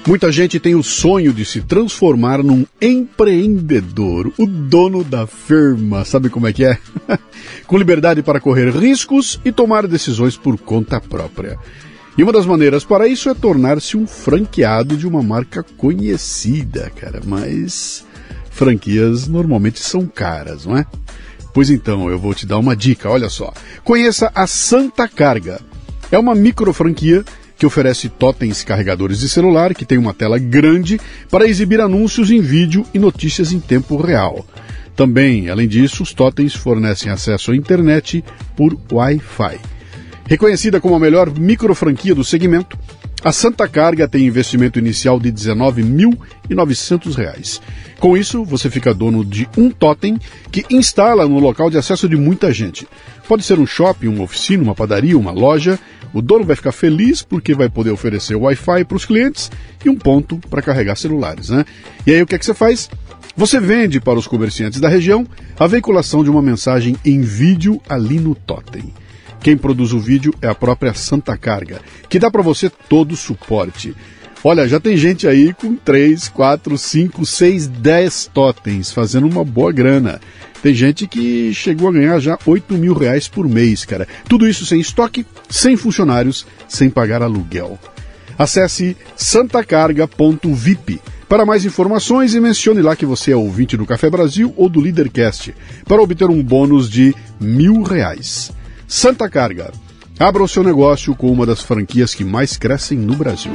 Muita gente tem o sonho de se transformar num empreendedor, o dono da firma, sabe como é que é? Com liberdade para correr riscos e tomar decisões por conta própria. E uma das maneiras para isso é tornar-se um franqueado de uma marca conhecida, cara, mas franquias normalmente são caras, não é? Pois então, eu vou te dar uma dica, olha só. Conheça a Santa Carga. É uma micro franquia que oferece totens carregadores de celular, que tem uma tela grande para exibir anúncios em vídeo e notícias em tempo real. Também, além disso, os totens fornecem acesso à internet por Wi-Fi. Reconhecida como a melhor micro franquia do segmento, a Santa Carga tem investimento inicial de R$ 19.900. Com isso, você fica dono de um totem que instala no local de acesso de muita gente. Pode ser um shopping, uma oficina, uma padaria, uma loja. O dono vai ficar feliz porque vai poder oferecer Wi-Fi para os clientes e um ponto para carregar celulares, né? E aí o que é que você faz? Você vende para os comerciantes da região a veiculação de uma mensagem em vídeo ali no totem. Quem produz o vídeo é a própria Santa Carga, que dá para você todo o suporte. Olha, já tem gente aí com 3, 4, 5, 6, 10 totens, fazendo uma boa grana. Tem gente que chegou a ganhar já R$8.000 por mês, cara. Tudo isso sem estoque, sem funcionários, sem pagar aluguel. Acesse santacarga.vip para mais informações e mencione lá que você é ouvinte do Café Brasil ou do Leadercast, para obter um bônus de R$1.000. Santa Carga. Abra o seu negócio com uma das franquias que mais crescem no Brasil.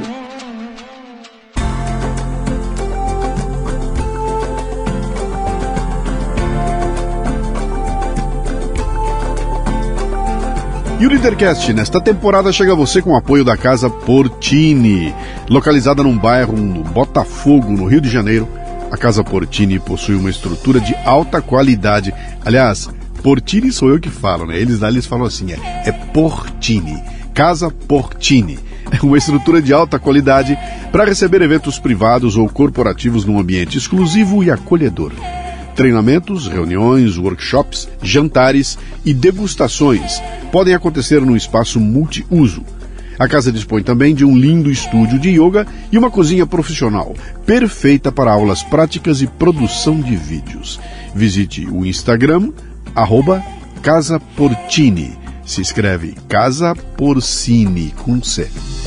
E o Leadercast, nesta temporada, chega a você com o apoio da Casa Portini. Localizada num bairro no Botafogo, no Rio de Janeiro, a Casa Portini possui uma estrutura de alta qualidade. Aliás, Portini sou eu que falo, né? Eles falam assim, é Portini, Casa Portini. É uma estrutura de alta qualidade para receber eventos privados ou corporativos num ambiente exclusivo e acolhedor. Treinamentos, reuniões, workshops, jantares e degustações podem acontecer num espaço multiuso. A casa dispõe também de um lindo estúdio de yoga e uma cozinha profissional, perfeita para aulas práticas e produção de vídeos. Visite o Instagram, @Casa Portini. Se escreve Casa Porcini com C.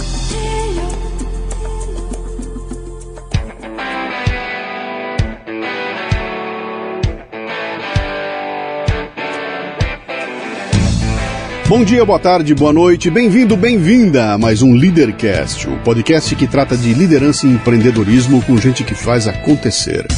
Bom dia, boa tarde, boa noite, bem-vindo, bem-vinda a mais um Leadercast, o podcast que trata de liderança e empreendedorismo com gente que faz acontecer.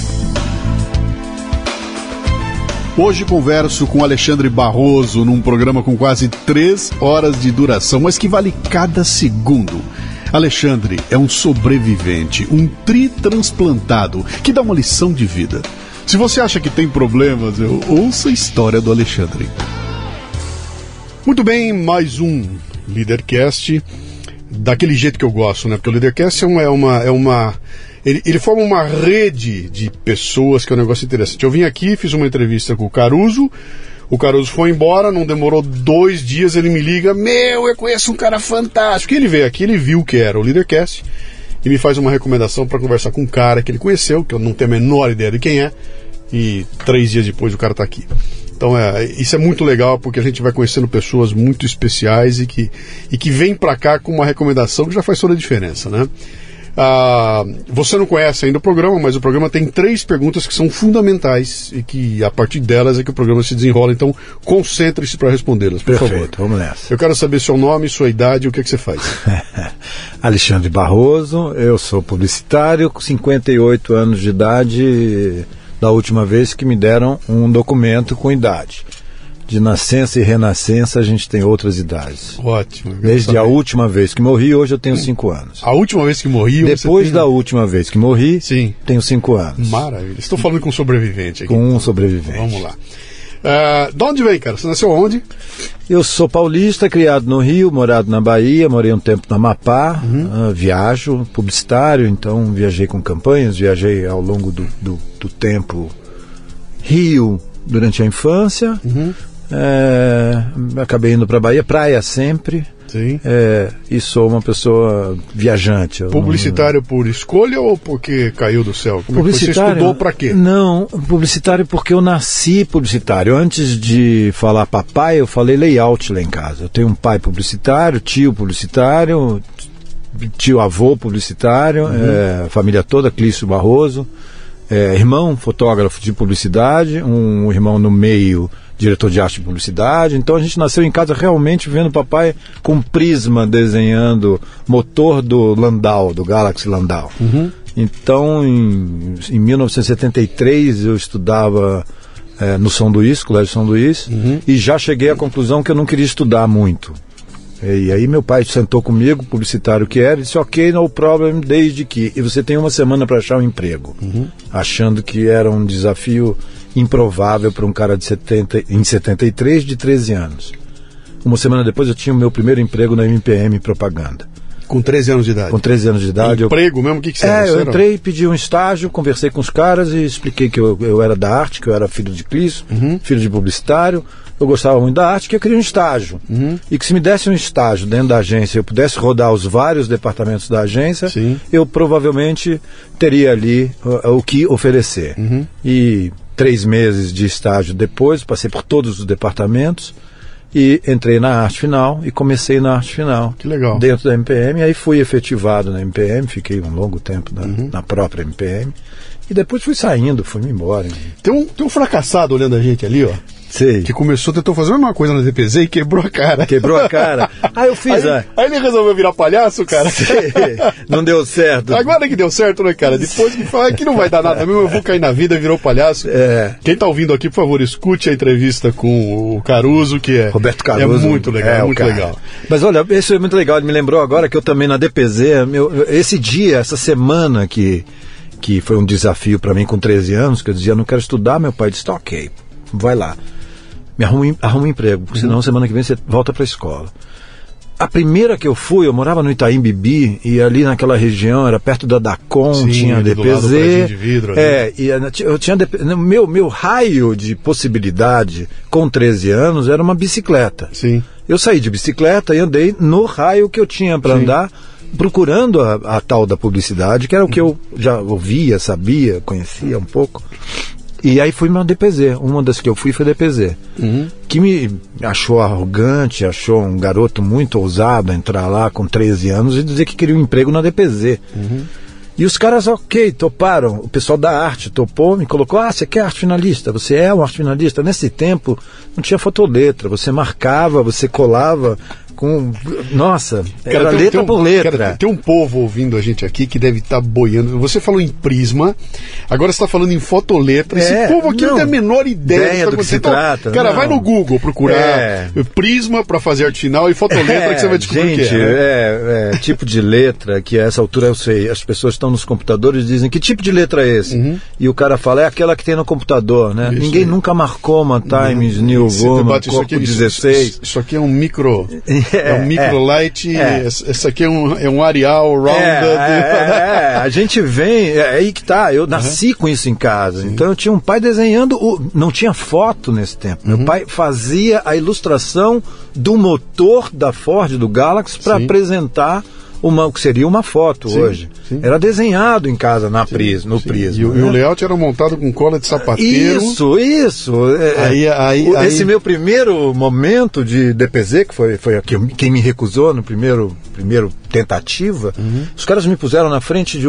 Hoje converso com Alexandre Barroso num programa com quase 3 horas de duração, mas que vale cada segundo. Alexandre é um sobrevivente, um tritransplantado que dá uma lição de vida. Se você acha que tem problemas, ouça a história do Alexandre. Muito bem, mais um Leadercast, daquele jeito que eu gosto, né? Porque o Leadercast ele forma uma rede de pessoas, que é um negócio interessante. Eu vim aqui, fiz uma entrevista com o Caruso foi embora, não demorou 2 dias, ele me liga, eu conheço um cara fantástico. E ele veio aqui, ele viu que era o Leadercast e me faz uma recomendação para conversar com um cara que ele conheceu, que eu não tenho a menor ideia de quem é, e 3 dias depois o cara está aqui. Então isso é muito legal, porque a gente vai conhecendo pessoas muito especiais e que vêm para cá com uma recomendação que já faz toda a diferença, né? Você não conhece ainda o programa, mas o programa tem 3 perguntas que são fundamentais e que a partir delas é que o programa se desenrola, então concentre-se para respondê-las, por favor. Perfeito, vamos nessa. Eu quero saber seu nome, sua idade e o que você faz. Alexandre Barroso, eu sou publicitário, com 58 anos de idade, da última vez que me deram um documento com idade. De nascença e renascença a gente tem outras idades. Ótimo. Desde a última vez que morri, hoje eu tenho 5 anos. A última vez que morri... Depois da última vez que morri, sim, tenho 5 anos. Maravilha. Estou falando com um sobrevivente aqui. Com um sobrevivente. Vamos lá. De onde vem, cara? Você nasceu onde? Eu sou paulista, criado no Rio, morado na Bahia, morei um tempo no Amapá, viajo, publicitário, então viajei com campanhas, viajei ao longo do tempo Rio durante a infância, acabei indo para a Bahia, praia sempre, Sim. E sou uma pessoa viajante. Publicitário por escolha ou porque caiu do céu? Publicitário, você estudou para quê? Não, publicitário porque eu nasci publicitário. Antes de falar papai, eu falei layout lá em casa. Eu tenho um pai publicitário, tio publicitário, tio-avô publicitário, família toda, Clício Barroso, irmão fotógrafo de publicidade, um irmão no meio diretor de arte e publicidade. Então a gente nasceu em casa realmente vendo papai com prisma desenhando motor do Landau, do Galaxy Landau. Então em 1973 eu estudava no São Luís, Colégio São Luís, e já cheguei à conclusão que eu não queria estudar muito. E aí meu pai sentou comigo, publicitário que era, e disse: ok, no problem, desde que... E você tem uma semana para achar um emprego. Achando que era um desafio improvável para um cara em 73, de 13 anos. Uma semana depois eu tinha o meu primeiro emprego na MPM Propaganda. Com 13 anos de idade? Com 13 anos de idade. Emprego mesmo? O que você era? Eu entrei, pedi um estágio, conversei com os caras e expliquei que eu era da arte, que eu era filho de Clício, filho de publicitário. Eu gostava muito da arte, que eu queria um estágio. E que se me desse um estágio dentro da agência, eu pudesse rodar os vários departamentos da agência, eu provavelmente teria ali o que oferecer. E 3 meses de estágio depois, passei por todos os departamentos e entrei na arte final e comecei na arte final. Que legal. Dentro da MPM, aí fui efetivado na MPM, fiquei um longo tempo na própria MPM e depois fui saindo, fui-me embora. Tem um fracassado olhando a gente ali, ó. Sei. Que tentou fazer a mesma coisa na DPZ e quebrou a cara. Quebrou a cara. Eu fiz. Aí ele resolveu virar palhaço, cara. Sei. Não deu certo. Agora que deu certo, né, cara? Depois que fala que não vai dar nada mesmo, eu vou cair na vida, virou palhaço. Quem tá ouvindo aqui, por favor, escute a entrevista com o Caruso, que é... Roberto Caruso. É muito legal, muito legal. Mas olha, isso é muito legal. Ele me lembrou agora que eu também na DPZ, esse dia, essa semana que foi um desafio para mim com 13 anos, que eu dizia: não quero estudar, meu pai disse: tá, ok, vai lá. Me arruma um emprego, porque senão semana que vem você volta para a escola. A primeira que eu fui, eu morava no Itaim Bibi, e ali naquela região, era perto da Dacom, tinha DPZ. Do lado do de vidro, e eu tinha meu raio de possibilidade com 13 anos era uma bicicleta. Sim. Eu saí de bicicleta e andei no raio que eu tinha para andar, procurando a tal da publicidade, que era o que eu já ouvia, sabia, conhecia um pouco. E aí fui na DPZ, uma das que eu fui foi DPZ, que me achou arrogante, achou um garoto muito ousado entrar lá com 13 anos e dizer que queria um emprego na DPZ. E os caras, ok, toparam, o pessoal da arte topou, me colocou: você quer arte finalista? Você é um arte finalista? Nesse tempo não tinha fotoletra, você marcava, você colava com... Nossa, era letra por letra. Cara, tem um povo ouvindo a gente aqui que deve estar boiando. Você falou em prisma, agora você está falando em fotoletra. Esse povo aqui não tem a menor ideia do que se trata. Cara, vai no Google procurar prisma para fazer arte final e fotoletra que você vai descobrir gente, o que é. Tipo de letra que a essa altura eu sei. As pessoas estão nos computadores e dizem: que tipo de letra é esse? E o cara fala: é aquela que tem no computador, né? Isso. Ninguém nunca marcou uma Times New Roman, Corpo 16. Isso aqui é um micro... É um microlight, essa aqui é um Arial rounded. A gente vem, aí que tá, eu nasci com isso em casa. Então eu tinha um pai desenhando, não tinha foto nesse tempo. Meu pai fazia a ilustração do motor da Ford, do Galaxy, para apresentar o que seria uma foto hoje. Era desenhado em casa no Prisma. E o layout era montado com cola de sapateiro. Isso. Esse meu primeiro momento de DPZ, que foi quem me recusou no primeiro tentativa, os caras me puseram na frente de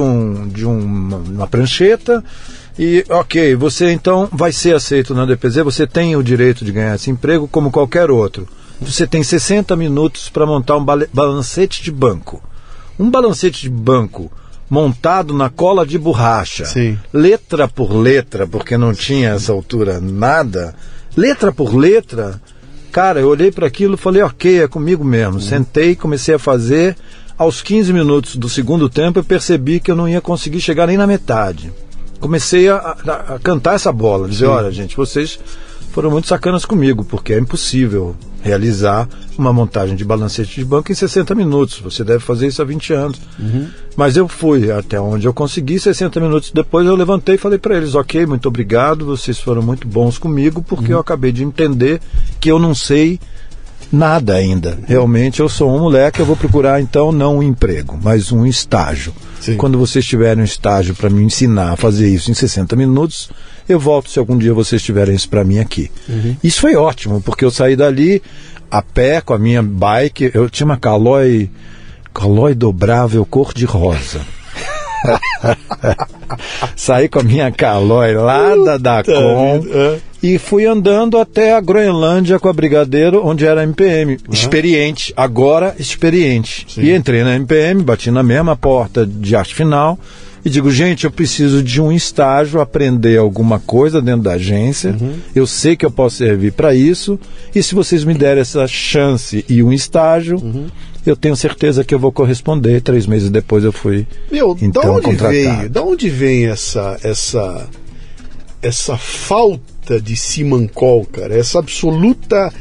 uma prancheta e, ok, você então vai ser aceito na DPZ, você tem o direito de ganhar esse emprego como qualquer outro. Você tem 60 minutos para montar um balancete de banco. Um balancete de banco montado na cola de borracha, letra por letra, porque não tinha essa altura nada, letra por letra. Cara, eu olhei para aquilo e falei: ok, é comigo mesmo. Sentei, comecei a fazer. Aos 15 minutos do segundo tempo eu percebi que eu não ia conseguir chegar nem na metade. Comecei a cantar essa bola, dizer: olha, gente, vocês foram muito sacanas comigo, porque é impossível realizar uma montagem de balancete de banco em 60 minutos. Você deve fazer isso há 20 anos. Mas eu fui até onde eu consegui. 60 minutos depois eu levantei e falei para eles: ok, muito obrigado, vocês foram muito bons comigo, porque eu acabei de entender que eu não sei Nada ainda. Realmente eu sou um moleque, eu vou procurar então não um emprego, mas um estágio. Sim. Quando vocês tiverem um estágio para me ensinar a fazer isso em 60 minutos, eu volto se algum dia vocês tiverem isso para mim aqui. Isso foi ótimo, porque eu saí dali a pé com a minha bike, eu tinha uma Caloi dobrável cor-de-rosa. Saí com a minha Caloi lá da Dacom e fui andando até a Groenlândia com a Brigadeiro, onde era a MPM. Experiente, agora experiente. Sim. E entrei na MPM, bati na mesma porta de arte final e digo, gente, eu preciso de um estágio, aprender alguma coisa dentro da agência. Eu sei que eu posso servir para isso, e se vocês me derem essa chance e um estágio, eu tenho certeza que eu vou corresponder. 3 meses depois eu fui então contratado. Da onde vem essa falta de simancol, cara? Essa absoluta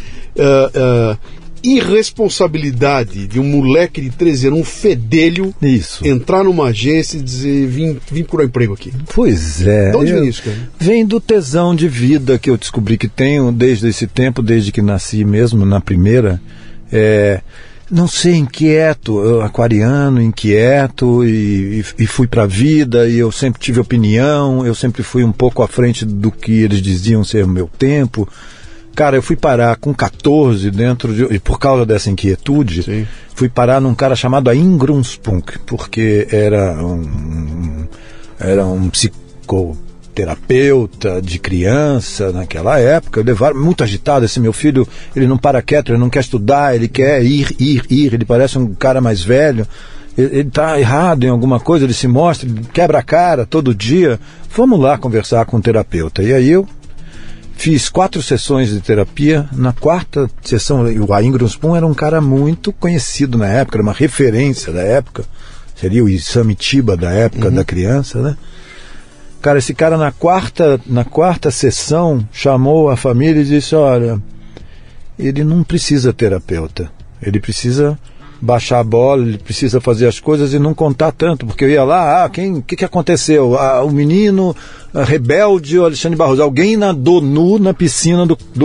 irresponsabilidade de um moleque de 13 anos, um fedelho, entrar numa agência e dizer, vim procurar emprego aqui. Pois é. De onde vem isso, cara? Vem do tesão de vida que eu descobri que tenho desde esse tempo, desde que nasci mesmo, na primeira. Não sei, inquieto, aquariano, inquieto, e fui pra vida, e eu sempre tive opinião, eu sempre fui um pouco à frente do que eles diziam ser o meu tempo. Cara, eu fui parar com 14 e por causa dessa inquietude, fui parar num cara chamado Ingrunspunk, porque era um psicoterapeuta de criança naquela época. Levaram muito agitado, esse meu filho, ele não para quieto, ele não quer estudar, ele quer ir, ele parece um cara mais velho, ele está errado em alguma coisa, ele se mostra, ele quebra a cara todo dia, vamos lá conversar com o terapeuta. E aí eu fiz 4 sessões de terapia. Na 4ª sessão, o Ingrunspunk era um cara muito conhecido na época, era uma referência da época, seria o Isamitiba da época da criança, né? Cara, esse cara na quarta sessão chamou a família e disse, olha, ele não precisa terapeuta, ele precisa baixar a bola, ele precisa fazer as coisas e não contar tanto, porque eu ia lá, o que aconteceu? O menino rebelde, o Alexandre Barroso, alguém nadou nu na piscina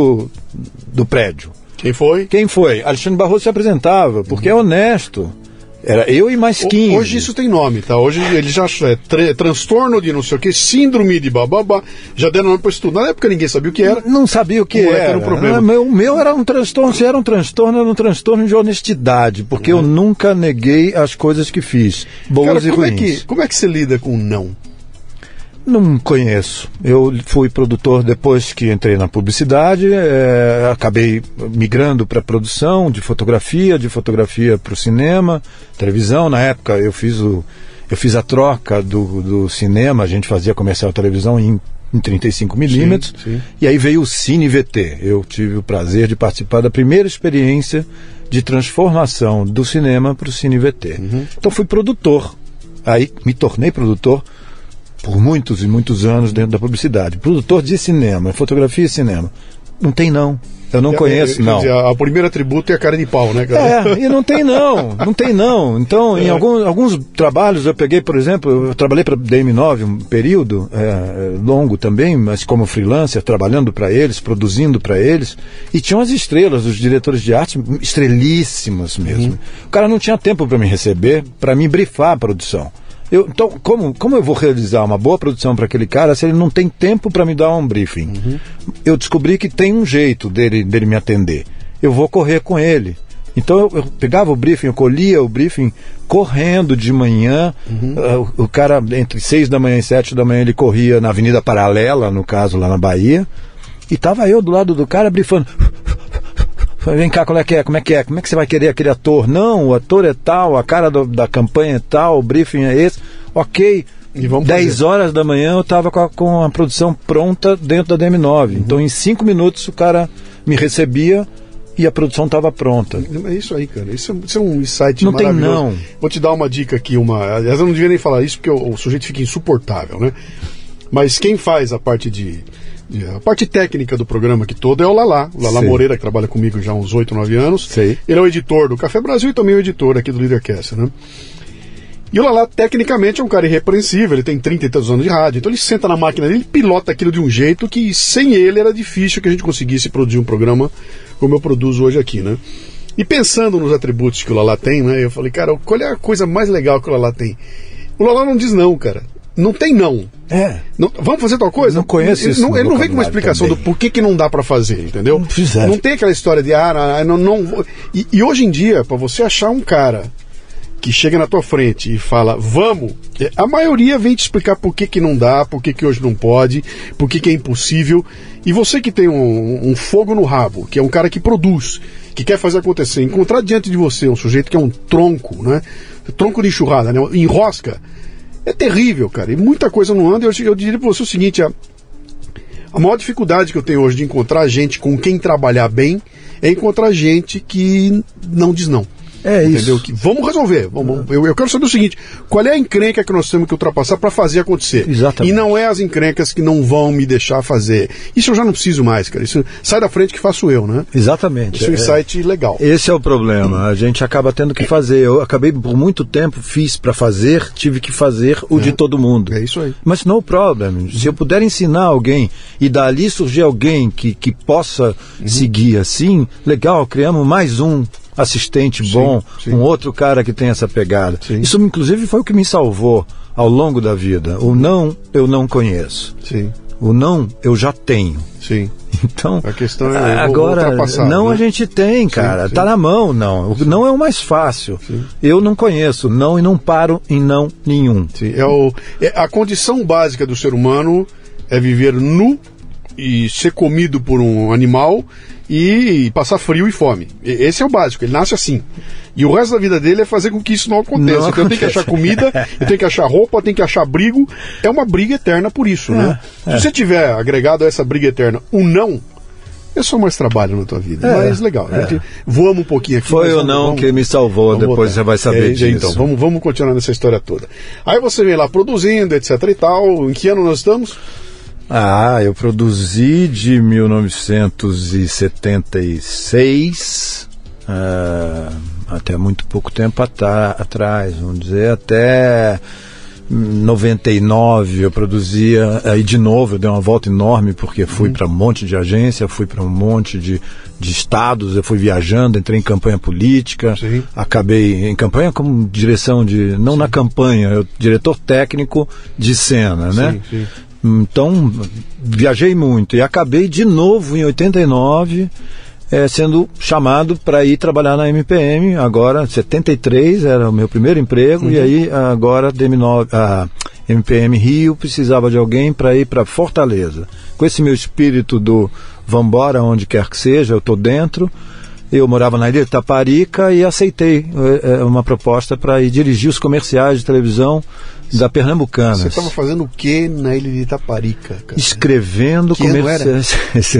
do prédio. Quem foi? Alexandre Barroso se apresentava, porque é honesto. Era eu e mais 15. Hoje isso tem nome, tá? Hoje ele já transtorno de não sei o que, síndrome de bababá, já deram nome para isso tudo. Na época ninguém sabia o que era. Não sabia o que era. Um problema. O meu era um transtorno, se era um transtorno de honestidade, porque eu nunca neguei as coisas que fiz, boas e ruins. Como é que você lida com o não? Não conheço. Eu fui produtor depois que entrei na publicidade, acabei migrando para produção de fotografia para o cinema, televisão. Na época eu fiz a troca do cinema, a gente fazia comercial televisão em 35mm, e aí veio o Cine VT. Eu tive o prazer de participar da primeira experiência de transformação do cinema para o Cine VT. Então fui produtor, aí me tornei produtor por muitos e muitos anos dentro da publicidade. Produtor de cinema, fotografia e cinema. Não tem não. Eu não conheço, não. Dizer, a primeira atributo é a cara de pau, né, cara? E não tem não. Não tem não. Então, em alguns trabalhos eu peguei, por exemplo, eu trabalhei para a DM9 um período longo também, mas como freelancer, trabalhando para eles, produzindo para eles, e tinham as estrelas, os diretores de arte, estrelíssimas mesmo. O cara não tinha tempo para me receber, para me brifar a produção. Então, como eu vou realizar uma boa produção para aquele cara se ele não tem tempo para me dar um briefing? Eu descobri que tem um jeito dele me atender. Eu vou correr com ele. Então eu pegava o briefing, eu colhia o briefing correndo de manhã. O cara, entre 6 da manhã e 7 da manhã, ele corria na Avenida Paralela, no caso, lá na Bahia. E estava eu do lado do cara brifando. Vem cá, como é que você vai querer aquele ator? Não, o ator é tal, a cara da campanha é tal, o briefing é esse. Ok, 10 horas da manhã eu estava com a produção pronta dentro da DM9. Então em 5 minutos o cara me recebia e a produção estava pronta. É isso aí, cara. Isso é um insight não maravilhoso. Tem não. Vou te dar uma dica aqui. Aliás, eu não devia nem falar isso porque o sujeito fica insuportável, né? Mas quem faz a parte técnica do programa aqui todo é o Lala Moreira, que trabalha comigo já há uns 8, 9 anos. Sei. Ele é o editor do Café Brasil e também o editor aqui do Leadercast, né? E o Lala, tecnicamente, é um cara irrepreensível, ele tem 30 e tantos anos de rádio, então ele senta na máquina dele e pilota aquilo de um jeito que sem ele era difícil que a gente conseguisse produzir um programa como eu produzo hoje aqui, né? E pensando nos atributos que o Lala tem, né? Eu falei, cara, qual é a coisa mais legal que o Lala tem? O Lala não diz não, cara. Não tem não. Não, vamos fazer tal coisa? Não conheço isso. Ele não vem com uma explicação também do porquê que não dá para fazer, entendeu? Não tem aquela história de não. E hoje em dia, para você achar um cara que chega na tua frente e fala, vamos, a maioria vem te explicar por que não dá, por que hoje não pode, por que é impossível. E você que tem um fogo no rabo, que é um cara que produz, que quer fazer acontecer, encontrar diante de você um sujeito que é um tronco, né? Tronco de enxurrada, né? Enrosca, é terrível, cara. E muita coisa não anda. Eu diria para você o seguinte, a maior dificuldade que eu tenho hoje de encontrar gente com quem trabalhar bem é encontrar gente que não diz não. Entendeu? Isso. Que vamos resolver. Eu quero saber o seguinte: qual é a encrenca que nós temos que ultrapassar para fazer acontecer? Exatamente. E não é as encrencas que não vão me deixar fazer. Isso eu já não preciso mais, cara. Isso sai da frente que faço eu, né? Exatamente. Isso é um insight legal. Esse é o problema. A gente acaba tendo que fazer. Eu acabei por muito tempo, fiz para fazer, tive que fazer o de todo mundo. É isso aí. Mas no problem. Se eu puder ensinar alguém e dali surgir alguém que possa seguir assim, legal, criamos mais um assistente bom, um outro cara que tem essa pegada. Sim. Isso, inclusive, foi o que me salvou ao longo da vida. O não, eu não conheço. Sim. O não, eu já tenho. Sim. Então, a questão é agora, não, né? A gente tem, cara. Tá na mão, não. O não é o mais fácil. Sim. Eu não conheço não e não paro em não nenhum. Sim. A condição básica do ser humano é viver nu e ser comido por um animal e passar frio e fome. Esse é o básico, ele nasce assim. E o resto da vida dele é fazer com que isso não aconteça. Então eu tenho que achar comida, eu tenho que achar roupa, eu tenho que achar abrigo. É uma briga eterna por isso, né? Se você tiver agregado a essa briga eterna um não, é só mais trabalho na tua vida. Mas legal, a gente voamos um pouquinho aqui. Foi o não que me salvou, depois você vai saber disso. Então, vamos continuar nessa história toda. Aí você vem lá produzindo, etc e tal. Em que ano nós estamos? Eu produzi de 1976 até muito pouco tempo atrás, vamos dizer, até 99 eu produzia, aí de novo eu dei uma volta enorme, porque fui para um monte de agência, fui para um monte de estados, eu fui viajando, entrei em campanha política, acabei em campanha como direção de, não na campanha, eu diretor técnico de cena, né? Sim. Então, viajei muito e acabei de novo em 89 sendo chamado para ir trabalhar na MPM. Agora, 73 era o meu primeiro emprego e aí agora a MPM Rio precisava de alguém para ir para Fortaleza. Com esse meu espírito do vambora onde quer que seja, eu estou dentro. Eu morava na Ilha de Itaparica e aceitei uma proposta para ir dirigir os comerciais de televisão da Pernambucana. Você estava fazendo o que na Ilha de Itaparica, cara? Escrevendo comerciais.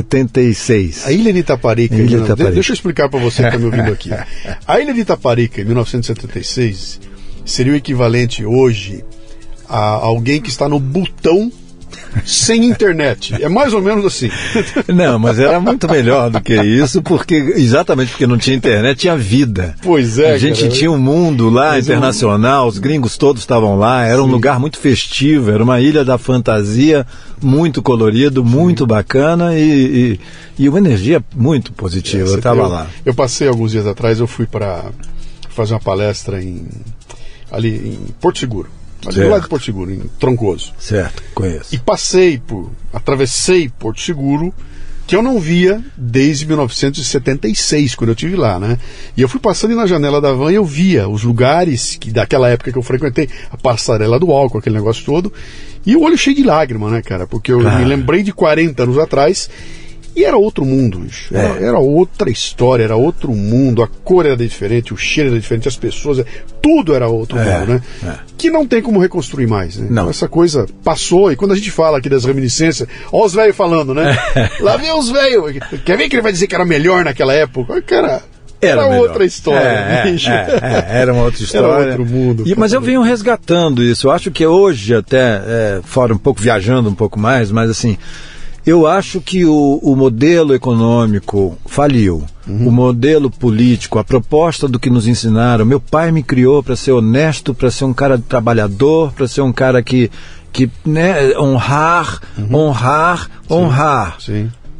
76. A Ilha de Itaparica. Itaparica. Deixa eu explicar para você que está me ouvindo aqui. A Ilha de Itaparica, em 1976, seria o equivalente hoje a alguém que está no Butão sem internet. É mais ou menos assim. Não, mas era muito melhor do que isso, exatamente porque não tinha internet, tinha vida. Pois é. A gente tinha um mundo lá internacional, os gringos todos estavam lá, era um lugar muito festivo, era uma ilha da fantasia, muito colorido, muito bacana e uma energia muito positiva. Eu estava lá. Eu passei alguns dias atrás, eu fui para fazer uma palestra ali em Porto Seguro. Ali do lado de Porto Seguro, em Troncoso. Certo, conheço. E atravessei Porto Seguro, que eu não via desde 1976, quando eu estive lá, né? E eu fui passando na janela da van e eu via os lugares que daquela época que eu frequentei, a passarela do álcool, aquele negócio todo, e o olho cheio de lágrima, né, cara? Porque eu me lembrei de 40 anos atrás. E era outro mundo, bicho. Era outra história, era outro mundo, a cor era diferente, o cheiro era diferente, as pessoas, tudo era outro mundo, né? Que não tem como reconstruir mais, né? Então, essa coisa passou, e quando a gente fala aqui das reminiscências, ó os velhos falando, né? Lá vem os velhos, quer ver que ele vai dizer que era melhor naquela época? Cara, era outra história, bicho. Era uma outra história. Era outro mundo. Mas eu venho resgatando isso, eu acho que hoje até, fora um pouco, viajando um pouco mais, mas assim... Eu acho que o modelo econômico faliu, o modelo político, a proposta do que nos ensinaram. Meu pai me criou para ser honesto, para ser um cara trabalhador, para ser um cara que né, honrar. Sim.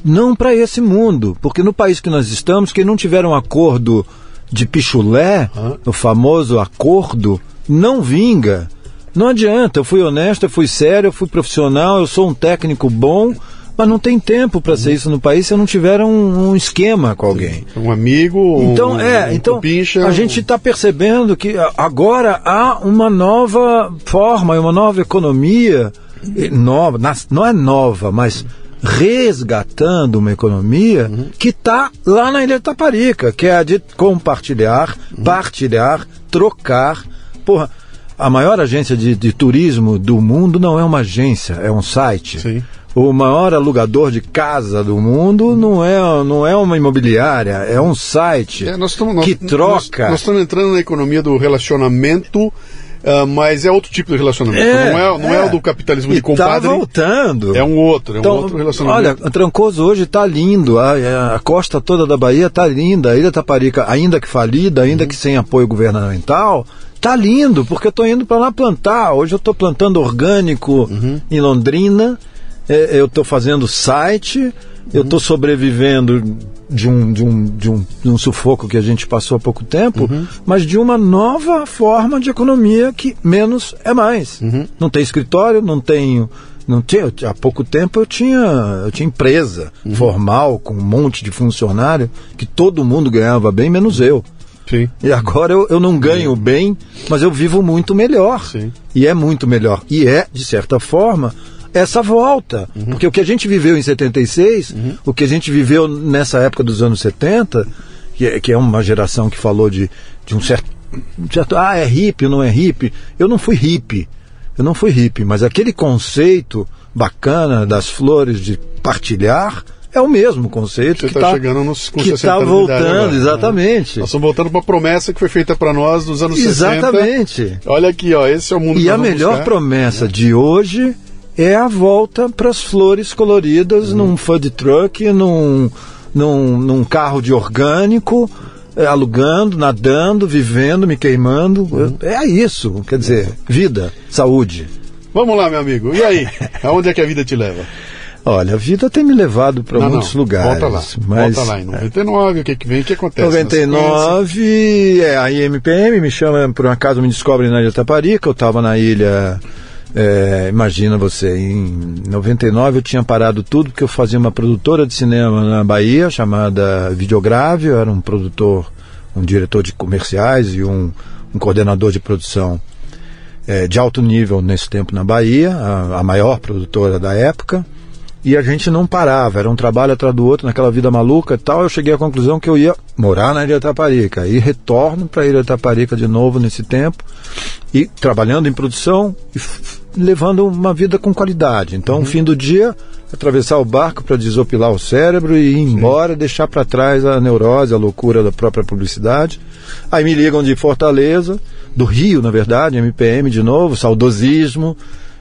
não para esse mundo, porque no país que nós estamos, quem não tiver um acordo de pichulé, o famoso acordo, não vinga. Não adianta, eu fui honesto, eu fui sério, eu fui profissional, eu sou um técnico bom, mas não tem tempo para ser isso no país se eu não tiver um esquema com alguém. Um amigo, então, então pincha, a gente está percebendo que agora há uma nova forma, uma nova economia, nova, não é nova, mas resgatando uma economia que está lá na Ilha de Taparica, que é a de compartilhar, partilhar, trocar. Porra, a maior agência de turismo do mundo não é uma agência, é um site. Sim. O maior alugador de casa do mundo não é uma imobiliária, é um site que troca. Nós estamos entrando na economia do relacionamento, mas é outro tipo de relacionamento. Não é o do capitalismo de compadre. Está voltando. É um outro relacionamento. Olha, Trancoso hoje está lindo, a costa toda da Bahia está linda, a Ilha Taparica, ainda que falida, ainda que sem apoio governamental, está lindo, porque eu estou indo para lá plantar. Hoje eu estou plantando orgânico em Londrina. Eu estou fazendo site, eu estou sobrevivendo de um sufoco que a gente passou há pouco tempo, mas de uma nova forma de economia que menos é mais. Não tem escritório, não tinha, há pouco tempo eu tinha empresa formal, com um monte de funcionário, que todo mundo ganhava bem, menos eu. Sim. E agora eu não ganho bem, mas eu vivo muito melhor. Sim. E é muito melhor. E é, de certa forma, essa volta. Porque o que a gente viveu em 76, o que a gente viveu nessa época dos anos 70, que é uma geração que falou de um certo é hippie, não é hippie. Eu não fui hippie, mas aquele conceito bacana das flores de partilhar é o mesmo conceito. Você está chegando com que está voltando, agora, exatamente. Nós estamos voltando para a promessa que foi feita para nós nos anos 60. Exatamente. Olha aqui, esse é o mundo que nós vamos buscar. E a melhor promessa de hoje é a volta para as flores coloridas num food truck, num carro de orgânico, alugando, nadando, vivendo, me queimando. É isso, quer dizer, vida, saúde. Vamos lá, meu amigo. E aí? Aonde é que a vida te leva? Olha, a vida tem me levado para muitos lugares. Volta lá, em 99, o que vem, o que acontece? 99, a IMPM me chama, por um acaso me descobre na Ilha de Taparica, eu estava na ilha, imagina você, em 99 eu tinha parado tudo, porque eu fazia uma produtora de cinema na Bahia, chamada Videograve, eu era um produtor, um diretor de comerciais e um coordenador de produção de alto nível nesse tempo na Bahia, a maior produtora da época. E a gente não parava, era um trabalho atrás do outro, naquela vida maluca e tal. Eu cheguei à conclusão que eu ia morar na Ilha de Taparica. Aí retorno para a Ilha de Taparica de novo nesse tempo, e trabalhando em produção e levando uma vida com qualidade. Então, no fim do dia, atravessar o barco para desopilar o cérebro e ir embora, deixar para trás a neurose, a loucura da própria publicidade. Aí me ligam de Fortaleza, do Rio, na verdade, MPM de novo, saudosismo,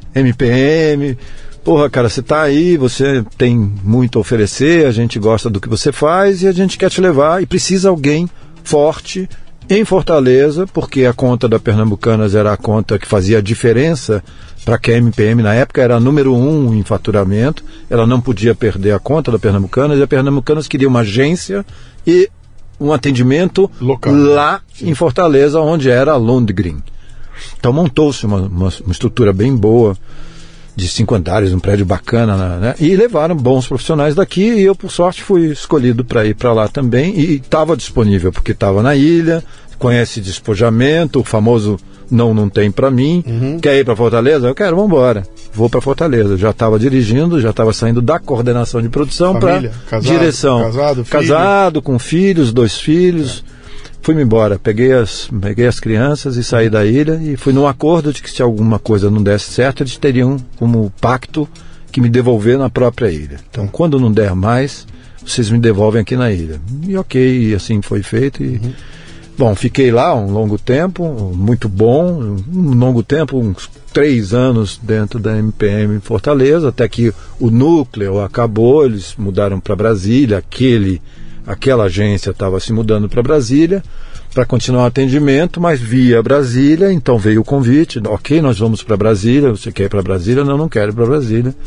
MPM... Porra, cara, você tá aí, você tem muito a oferecer, a gente gosta do que você faz e a gente quer te levar, e precisa alguém forte em Fortaleza, porque a conta da Pernambucanas era a conta que fazia a diferença para que a MPM na época era a número 1 em faturamento, ela não podia perder a conta da Pernambucanas, e a Pernambucanas queria uma agência e um atendimento local, lá em Fortaleza, onde era a Lundgren. Então montou-se uma estrutura bem boa, de 5 andares, um prédio bacana, né? E levaram bons profissionais daqui, e eu, por sorte, fui escolhido para ir para lá também, e estava disponível, porque estava na ilha, conhece despojamento, o famoso não tem para mim, quer ir para Fortaleza? Eu quero, vamos embora, vou para Fortaleza. Já estava dirigindo, já estava saindo da coordenação de produção para direção. Casado, com filhos, 2 filhos. Fui-me embora, peguei as crianças e saí da ilha, e fui num acordo de que se alguma coisa não desse certo, eles teriam como pacto que me devolver na própria ilha. Então, quando não der mais, vocês me devolvem aqui na ilha. E ok, e assim foi feito. E, bom, fiquei lá um longo tempo, muito bom, um longo tempo, uns 3 anos dentro da MPM em Fortaleza, até que o núcleo acabou, eles mudaram para Brasília, aquela agência estava se mudando para Brasília para continuar o atendimento, mas via Brasília, então veio o convite, ok, nós vamos para Brasília, você quer ir para Brasília? Não quero ir para Brasília,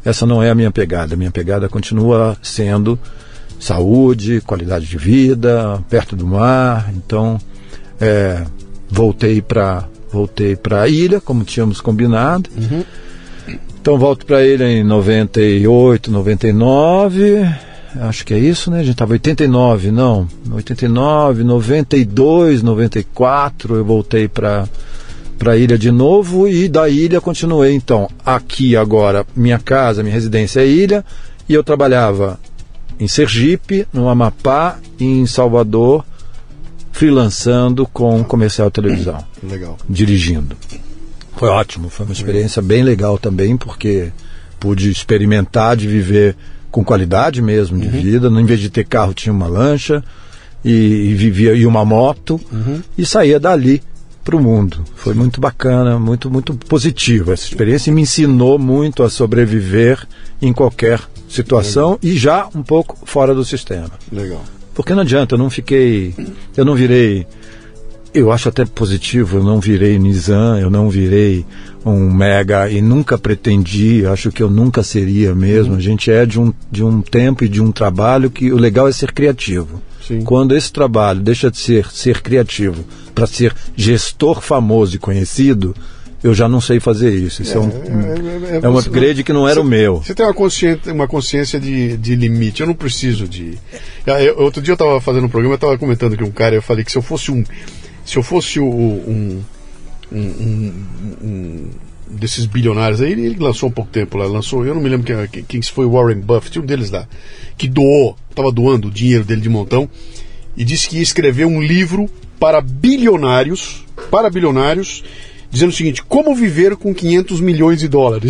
essa não é a minha pegada. A minha pegada continua sendo saúde, qualidade de vida, perto do mar. Então, voltei para a ilha, como tínhamos combinado. Então, volto para a ilha em 98, 99, acho que é isso, né? A gente estava em 89, não, 89, 92, 94, eu voltei para a ilha de novo, e da ilha continuei. Então, aqui agora, minha casa, minha residência é ilha, e eu trabalhava em Sergipe, no Amapá e em Salvador, freelançando com comercial de televisão. Legal. Dirigindo. Foi ótimo, foi uma experiência bem legal também, porque pude experimentar de viver com qualidade mesmo de vida. Em vez de ter carro, tinha uma lancha e vivia em uma moto e saía dali para o mundo. Foi muito bacana, muito, muito positivo essa experiência, e me ensinou muito a sobreviver em qualquer situação e já um pouco fora do sistema. Legal. Porque não adianta, eu não virei, eu acho até positivo, eu não virei Nizam, eu não virei um mega e nunca pretendi, acho que eu nunca seria mesmo. A gente é de um tempo e de um trabalho que o legal é ser criativo. Sim. Quando esse trabalho deixa de ser criativo para ser gestor famoso e conhecido, eu já não sei fazer isso. Isso é um upgrade que não era o meu. Você tem uma consciência de limite. Eu não preciso de... Outro dia eu estava fazendo um programa, eu estava comentando com um cara, eu falei que se eu fosse um desses bilionários aí, ele lançou há um pouco tempo lá, eu não me lembro quem foi, o Warren Buffett, um deles lá, que estava doando o dinheiro dele de montão, e disse que ia escrever um livro para bilionários, dizendo o seguinte: como viver com 500 milhões de dólares.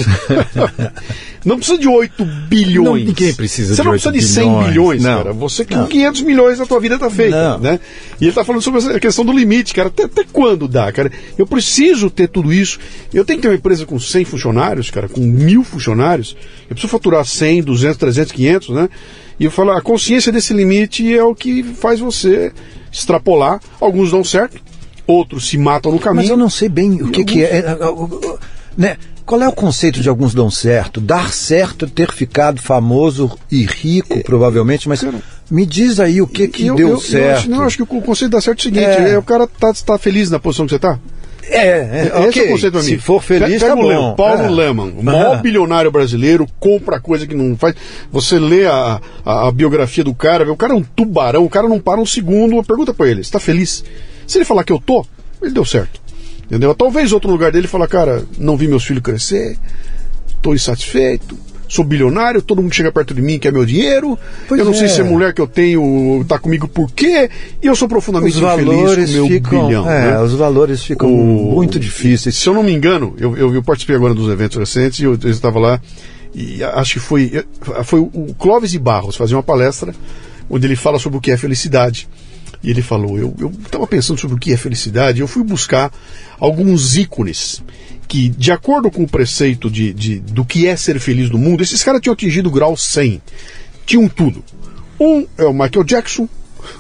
Não precisa de 8 bilhões. Não, ninguém precisa Você de 8 bilhões. Você não precisa de 100 bilhões, não, cara. Você com não. 500 milhões a tua vida está feita, né? E ele está falando sobre a questão do limite, cara. Até quando dá, cara? Eu preciso ter tudo isso. Eu tenho que ter uma empresa com 100 funcionários, cara, com 1000 funcionários. Eu preciso faturar 100, 200, 300, 500, né? E eu falo, a consciência desse limite é o que faz você extrapolar. Alguns dão certo, outros se matam no caminho. Mas eu não sei bem o que é, né? Qual é o conceito de alguns dão certo? Dar certo é ter ficado famoso e rico, provavelmente, mas me diz aí o que deu certo. Eu acho que o conceito dá certo é o seguinte, o cara tá feliz na posição que você tá. Esse é o conceito pra mim. Se for feliz, tá bom. Paulo Lemann, o maior bilionário brasileiro, compra coisa que não faz. Você lê a biografia do cara, o cara é um tubarão, o cara não para um segundo, pergunta pra ele, você tá feliz? Se ele falar que eu tô, ele deu certo. Entendeu? Talvez outro lugar dele fala, cara, não vi meus filhos crescer, tô insatisfeito, sou bilionário, todo mundo que chega perto de mim quer meu dinheiro, eu não sei se a mulher que eu tenho tá comigo por quê, e eu sou profundamente infeliz com meu bilhão. Né? Os valores ficam muito difíceis. Se eu não me engano, eu participei agora dos eventos recentes, e eu estava lá, e acho que foi o Clóvis de Barros fazer uma palestra, onde ele fala sobre o que é felicidade. E ele falou, eu estava pensando sobre o que é felicidade, eu fui buscar alguns ícones que, de acordo com o preceito do que é ser feliz no mundo, esses caras tinham atingido o grau 100, tinham tudo. Um é o Michael Jackson,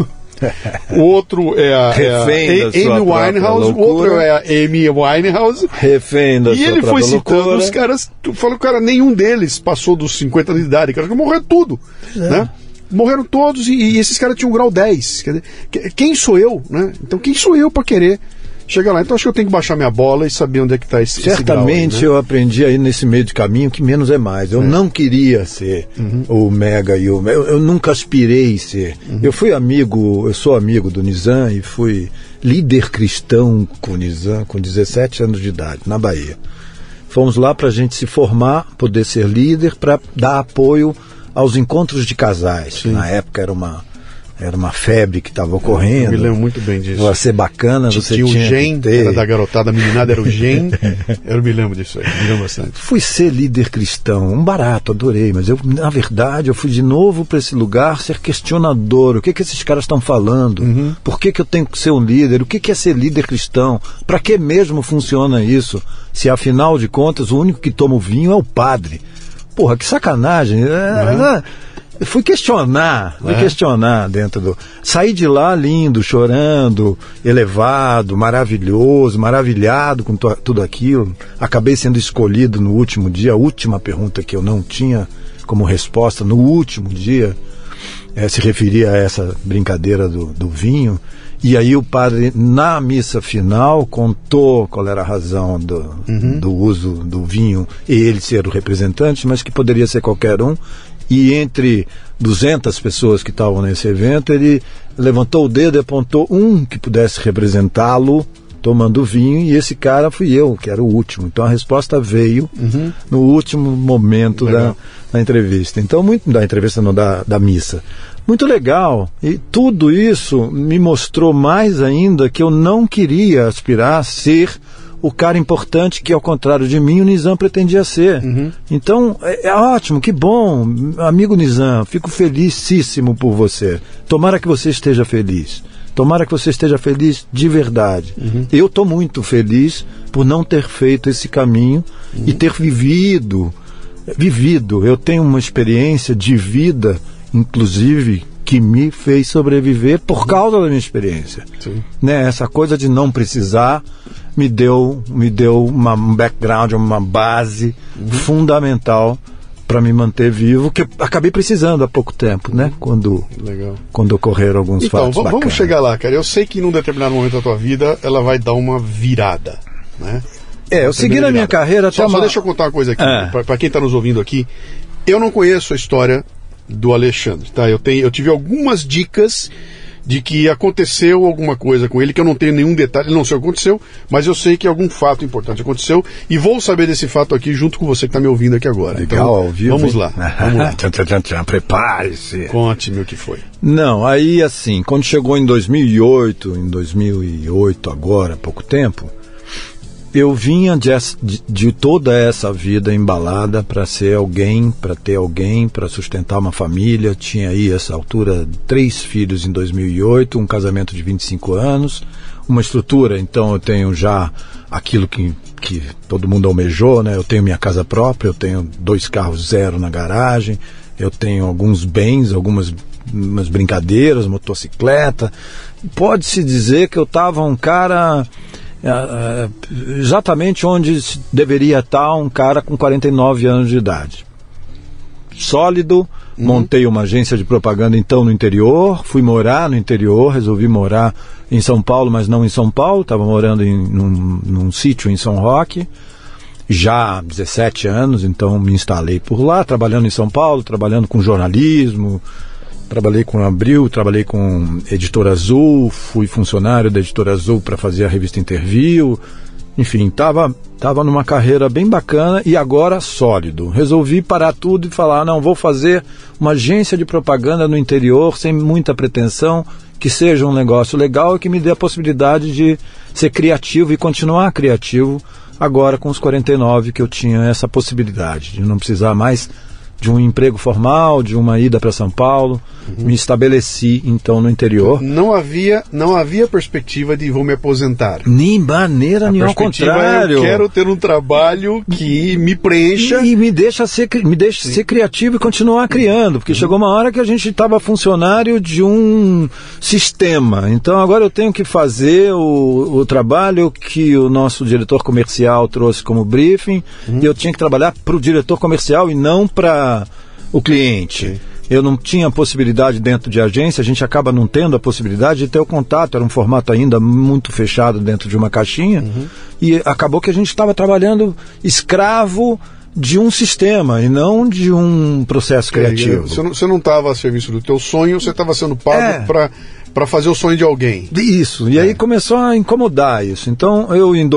o outro é a Amy Winehouse, o outro é a Amy Winehouse, refém da e ele foi citando os caras, falou, cara, nenhum deles passou dos 50 anos de idade, cara, que morreu tudo, né? Morreram todos e esses caras tinham um grau 10. Quer dizer, quem sou eu, né? Então quem sou eu para querer chegar lá? Então acho que eu tenho que baixar minha bola e saber onde é que está esse grau. Certamente, né? Eu aprendi aí nesse meio de caminho que menos é mais. Eu não queria ser o mega e o mega. Eu nunca aspirei ser. Eu sou amigo do Nizam e fui líder cristão com o Nizam com 17 anos de idade, na Bahia. Fomos lá para a gente se formar, poder ser líder, para dar apoio aos encontros de casais. Sim. Na época era uma febre que estava ocorrendo. Eu me lembro muito bem disso. Para ser bacana, você tinha o gen, era da garotada, a meninada era o gen. Eu me lembro disso aí, me lembro bastante. Fui ser líder cristão, um barato, adorei, mas na verdade eu fui de novo para esse lugar ser questionador. O que esses caras estão falando? Por que eu tenho que ser um líder? O que é ser líder cristão? Para que mesmo funciona isso? Se afinal de contas o único que toma o vinho é o padre. Porra, que sacanagem. fui questionar dentro do... Saí de lá lindo, chorando, elevado, maravilhoso, maravilhado com tudo aquilo. Acabei sendo escolhido no último dia, a última pergunta que eu não tinha como resposta no último dia, se referia a essa brincadeira do vinho. E aí o padre, na missa final, contou qual era a razão do uso do vinho e ele ser o representante, mas que poderia ser qualquer um. E entre 200 pessoas que estavam nesse evento, ele levantou o dedo e apontou um que pudesse representá-lo tomando vinho, e esse cara fui eu, que era o último. Então a resposta veio no último momento da entrevista. Então, da entrevista não, da missa. Muito legal, e tudo isso me mostrou mais ainda que eu não queria aspirar a ser o cara importante que, ao contrário de mim, o Nizam pretendia ser. Então, é ótimo, que bom, amigo Nizam, fico felicíssimo por você. Tomara que você esteja feliz. Tomara que você esteja feliz de verdade. Eu estou muito feliz por não ter feito esse caminho e ter vivido. Eu tenho uma experiência de vida, inclusive, que me fez sobreviver por causa da minha experiência. Né? Essa coisa de não precisar me deu um background, uma base fundamental para me manter vivo, que eu acabei precisando há pouco tempo, né? Quando ocorreram alguns fatos bacanas. Vamos chegar lá, cara. Eu sei que num determinado momento da tua vida ela vai dar uma virada, né? Eu segui na minha carreira até só deixa eu contar uma coisa aqui, para quem está nos ouvindo aqui. Eu não conheço a história do Alexandre, tá? Eu tive algumas dicas de que aconteceu alguma coisa com ele, que eu não tenho nenhum detalhe, não sei o que aconteceu, mas eu sei que algum fato importante aconteceu, e vou saber desse fato aqui junto com você que está me ouvindo aqui agora. Legal, então, ao vivo. Vamos lá. Prepare-se. Conte-me o que foi. Não, aí assim, quando chegou em 2008 agora, há pouco tempo, eu vinha de toda essa vida embalada para ser alguém, para ter alguém, para sustentar uma família. Tinha aí, essa altura, 3 filhos em 2008, um casamento de 25 anos, uma estrutura. Então eu tenho já aquilo que todo mundo almejou, né? Eu tenho minha casa própria, eu tenho 2 carros zero na garagem, eu tenho alguns bens, umas brincadeiras, motocicleta. Pode-se dizer que eu estava um cara... exatamente onde deveria estar um cara com 49 anos de idade. Sólido, montei uma agência de propaganda então no interior, fui morar no interior, resolvi morar em São Paulo, mas não em São Paulo, estava morando num sítio em São Roque, já há 17 anos, então me instalei por lá, trabalhando em São Paulo, trabalhando com jornalismo. Trabalhei com a Abril, trabalhei com Editora Azul, fui funcionário da Editora Azul para fazer a revista Interview. Enfim, estava numa carreira bem bacana e agora sólido. Resolvi parar tudo e falar, não, vou fazer uma agência de propaganda no interior, sem muita pretensão, que seja um negócio legal e que me dê a possibilidade de ser criativo e continuar criativo agora com os 49, que eu tinha essa possibilidade de não precisar mais de um emprego formal, de uma ida para São Paulo. Me estabeleci então no interior. Não havia perspectiva de vou me aposentar. Nem maneira nenhuma, ao contrário. Eu quero ter um trabalho que me preencha e me deixa ser criativo e continuar criando, porque chegou uma hora que a gente estava funcionário de um sistema. Então agora eu tenho que fazer o trabalho que o nosso diretor comercial trouxe como briefing, e eu tinha que trabalhar para o diretor comercial e não para o cliente. Sim. Eu não tinha possibilidade dentro de agência, a gente acaba não tendo a possibilidade de ter o contato, era um formato ainda muito fechado dentro de uma caixinha, e acabou que a gente estava trabalhando escravo de um sistema e não de um processo criativo. Você não estava a serviço do teu sonho, você estava sendo pago para fazer o sonho de alguém. Isso, e aí começou a incomodar isso. Então eu em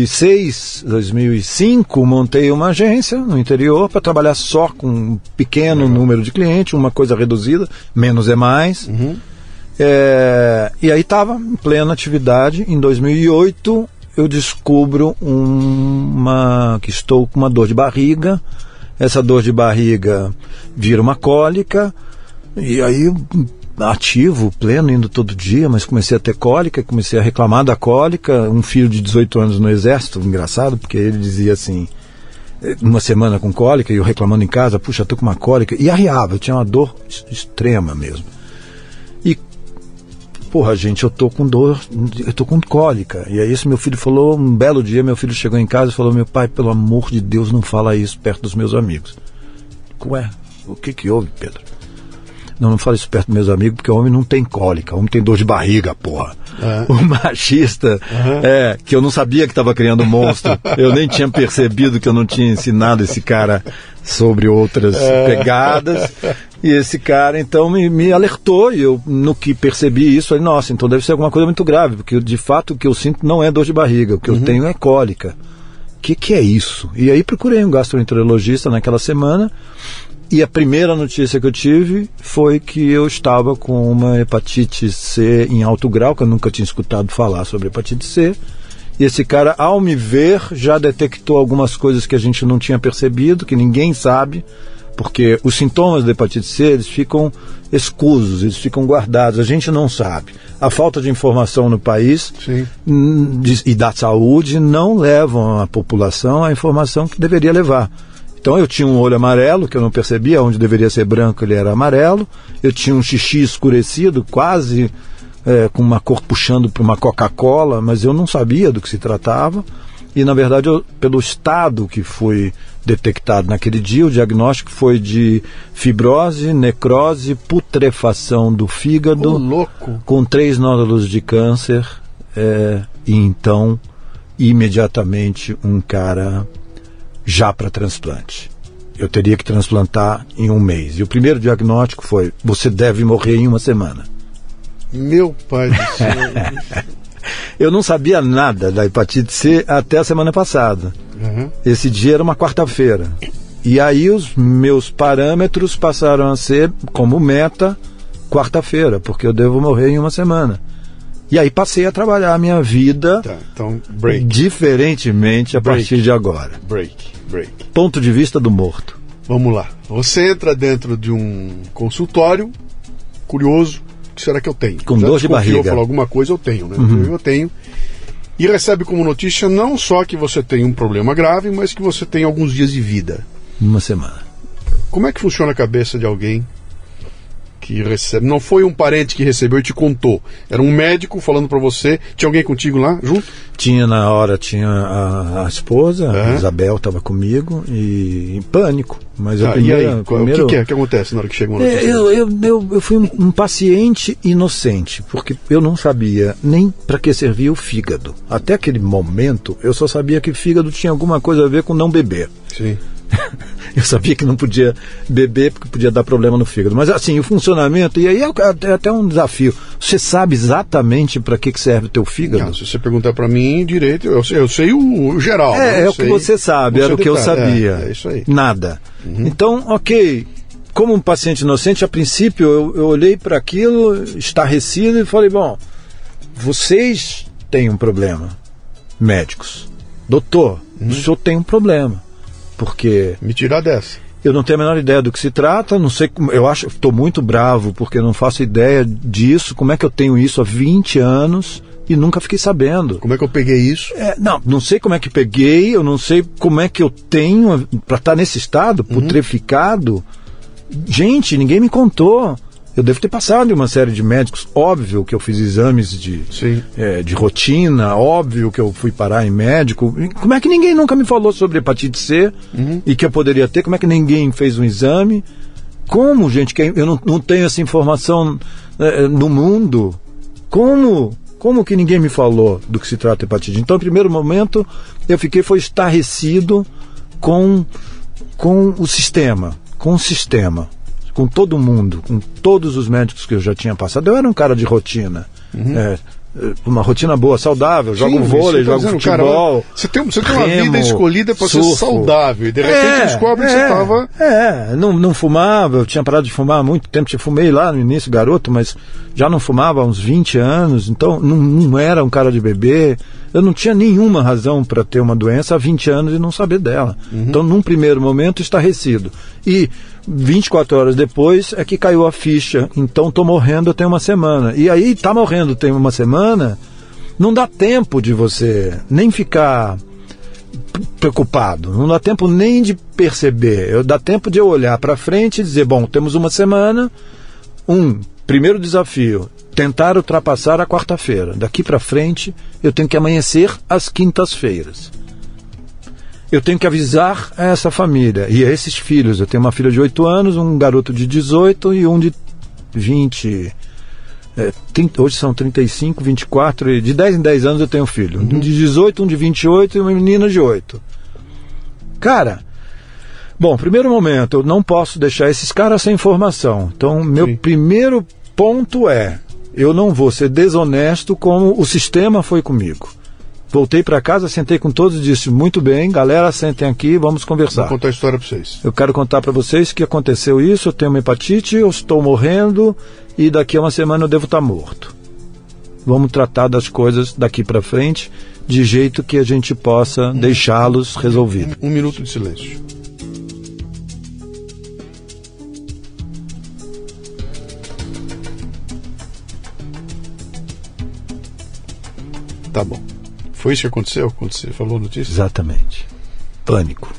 2005 montei uma agência no interior para trabalhar só com um pequeno número de clientes, uma coisa reduzida, menos é mais. E aí estava em plena atividade. Em 2008 eu descubro que estou com uma dor de barriga. Essa dor de barriga vira uma cólica, e aí ativo, pleno, indo todo dia, mas comecei a ter cólica, comecei a reclamar da cólica. Um filho de 18 anos no exército, engraçado, porque ele dizia assim, uma semana com cólica, e eu reclamando em casa, puxa, tô com uma cólica, e arriava, eu tinha uma dor extrema mesmo. E, porra, gente, eu tô com dor, eu tô com cólica. E aí esse meu filho falou, um belo dia, meu filho chegou em casa e falou, meu pai, pelo amor de Deus, não fala isso perto dos meus amigos. Ué, o que houve, Pedro? Não fala isso perto dos meus amigos, porque o homem não tem cólica, o homem tem dor de barriga, porra. O machista, que eu não sabia que estava criando um monstro, eu nem tinha percebido que eu não tinha ensinado esse cara sobre outras pegadas, e esse cara então me alertou, e eu, no que percebi isso, falei, nossa, então deve ser alguma coisa muito grave, porque de fato o que eu sinto não é dor de barriga, o que eu tenho é cólica. O que é isso? E aí procurei um gastroenterologista naquela semana, e a primeira notícia que eu tive foi que eu estava com uma hepatite C em alto grau, que eu nunca tinha escutado falar sobre hepatite C. E esse cara, ao me ver, já detectou algumas coisas que a gente não tinha percebido, que ninguém sabe, porque os sintomas da hepatite C, eles ficam escusos, eles ficam guardados, a gente não sabe. A falta de informação no país e da saúde não levam a população à informação que deveria levar. Então eu tinha um olho amarelo, que eu não percebia, onde deveria ser branco ele era amarelo. Eu tinha um xixi escurecido, quase com uma cor puxando para uma Coca-Cola, mas eu não sabia do que se tratava. E na verdade, pelo estado que foi detectado naquele dia, o diagnóstico foi de fibrose, necrose, putrefação do fígado, com 3 nódulos de câncer, e então imediatamente um cara já para transplante. Eu teria que transplantar em 1 mês. E o primeiro diagnóstico foi, você deve morrer em 1 semana. Meu pai do céu. Eu não sabia nada da hepatite C até a semana passada. Esse dia era uma quarta-feira. E aí os meus parâmetros passaram a ser, como meta, quarta-feira, porque eu devo morrer em 1 semana. E aí passei a trabalhar a minha vida então, diferentemente a partir de agora. Break. Ponto de vista do morto. Vamos lá. Você entra dentro de um consultório, curioso, o que será que eu tenho? Com dor de barriga. Falar alguma coisa, eu tenho, né? Eu tenho. E recebe como notícia não só que você tem um problema grave, mas que você tem alguns dias de vida. 1 semana. Como é que funciona a cabeça de alguém que recebe? Não foi um parente que recebeu e te contou. Era um médico falando pra você. Tinha alguém contigo lá, junto? Tinha na hora, tinha a esposa, a Isabel estava comigo, e em pânico. Mas a primeira, e aí, o que acontece na hora que chega uma notícia? Eu fui um paciente inocente, porque eu não sabia nem para que servia o fígado. Até aquele momento, eu só sabia que fígado tinha alguma coisa a ver com não beber. Sim. Eu sabia que não podia beber porque podia dar problema no fígado. Mas assim, o funcionamento, e aí é até um desafio. Você sabe exatamente para que serve o teu fígado? Não, se você perguntar para mim direito, eu sei o geral. É o que você sabe, era o que eu sabia. É isso aí. Nada. Então, ok, como um paciente inocente, a princípio eu olhei para aquilo, estarrecido, e falei, bom, vocês têm um problema, médicos. Doutor, o senhor tem um problema. Porque me tirar dessa. Eu não tenho a menor ideia do que se trata, não sei, eu acho, estou muito bravo porque eu não faço ideia disso, como é que eu tenho isso há 20 anos e nunca fiquei sabendo. Como é que eu peguei isso? Não sei como é que peguei, eu não sei como é que eu tenho para estar nesse estado, putreficado. Gente, ninguém me contou. Eu devo ter passado em uma série de médicos, óbvio que eu fiz exames de rotina, óbvio que eu fui parar em médico. Como é que ninguém nunca me falou sobre hepatite C e que eu poderia ter? Como é que ninguém fez um exame? Como, gente, que eu não tenho essa informação no mundo? Como que ninguém me falou do que se trata hepatite? Então, no primeiro momento, eu foi estarrecido com o sistema, com todo mundo, com todos os médicos que eu já tinha passado. Eu era um cara de rotina, uma rotina boa, saudável, jogo vôlei, jogo futebol. Cara, você tem uma vida escolhida para ser saudável, e de repente descobre que você estava... não fumava, eu tinha parado de fumar há muito tempo, fumei lá no início, garoto, mas já não fumava há uns 20 anos, então não era um cara de beber. Eu não tinha nenhuma razão para ter uma doença há 20 anos e não saber dela. Então, num primeiro momento, estarrecido. E 24 horas depois é que caiu a ficha. Então, estou morrendo tem 1 semana. E aí, tá morrendo tem 1 semana, não dá tempo de você nem ficar preocupado, não dá tempo nem de perceber, dá tempo de eu olhar para frente e dizer, bom, temos uma semana, primeiro desafio, tentar ultrapassar a quarta-feira. Daqui para frente, eu tenho que amanhecer às quintas-feiras. Eu tenho que avisar a essa família e a esses filhos. Eu tenho uma filha de 8 anos, um garoto de 18 e um de 20... hoje são 35, 24, e de 10 em 10 anos eu tenho um filho. Um de 18, um de 28 e uma menina de 8. Cara, bom, primeiro momento, eu não posso deixar esses caras sem informação. Então, meu primeiro ponto é, eu não vou ser desonesto como o sistema foi comigo. Voltei para casa, sentei com todos e disse, muito bem, galera, sentem aqui, vamos conversar. Vou contar a história para vocês. Eu quero contar para vocês que aconteceu isso, eu tenho uma hepatite, eu estou morrendo e daqui a uma semana eu devo estar morto. Vamos tratar das coisas daqui para frente de jeito que a gente possa deixá-los resolvidos. Um minuto de silêncio. Tá bom. Foi isso que aconteceu quando você falou a notícia? Exatamente. Pânico.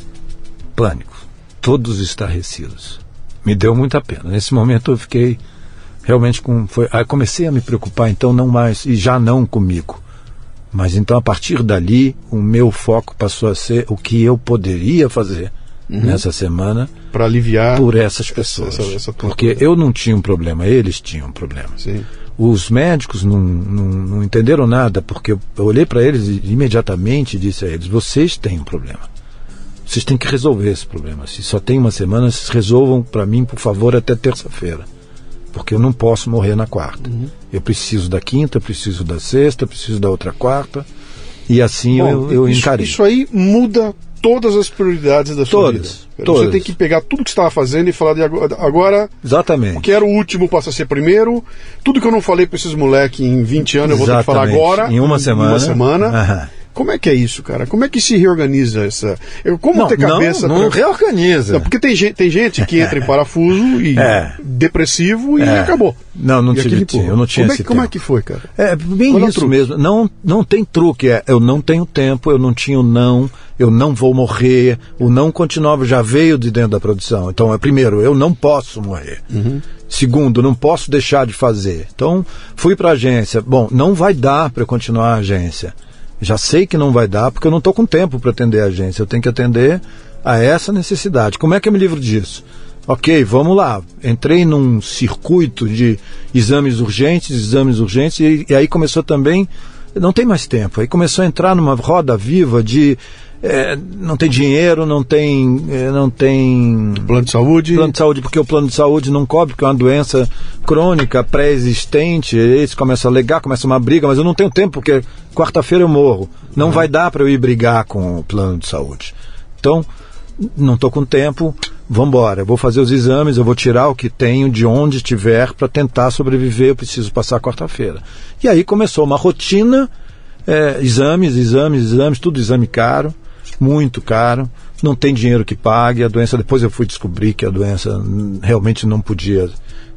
Todos estarrecidos. Me deu muita pena. Nesse momento eu fiquei realmente aí comecei a me preocupar, então não mais, e já não comigo. Mas então a partir dali o meu foco passou a ser o que eu poderia fazer nessa semana para aliviar por essas pessoas. Essa porque eu não tinha um problema, eles tinham um problema. Sim. Os médicos não entenderam nada, porque eu olhei para eles e imediatamente disse a eles, vocês têm um problema. Vocês têm que resolver esse problema. Se só tem uma semana, vocês resolvam para mim, por favor, até terça-feira. Porque eu não posso morrer na quarta. Eu preciso da quinta, preciso da sexta, preciso da outra quarta. E assim eu encarei. Isso aí muda todas as prioridades da sua vida. Todas. Você tem que pegar tudo que você estava fazendo e falar de agora. Exatamente. O que era o último passa a ser primeiro. Tudo que eu não falei para esses moleques em 20 anos, eu vou ter que falar agora. Em uma semana. Como é que é isso, cara? Como é que se reorganiza essa... Como ter cabeça... Não reorganiza. Não, porque tem gente que entra em parafuso e depressivo e acabou. Não tive eu não tinha esse tempo. Como é que foi, cara? É bem isso mesmo. Não tem truque. Eu não tenho tempo, eu não tinha o não, eu não vou morrer. O não continuava, já veio de dentro da produção. Então, primeiro, eu não posso morrer. Segundo, não posso deixar de fazer. Então, fui para a agência. Bom, não vai dar para eu continuar a agência. Já sei que não vai dar, porque eu não estou com tempo para atender a agência. Eu tenho que atender a essa necessidade. Como é que eu me livro disso? Ok, vamos lá. Entrei num circuito de exames urgentes, e aí começou também... Não tem mais tempo. Aí começou a entrar numa roda viva de... não tem dinheiro, não tem plano de saúde, porque o plano de saúde não cobre, porque é uma doença crônica, pré-existente. Eles começam a alegar, começa uma briga, mas eu não tenho tempo, porque quarta-feira eu morro. Não vai dar para eu ir brigar com o plano de saúde. Então, não estou com tempo, vamos embora. Eu vou fazer os exames, eu vou tirar o que tenho de onde tiver para tentar sobreviver. Eu preciso passar quarta-feira. E aí começou uma rotina, exames, tudo exame caro. Muito caro, não tem dinheiro que pague, a doença, depois eu fui descobrir que a doença realmente não podia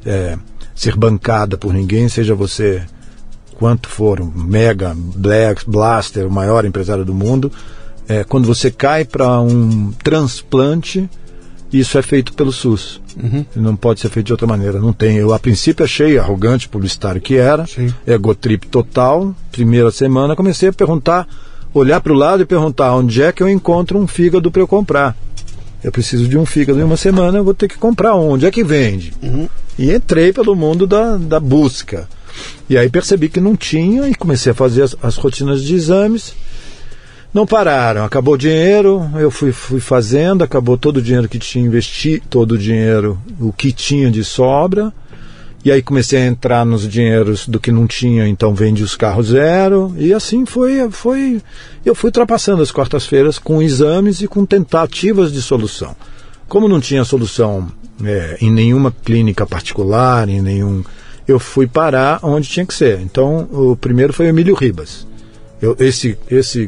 ser bancada por ninguém, seja você quanto for, um mega blaster, o maior empresário do mundo, quando você cai para um transplante, isso é feito pelo SUS. Não pode ser feito de outra maneira. Não tem. Eu, a princípio, achei arrogante, publicitário que era, egotrip total. Primeira semana, comecei a perguntar, olhar para o lado e perguntar onde é que eu encontro um fígado para eu comprar. Eu preciso de um fígado em uma semana, eu vou ter que comprar onde é que vende. E entrei pelo mundo da busca. E aí percebi que não tinha e comecei a fazer as rotinas de exames. Não pararam, acabou o dinheiro, eu fui fazendo, acabou todo o dinheiro que tinha, investi todo o dinheiro, o que tinha de sobra. E aí comecei a entrar nos dinheiros do que não tinha, então vendi os carros zero. E assim eu fui ultrapassando as quartas-feiras com exames e com tentativas de solução. Como não tinha solução em nenhuma clínica particular, eu fui parar onde tinha que ser. Então o primeiro foi o Emílio Ribas. Esse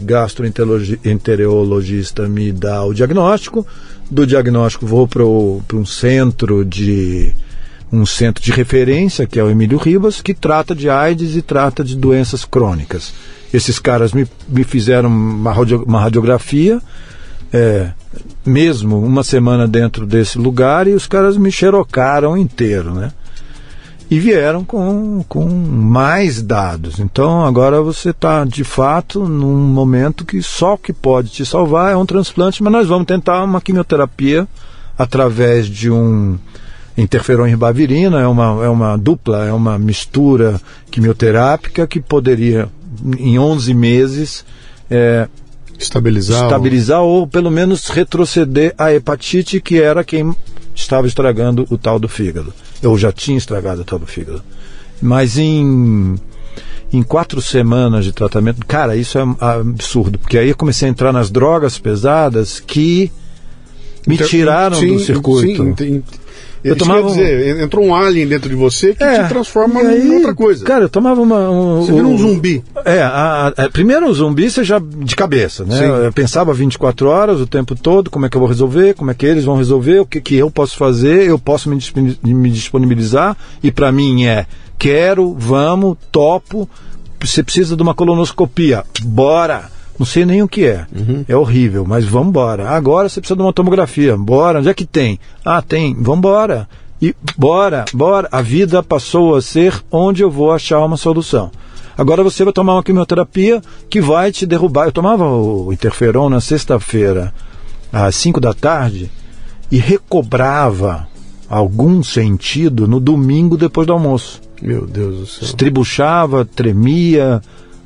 gastroenterologista me dá o diagnóstico. Do diagnóstico vou para um centro de um centro de referência, que é o Emílio Ribas, que trata de AIDS e trata de doenças crônicas. Esses caras me fizeram uma radiografia, mesmo uma semana dentro desse lugar, e os caras me xerocaram inteiro, né? E vieram com mais dados. Então agora você está, de fato, num momento que só o que pode te salvar é um transplante, mas nós vamos tentar uma quimioterapia através de um interferon ribavirina, é uma dupla, é uma mistura quimioterápica que poderia, em 11 meses, estabilizar ou pelo menos retroceder a hepatite, que era quem estava estragando o tal do fígado. Eu já tinha estragado o tal do fígado. Mas em 4 semanas de tratamento, cara, isso é absurdo, porque aí eu comecei a entrar nas drogas pesadas que me tiraram do circuito. Eu tomava entrou um alien dentro de você que te transforma em outra coisa. Cara, eu tomava você vira um zumbi. Primeiro um zumbi você já de cabeça, né? Eu pensava 24 horas o tempo todo, como é que eu vou resolver, como é que eles vão resolver, o que eu posso fazer, eu posso me disponibilizar, e para mim quero, vamos, topo, você precisa de uma colonoscopia, bora! Não sei nem o que é. É horrível, mas vamos embora. Agora você precisa de uma tomografia. Bora. Onde é que tem? Tem. Vamos embora. E bora. A vida passou a ser onde eu vou achar uma solução. Agora você vai tomar uma quimioterapia que vai te derrubar. Eu tomava o interferon na sexta-feira às 5 da tarde e recobrava algum sentido no domingo depois do almoço. Meu Deus do céu. Estribuchava, tremia...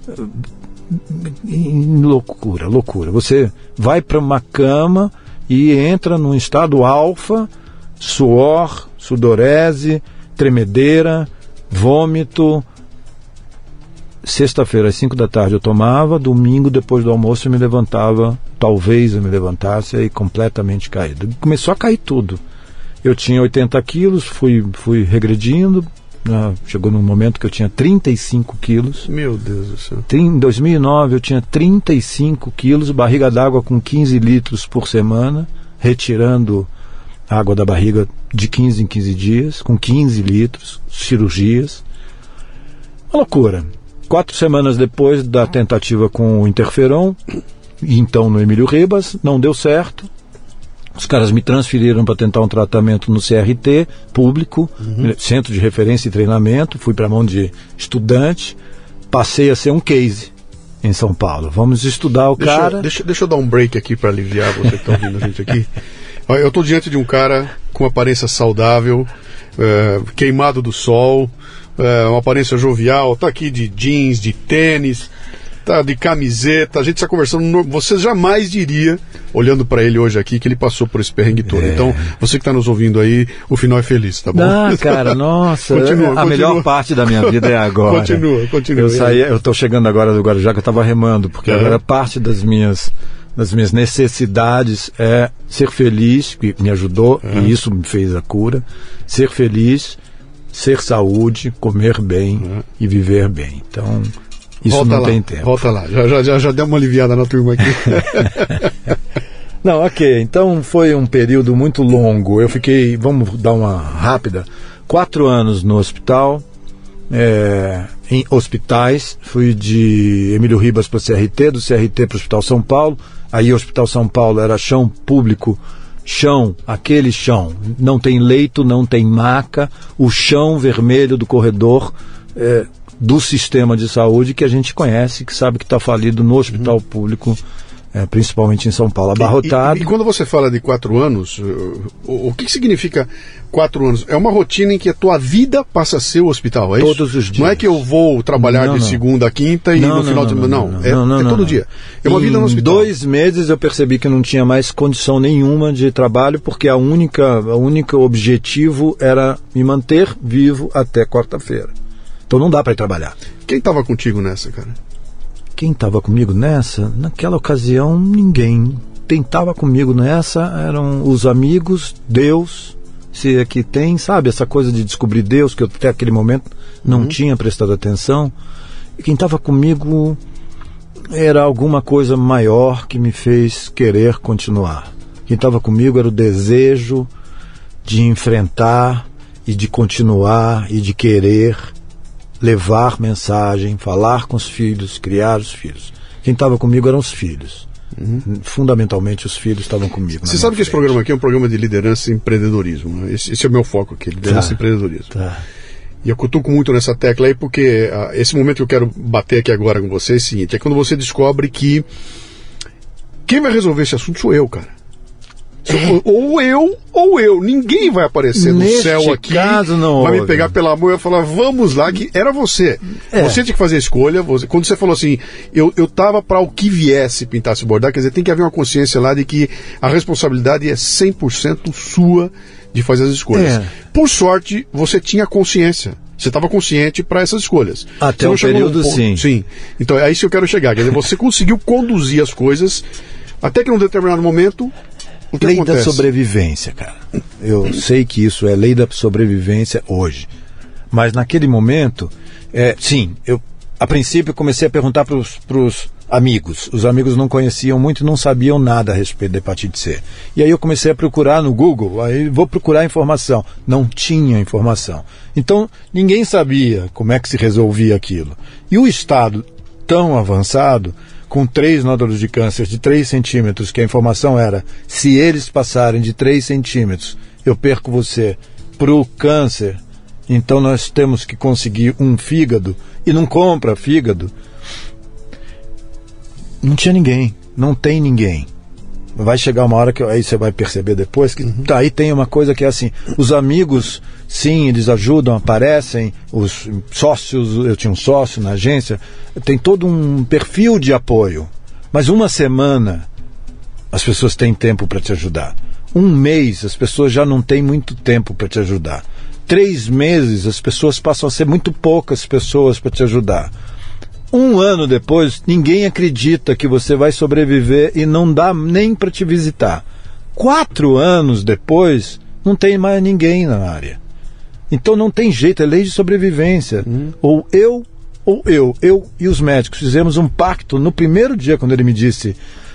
Loucura. Você vai para uma cama e entra num estado alfa, suor, sudorese, tremedeira, vômito. Sexta-feira às 5 da tarde eu tomava, domingo depois do almoço eu me levantava, talvez eu me levantasse aí completamente caído. Começou a cair tudo. Eu tinha 80 quilos, fui regredindo. Chegou num momento que eu tinha 35 quilos. Meu Deus do céu. Em 2009 eu tinha 35 quilos, barriga d'água com 15 litros por semana, retirando água da barriga de 15 em 15 dias, com 15 litros, cirurgias. Uma loucura. 4 semanas depois da tentativa com o interferon, então no Emílio Ribas, não deu certo. Os caras me transferiram para tentar um tratamento no CRT público, Centro de Referência e Treinamento. Fui para a mão de estudante, passei a ser um case em São Paulo. Vamos estudar cara. Deixa eu dar um break aqui para aliviar você que está ouvindo a gente aqui. Eu estou diante de um cara com aparência saudável, queimado do sol, uma aparência jovial, está aqui de jeans, de tênis, tá de camiseta, a gente está conversando, você jamais diria, olhando para ele hoje aqui, que ele passou por esse perrengue todo. Então, você que está nos ouvindo aí, o final é feliz, tá bom? Cara, nossa, continua. Melhor parte da minha vida é agora. Continua. Eu estou chegando agora do Guarujá, que eu estava remando, porque agora parte das minhas necessidades é ser feliz, que me ajudou, e isso me fez a cura, ser feliz, ser saúde, comer bem e viver bem. Então... Isso volta não lá, tem tempo. Volta lá, já deu uma aliviada na turma aqui. Não, ok, então foi um período muito longo. Eu fiquei, vamos dar uma rápida, 4 anos no hospital, em hospitais. Fui de Emílio Ribas para o CRT, do CRT para o Hospital São Paulo. Aí o Hospital São Paulo era chão público, aquele chão, não tem leito, não tem maca, o chão vermelho do corredor do sistema de saúde que a gente conhece, que sabe que está falido no hospital público, principalmente em São Paulo, abarrotado. E quando você fala de 4 anos, o que significa 4 anos? É uma rotina em que a tua vida passa a ser o hospital, é isso? Todos os dias. Não é que eu vou trabalhar de segunda a quinta e no final de semana. Não, é todo dia. É uma vida no hospital. Em 2 meses eu percebi que não tinha mais condição nenhuma de trabalho, porque o único objetivo era me manter vivo até quarta-feira. Então não dá para ir trabalhar. Quem estava contigo nessa, cara? Quem estava comigo nessa? Naquela ocasião, ninguém. Quem estava comigo nessa eram os amigos, Deus, se aqui tem, sabe, essa coisa de descobrir Deus, que eu até aquele momento não tinha prestado atenção. E quem estava comigo era alguma coisa maior que me fez querer continuar. Quem estava comigo era o desejo de enfrentar e de continuar e de querer levar mensagem, falar com os filhos, criar os filhos. Quem estava comigo eram os filhos. Fundamentalmente os filhos estavam comigo. Você sabe que esse programa aqui é um programa de liderança e empreendedorismo, né? Esse é o meu foco aqui, liderança e empreendedorismo. E eu cutuco muito nessa tecla aí porque esse momento que eu quero bater aqui agora com você é o seguinte, é quando você descobre que quem vai resolver esse assunto sou eu, cara. Ou eu. Ninguém vai aparecer no céu aqui, vai me pegar pela mão e vai falar, vamos lá, que era você. Você tinha que fazer a escolha. Quando você falou assim, eu tava para o que viesse pintar se bordar, quer dizer, tem que haver uma consciência lá de que a responsabilidade é 100% sua de fazer as escolhas. Por sorte, você tinha consciência. Você estava consciente para essas escolhas. Até um período, sim. Então é isso que eu quero chegar. Quer dizer, você conseguiu conduzir as coisas até que num determinado momento... Lei da sobrevivência, cara. Eu sei que isso é lei da sobrevivência hoje. Mas naquele momento, sim, eu a princípio comecei a perguntar para os amigos. Os amigos não conheciam muito, não sabiam nada a respeito da hepatite C. E aí eu comecei a procurar no Google, aí vou procurar informação. Não tinha informação. Então ninguém sabia como é que se resolvia aquilo. E o estado tão avançado, com 3 nódulos de câncer de 3 centímetros, que a informação era, se eles passarem de 3 centímetros, eu perco você para o câncer, então nós temos que conseguir um fígado, e não compra fígado. Não tinha ninguém, não tem ninguém. Vai chegar uma hora que aí você vai perceber depois que aí tem uma coisa que é assim, os amigos, sim, eles ajudam, aparecem, os sócios, eu tinha um sócio na agência, tem todo um perfil de apoio, mas uma semana as pessoas têm tempo para te ajudar, um mês as pessoas já não têm muito tempo para te ajudar, 3 meses as pessoas passam a ser muito poucas pessoas para te ajudar. 1 ano depois, ninguém acredita que você vai sobreviver e não dá nem para te visitar. 4 anos depois, não tem mais ninguém na área. Então não tem jeito, é lei de sobrevivência. Ou eu e os médicos fizemos um pacto no primeiro dia, quando ele me disse,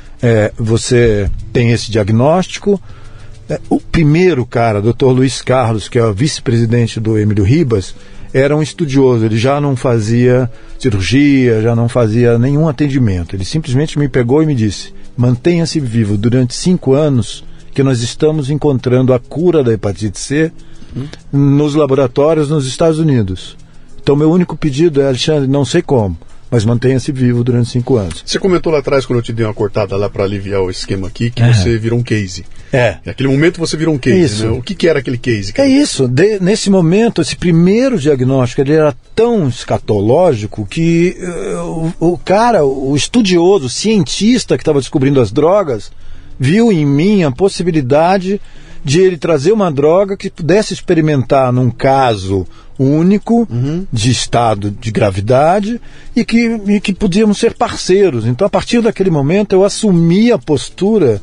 você tem esse diagnóstico. O primeiro cara, Dr. Luiz Carlos, que é o vice-presidente do Emílio Ribas, era um estudioso, ele já não fazia cirurgia, já não fazia nenhum atendimento. Ele simplesmente me pegou e me disse, mantenha-se vivo durante 5 anos, que nós estamos encontrando a cura da hepatite C nos laboratórios nos Estados Unidos. Então meu único pedido é, Alexandre, não sei como, mas mantenha-se vivo durante 5 anos. Você comentou lá atrás, quando eu te dei uma cortada lá para aliviar o esquema aqui, que você virou um case. Naquele momento você virou um case, né? O que era aquele case? Cara? Nesse momento, esse primeiro diagnóstico, ele era tão escatológico que o estudioso, o cientista que estava descobrindo as drogas, viu em mim a possibilidade de ele trazer uma droga que pudesse experimentar num caso único, de estado de gravidade, e que podíamos ser parceiros. Então, a partir daquele momento, eu assumi a postura,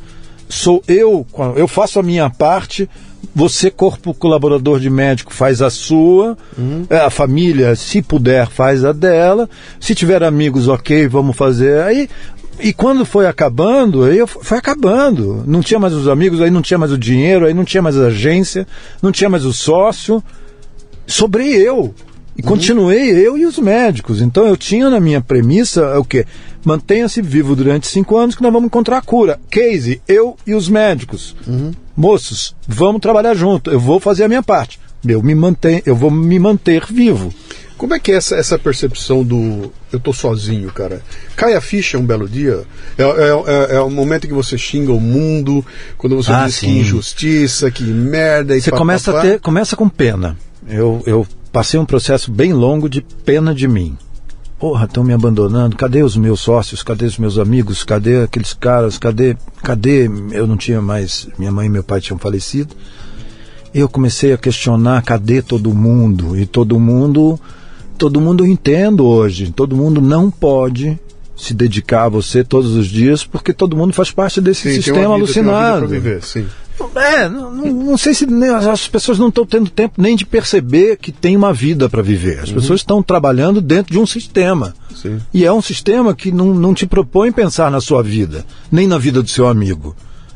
eu faço a minha parte, você, corpo colaborador de médico, faz a sua, a família, se puder, faz a dela, se tiver amigos, ok, vamos fazer. E quando foi acabando, foi acabando. Não tinha mais os amigos, aí não tinha mais o dinheiro, aí não tinha mais a agência, não tinha mais o sócio. Sobrei eu. E continuei eu e os médicos. Então eu tinha na minha premissa o quê? Mantenha-se vivo durante 5 anos que nós vamos encontrar a cura. Case, eu e os médicos. Moços, vamos trabalhar junto. Eu vou fazer a minha parte. Eu vou me manter vivo. Como é que é essa percepção do eu tô sozinho, cara? Cai a ficha um belo dia? É o momento que você xinga o mundo, quando você diz que injustiça, que merda e você começa com pena. Eu passei um processo bem longo de pena de mim. Porra, estão me abandonando, cadê os meus sócios, cadê os meus amigos, cadê aqueles caras, cadê, eu não tinha mais, minha mãe e meu pai tinham falecido. Eu comecei a questionar, cadê todo mundo? E todo mundo eu entendo hoje, todo mundo não pode se dedicar a você todos os dias, porque todo mundo faz parte desse sistema alucinado. Tem uma vida pra viver, sim. Não sei se as pessoas não estão tendo tempo nem de perceber que tem uma vida para viver. As pessoas estão trabalhando dentro de um sistema. Sim. E é um sistema que não te propõe pensar na sua vida, nem na vida do seu amigo.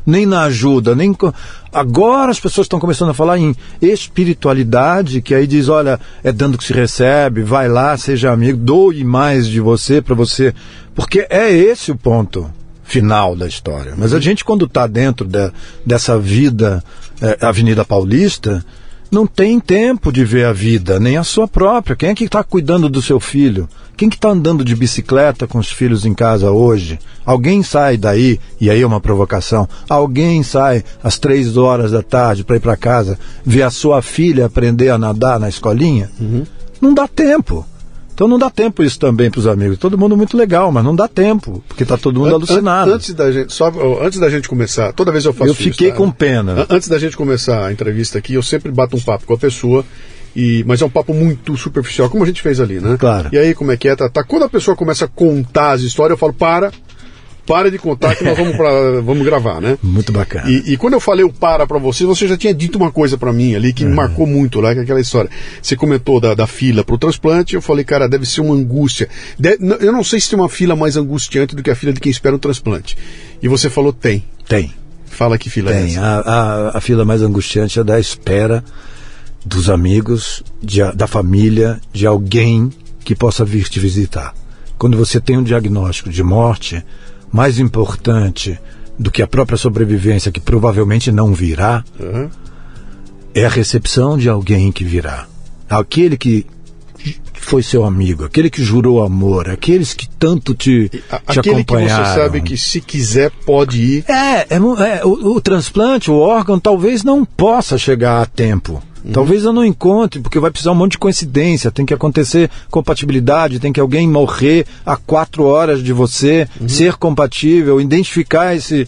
nem na ajuda, nem... Agora as pessoas estão começando a falar em espiritualidade, que aí diz, olha, é dando que se recebe, vai lá, seja amigo, doe mais de você para você, porque é esse o ponto final da história. Mas a gente, quando está dentro dessa vida, Avenida Paulista, não tem tempo de ver a vida, nem a sua própria. Quem é que está cuidando do seu filho? Quem que está andando de bicicleta com os filhos em casa hoje? Alguém sai daí, e aí é uma provocação, alguém sai às 3 horas da tarde para ir para casa, ver a sua filha aprender a nadar na escolinha? Não dá tempo. Então não dá tempo isso também para os amigos. Todo mundo muito legal, mas não dá tempo, porque está todo mundo alucinado. Antes da gente começar, toda vez eu faço isso. Eu fiquei com pena. Antes da gente começar a entrevista aqui, eu sempre bato um papo com a pessoa, mas é um papo muito superficial, como a gente fez ali, né? Claro. E aí, como é que é? Tá. Quando a pessoa começa a contar as histórias, eu falo, para de contar que nós vamos gravar, né? Muito bacana. E quando eu falei o para você já tinha dito uma coisa pra mim ali que me marcou muito lá, que é aquela história. Você comentou da fila pro transplante, eu falei, cara, deve ser uma angústia. Eu não sei se tem uma fila mais angustiante do que a fila de quem espera um transplante. E você falou, tem. Tem. Fala que fila é essa. A fila mais angustiante é da espera dos amigos, da família, de alguém que possa vir te visitar. Quando você tem um diagnóstico de morte, mais importante do que a própria sobrevivência, que provavelmente não virá, é a recepção de alguém que virá. Aquele que foi seu amigo, aquele que jurou amor, aqueles que tanto te acompanharam. Aquele que você sabe que, se quiser, pode ir. O transplante, o órgão, talvez não possa chegar a tempo. Talvez eu não encontre, porque vai precisar um monte de coincidência, tem que acontecer compatibilidade, tem que alguém morrer a 4 horas de você, ser compatível, identificar esse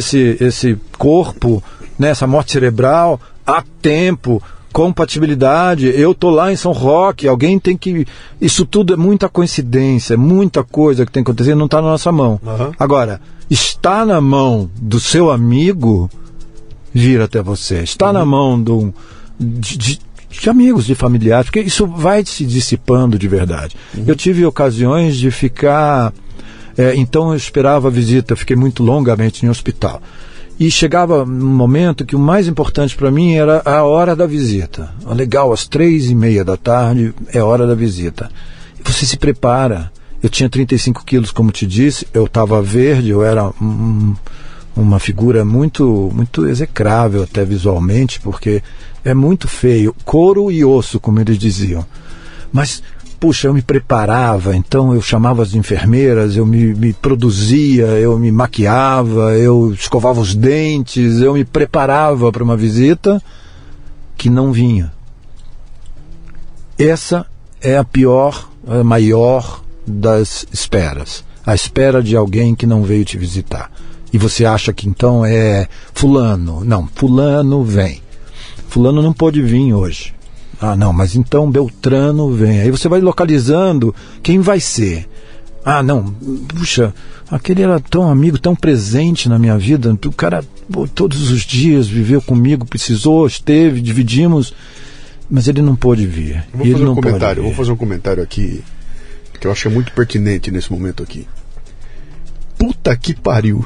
corpo, né, essa morte cerebral, a tempo, compatibilidade. Eu tô lá em São Roque, alguém tem que... Isso tudo é muita coincidência, muita coisa que tem que acontecer, não está na nossa mão. Agora, está na mão do seu amigo vir até você, está na mão de amigos, de familiares, porque isso vai se dissipando de verdade. Eu tive ocasiões de ficar... então eu esperava a visita, fiquei muito longamente em hospital. E chegava um momento que o mais importante para mim era a hora da visita. Legal, às 3:30 da tarde é a hora da visita. E você se prepara. Eu tinha 35 quilos, como te disse, eu estava verde, eu era uma figura muito, muito execrável até visualmente, porque é muito feio, couro e osso, como eles diziam. Mas, puxa, eu me preparava, então eu chamava as enfermeiras, eu me produzia, eu me maquiava, eu escovava os dentes, eu me preparava para uma visita que não vinha. Essa é a maior das esperas. A espera de alguém que não veio te visitar. E você acha que então é fulano. Não, fulano vem. Fulano não pôde vir hoje. Ah, não, mas então Beltrano vem. Aí você vai localizando quem vai ser. Ah, não, puxa, aquele era tão amigo, tão presente na minha vida. O cara todos os dias viveu comigo, precisou, esteve, dividimos, mas ele não pôde vir. Vou fazer um comentário aqui que eu acho que é muito pertinente nesse momento aqui. Puta que pariu.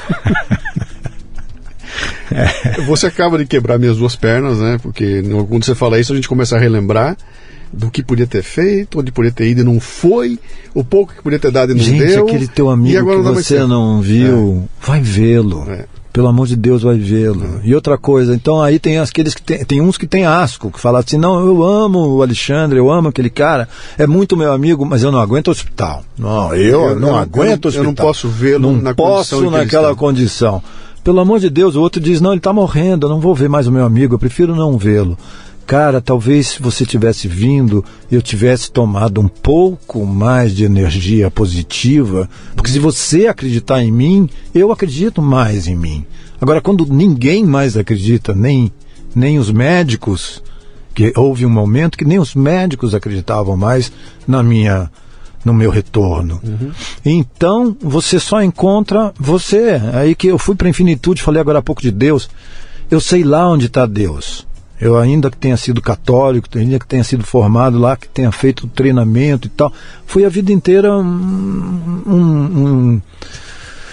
Você acaba de quebrar minhas 2 pernas, né? Porque quando você fala isso, a gente começa a relembrar do que podia ter feito, onde podia ter ido e não foi, o pouco que podia ter dado e não deu. Gente, aquele teu amigo que você não viu, vai vê-lo. Pelo amor de Deus, vai vê-lo. E outra coisa, então aí tem aqueles que tem uns que tem asco, que falam assim, não, eu amo o Alexandre, eu amo aquele cara, é muito meu amigo, mas eu não aguento hospital. Não, eu não aguento hospital. Eu não posso vê-lo na condição. Não posso naquela condição. Pelo amor de Deus, o outro diz, não, ele está morrendo, eu não vou ver mais o meu amigo, eu prefiro não vê-lo. Cara, talvez se você tivesse vindo, eu tivesse tomado um pouco mais de energia positiva, porque se você acreditar em mim, eu acredito mais em mim. Agora, quando ninguém mais acredita, nem os médicos, que houve um momento que nem os médicos acreditavam mais no meu retorno. Então, você só encontra você. Aí que eu fui para a infinitude, falei agora há pouco de Deus, eu sei lá onde está Deus. Eu ainda que tenha sido católico, ainda que tenha sido formado lá, que tenha feito treinamento e tal, fui a vida inteira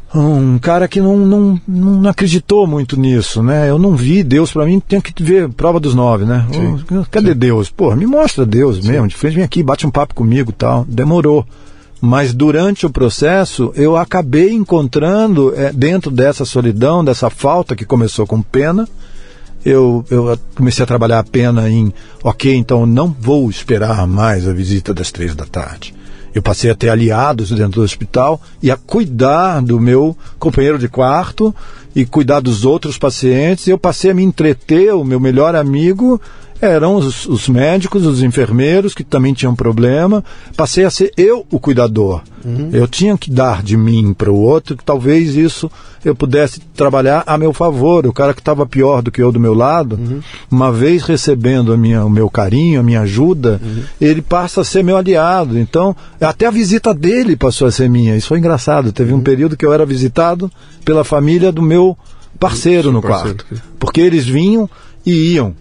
um cara que não acreditou muito nisso, né? Eu não vi Deus, para mim tem que ver prova dos 9, né? Cadê Deus? Pô, me mostra Deus mesmo, de frente, vem aqui, bate um papo comigo e tal. Demorou. Mas durante o processo eu acabei encontrando, dentro dessa solidão, dessa falta que começou com pena, eu comecei a trabalhar a pena em, ok, então eu não vou esperar mais a visita das 3 da tarde. Eu passei a ter aliados dentro do hospital e a cuidar do meu companheiro de quarto e cuidar dos outros pacientes. Eu passei a me entreter, o meu melhor amigo eram os médicos, os enfermeiros que também tinham problema. Passei a ser eu o cuidador. Eu tinha que dar de mim para o outro, que talvez isso eu pudesse trabalhar a meu favor. O cara que estava pior do que eu do meu lado, uma vez recebendo o meu carinho, a minha ajuda, ele passa a ser meu aliado. Então, até a visita dele passou a ser minha. Isso foi engraçado. Teve um período que eu era visitado pela família do meu parceiro no quarto. Porque eles vinham e iam.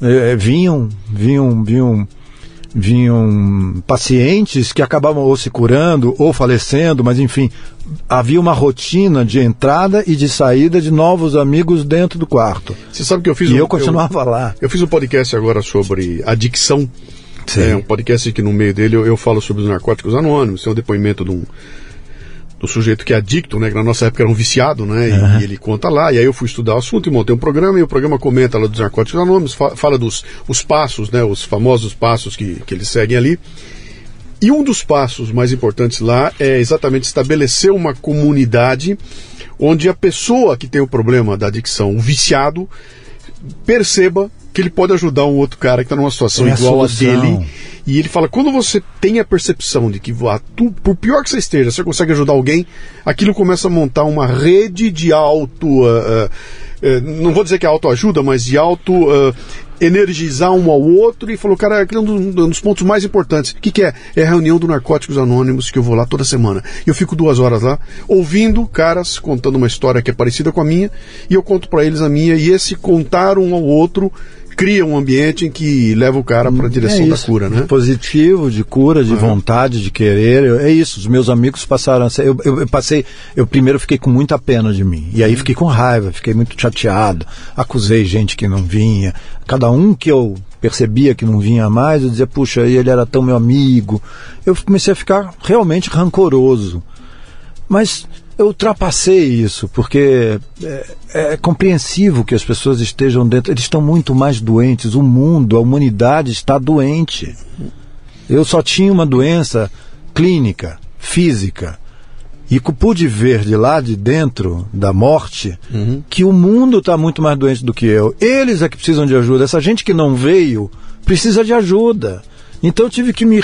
Vinham pacientes que acabavam ou se curando ou falecendo, mas enfim, havia uma rotina de entrada e de saída de novos amigos dentro do quarto. Você sabe que eu fiz eu continuava lá. Eu fiz um podcast agora sobre adicção. Sim. Um podcast que no meio dele eu falo sobre os narcóticos anônimos. Tem um depoimento do sujeito que é adicto, né, que na nossa época era um viciado, né, e ele conta lá, e aí eu fui estudar o assunto e montei um programa, e o programa comenta lá dos narcóticos anônimos, fala dos passos, né, os famosos passos que eles seguem ali, e um dos passos mais importantes lá é exatamente estabelecer uma comunidade onde a pessoa que tem o problema da adicção, o viciado, perceba que ele pode ajudar um outro cara que está numa situação igual a dele. E ele fala, quando você tem a percepção de que por pior que você esteja, você consegue ajudar alguém, aquilo começa a montar uma rede de não vou dizer que é autoajuda, mas de energizar um ao outro. E falou, cara, aquele é um dos pontos mais importantes. O que é? É a reunião do Narcóticos Anônimos, que eu vou lá toda semana. Eu fico 2 horas lá, ouvindo caras contando uma história que é parecida com a minha, e eu conto para eles a minha, e esse contar um ao outro cria um ambiente em que leva o cara para a direção da cura, né? Positivo, de cura, de vontade, de querer. É isso, os meus amigos passaram a ser... Eu primeiro fiquei com muita pena de mim, e aí fiquei com raiva, fiquei muito chateado, acusei gente que não vinha, cada um que eu percebia que não vinha mais, eu dizia, puxa, ele era tão meu amigo. Eu comecei a ficar realmente rancoroso. Mas eu ultrapassei isso, porque é compreensível que as pessoas estejam dentro, eles estão muito mais doentes, a humanidade está doente. Eu só tinha uma doença clínica, física, e pude ver de lá de dentro da morte que o mundo está muito mais doente do que eu. Eles é que precisam de ajuda, essa gente que não veio precisa de ajuda. Então eu tive que me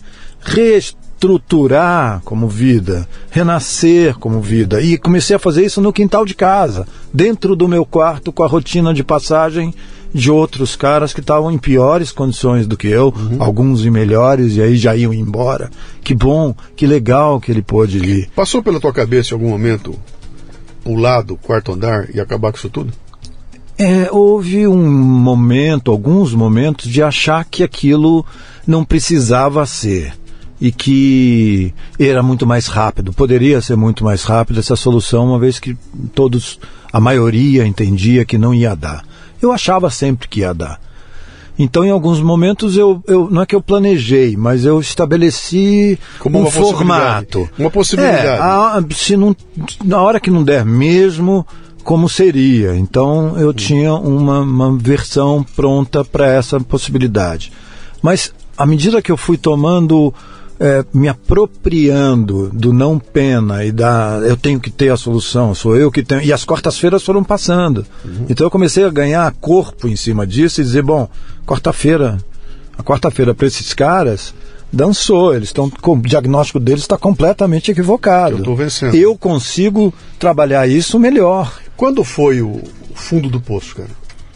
reestruturar como vida, renascer como vida, e comecei a fazer isso no quintal de casa, dentro do meu quarto, com a rotina de passagem de outros caras que estavam em piores condições do que eu, alguns em melhores, e aí já iam embora. Que bom, que legal que ele pôde ir. Passou pela tua cabeça em algum momento pular do 4º andar e acabar com isso tudo? Houve alguns momentos de achar que aquilo não precisava ser, e que era muito mais rápido, poderia ser muito mais rápido essa solução, uma vez que a maioria entendia que não ia dar. Eu achava sempre que ia dar. Então, em alguns momentos, não é que eu planejei, mas eu estabeleci um formato. Uma possibilidade. Na hora que não der mesmo, como seria? Então, eu tinha uma versão pronta para essa possibilidade. Mas, à medida que eu fui tomando... me apropriando do não pena e eu tenho que ter a solução, sou eu que tenho, e as quartas-feiras foram passando, então eu comecei a ganhar corpo em cima disso e dizer, bom, a quarta-feira para esses caras dançou, o diagnóstico deles está completamente equivocado, eu estou vencendo, eu consigo trabalhar isso melhor. Quando foi o fundo do poço, cara?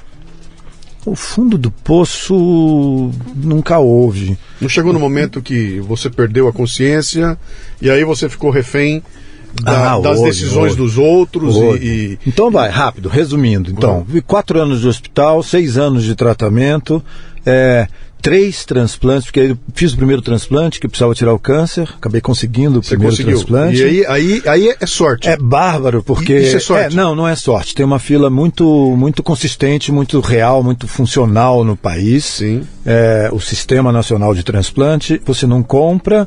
O fundo do poço nunca houve. Não chegou no momento que você perdeu a consciência e aí você ficou refém das decisões dos outros? Então vai, rápido, resumindo. Então, 4 anos de hospital, 6 anos de tratamento, 3 transplantes, porque eu fiz o primeiro transplante, que precisava tirar o câncer, acabei conseguindo o primeiro transplante. E aí é sorte. É bárbaro, porque... Isso é sorte? Não é sorte. Tem uma fila muito consistente, muito real, muito funcional no país. Sim. O Sistema Nacional de Transplante, você não compra.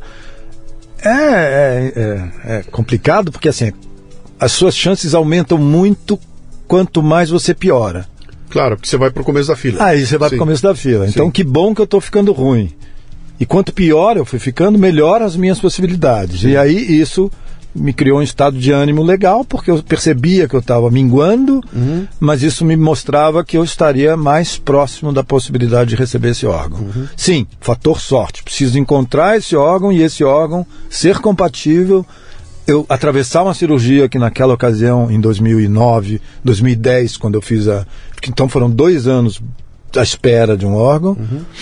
É complicado, porque assim, as suas chances aumentam muito quanto mais você piora. Claro, porque você vai para o começo da fila. Aí você vai para o começo da fila. Então, que bom que eu estou ficando ruim. E quanto pior eu fui ficando, melhor as minhas possibilidades. Sim. E aí isso me criou um estado de ânimo legal, porque eu percebia que eu estava minguando, mas isso me mostrava que eu estaria mais próximo da possibilidade de receber esse órgão. Sim, fator sorte. Preciso encontrar esse órgão e esse órgão ser compatível. Eu atravessar uma cirurgia que naquela ocasião, em 2009, 2010, quando eu fiz então foram 2 anos à espera de um órgão,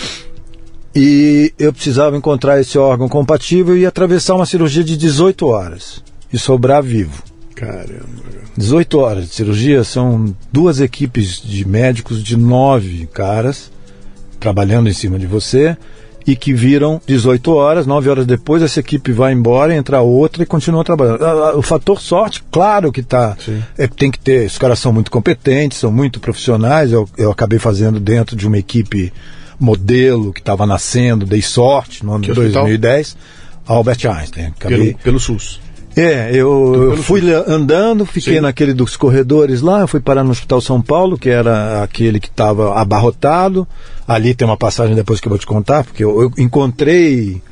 e eu precisava encontrar esse órgão compatível e atravessar uma cirurgia de 18 horas e sobrar vivo. Caramba. 18 horas de cirurgia, são 2 equipes de médicos de 9 caras trabalhando em cima de você, e que viram 18 horas, 9 horas depois essa equipe vai embora, entra outra e continua trabalhando. O fator sorte, claro que tem que ter, os caras são muito competentes, são muito profissionais, eu acabei fazendo dentro de uma equipe modelo que estava nascendo, dei sorte no ano de 2010, Albert Einstein. Pelo SUS. Eu fui andando, fiquei naquele dos corredores lá, eu fui parar no Hospital São Paulo, que era aquele que estava abarrotado. Ali tem uma passagem depois que eu vou te contar, porque eu encontrei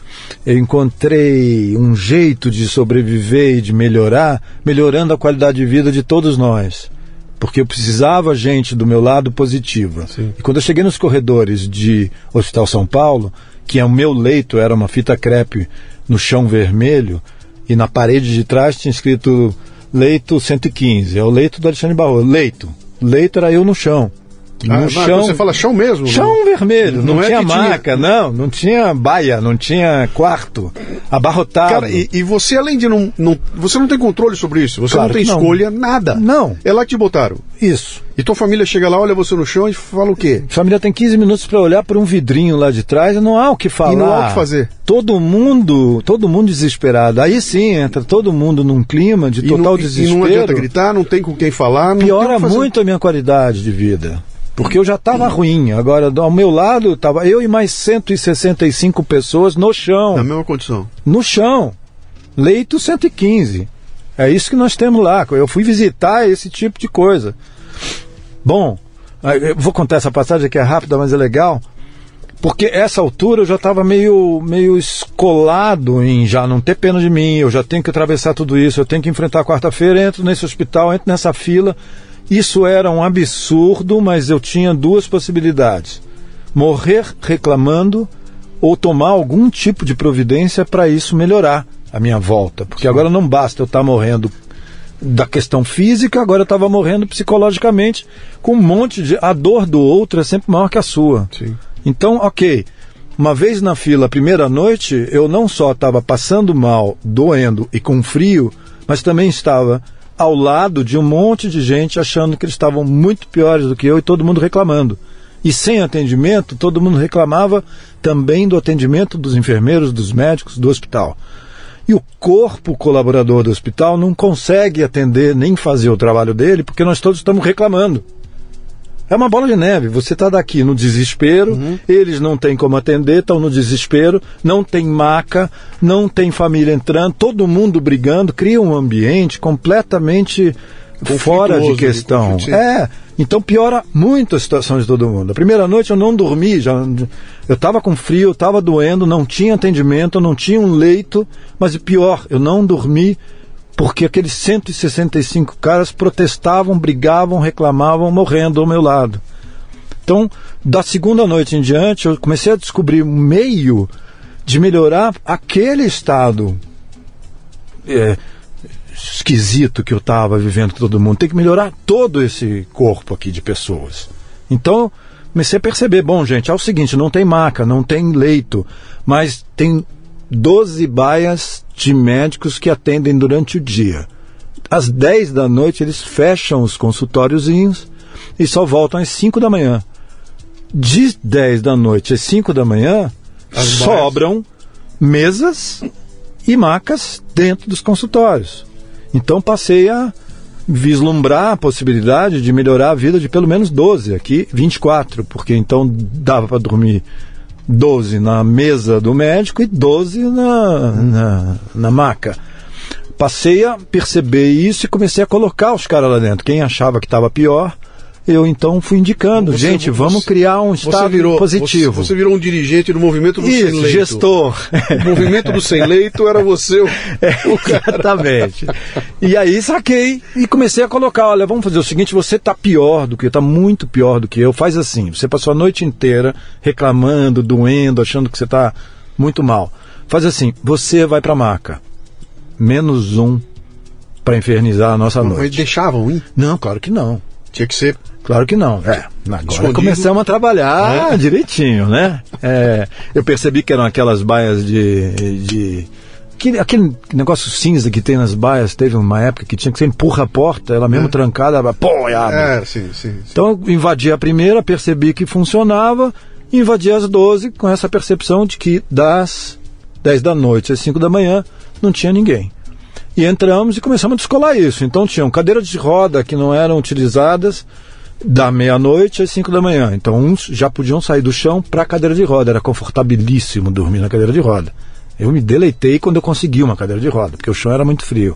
um jeito de sobreviver e de melhorando a qualidade de vida de todos nós. Porque eu precisava gente do meu lado positiva. Sim. E quando eu cheguei nos corredores de Hospital São Paulo, que o meu leito era uma fita crepe no chão vermelho, e na parede de trás tinha escrito leito 115, é o leito do Alexandre Barroso. Leito era eu no chão. No chão. Você fala chão mesmo? Chão vermelho, não tinha maca, não tinha baia, não tinha quarto, abarrotado. Cara, e você, além de você não tem controle sobre isso, você claro não tem escolha, nada. Não. É lá que te botaram. Isso. E tua família chega lá, olha você no chão e fala o quê? A família tem 15 minutos para olhar por um vidrinho lá de trás e não há o que falar. E não há o que fazer. Todo mundo desesperado. Aí sim, entra todo mundo num clima de total desespero. E não adianta gritar, não tem com quem falar. Piora muito a minha qualidade de vida. Porque eu já estava ruim. Agora, ao meu lado, estava eu e mais 165 pessoas no chão. Na mesma condição. No chão. Leito 115. É isso que nós temos lá. Eu fui visitar esse tipo de coisa. Bom, eu vou contar essa passagem que é rápida, mas é legal. Porque essa altura eu já estava meio escolado em já não ter pena de mim. Eu já tenho que atravessar tudo isso. Eu tenho que enfrentar quarta-feira. Entro nesse hospital, entro nessa fila. Isso era um absurdo, mas eu tinha 2 possibilidades: morrer reclamando ou tomar algum tipo de providência para isso melhorar a minha volta. Porque agora não basta eu estar morrendo da questão física, agora eu estava morrendo psicologicamente com um monte de... A dor do outro é sempre maior que a sua. Sim. Então, ok, uma vez na fila, a primeira noite, eu não só estava passando mal, doendo e com frio, mas também estava ao lado de um monte de gente achando que eles estavam muito piores do que eu e todo mundo reclamando. E sem atendimento, todo mundo reclamava também do atendimento dos enfermeiros, dos médicos, do hospital. E o corpo colaborador do hospital não consegue atender nem fazer o trabalho dele porque nós todos estamos reclamando. É uma bola de neve, você está daqui no desespero, eles não têm como atender, estão no desespero, não tem maca, não tem família entrando, todo mundo brigando, cria um ambiente completamente fora de questão. Então piora muito a situação de todo mundo. A primeira noite eu não dormi, eu estava com frio, eu estava doendo, não tinha atendimento, não tinha um leito, mas o pior, eu não dormi porque aqueles 165 caras protestavam, brigavam, reclamavam, morrendo ao meu lado. Então, da segunda noite em diante, eu comecei a descobrir um meio de melhorar aquele estado esquisito que eu estava vivendo com todo mundo. Tem que melhorar todo esse corpo aqui de pessoas. Então, comecei a perceber, bom, gente, é o seguinte, não tem maca, não tem leito, mas tem 12 baias de médicos que atendem durante o dia. Às 10 da noite eles fecham os consultóriozinhos e só voltam às 5 da manhã. de 10 da noite às 5 da manhã, sobram mesas e macas dentro dos consultórios. Então passei a vislumbrar a possibilidade de melhorar a vida de pelo menos 12, aqui 24, porque então dava para dormir 12 na mesa do médico e 12 na maca. Passei a perceber isso e comecei a colocar os caras lá dentro. Quem achava que estava pior, eu então fui indicando, vamos criar um estado positivo. Você virou um dirigente do movimento do sem leito. Gestor. O movimento do sem leito era você, o cara. Exatamente. E aí saquei e comecei a colocar, olha, vamos fazer o seguinte, você está muito pior do que eu, faz assim, você passou a noite inteira reclamando, doendo, achando que você está muito mal. Faz assim, você vai para a maca, -1 para infernizar a nossa noite. Mas deixavam ir? Não, claro que não. Tinha que ser. Claro que não. Agora escondido. começamos a trabalhar direitinho, né? Eu percebi que eram aquelas baias aquele negócio cinza que tem nas baias. Teve uma época que tinha que você empurra a porta, ela mesmo trancada, ela abre. Sim. Então eu invadi a primeira, percebi que funcionava, invadi as 12 com essa percepção de que das 10 da noite às 5 da manhã não tinha ninguém. E entramos e começamos a descolar isso. Então tinham cadeiras de roda que não eram utilizadas da meia-noite às 5 da manhã. Então uns já podiam sair do chão para a cadeira de roda. Era confortabilíssimo dormir na cadeira de roda. Eu me deleitei quando eu consegui uma cadeira de roda, porque o chão era muito frio.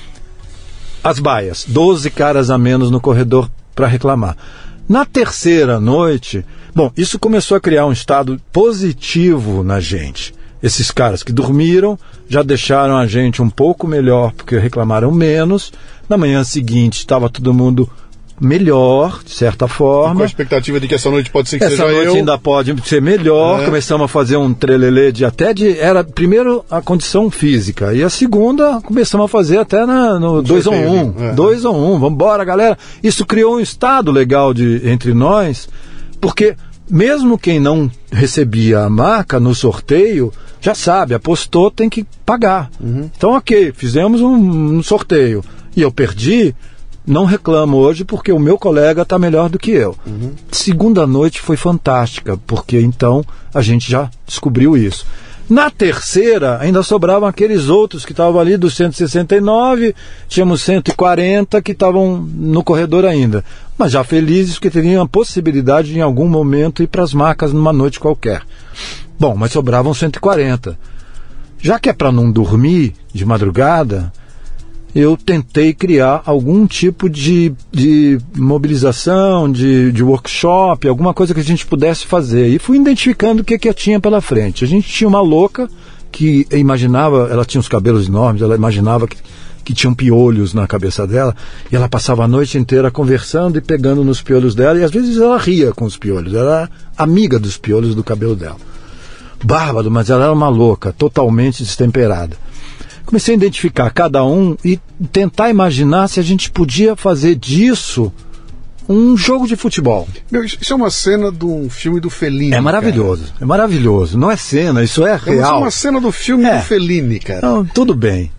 As baias, 12 caras a menos no corredor para reclamar. Na terceira noite, isso começou a criar um estado positivo na gente. Esses caras que dormiram já deixaram a gente um pouco melhor porque reclamaram menos. Na manhã seguinte estava todo mundo melhor, de certa forma. Com a expectativa de que essa noite pode ser que seja eu. Essa noite ainda pode ser melhor. Começamos a fazer um trelelê era primeiro a condição física e a segunda começamos a fazer até no 2 ou 1. 2 ou 1, vamos embora, galera. Isso criou um estado legal entre nós, porque mesmo quem não recebia a maca no sorteio, já sabe, apostou, tem que pagar. Então, ok, fizemos um sorteio e eu perdi, não reclamo hoje porque o meu colega está melhor do que eu. Segunda noite foi fantástica, porque então a gente já descobriu isso. Na terceira, ainda sobravam aqueles outros que estavam ali dos 169, tínhamos 140 que estavam no corredor ainda. Mas já felizes porque teriam a possibilidade de em algum momento ir para as macas numa noite qualquer. Bom, mas sobravam 140. Já que é para não dormir de madrugada, eu tentei criar algum tipo de mobilização, de workshop, alguma coisa que a gente pudesse fazer. E fui identificando o que tinha pela frente. A gente tinha uma louca que imaginava, ela tinha os cabelos enormes, ela imaginava que tinham piolhos na cabeça dela, e ela passava a noite inteira conversando e pegando nos piolhos dela, e às vezes ela ria com os piolhos, ela era amiga dos piolhos do cabelo dela. Bárbaro, mas ela era uma louca, totalmente destemperada. Comecei a identificar cada um e tentar imaginar se a gente podia fazer disso um jogo de futebol. Isso é uma cena de um filme do Fellini. É maravilhoso, cara. É maravilhoso. Não é cena, isso é real. Isso é uma cena do filme do Fellini, cara. Não, tudo bem.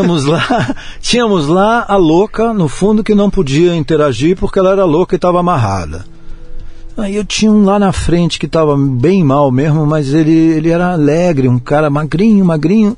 Tínhamos lá a louca, no fundo, que não podia interagir porque ela era louca e estava amarrada. Aí eu tinha um lá na frente que estava bem mal mesmo, mas ele era alegre, um cara magrinho.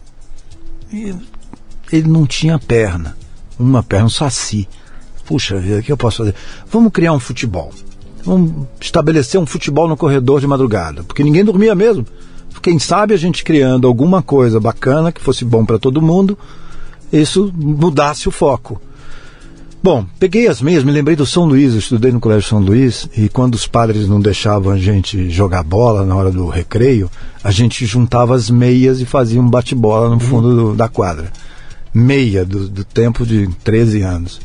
Ele não tinha perna, um saci. Puxa vida, o que eu posso fazer? Vamos criar um futebol. Vamos estabelecer um futebol no corredor de madrugada, porque ninguém dormia mesmo. Quem sabe a gente criando alguma coisa bacana, que fosse bom para todo mundo, isso mudasse o foco. Bom, peguei as meias, me lembrei do São Luís, eu estudei no Colégio São Luís, e quando os padres não deixavam a gente jogar bola na hora do recreio, a gente juntava as meias e fazia um bate-bola no fundo da quadra. Meia, do tempo de 13 anos.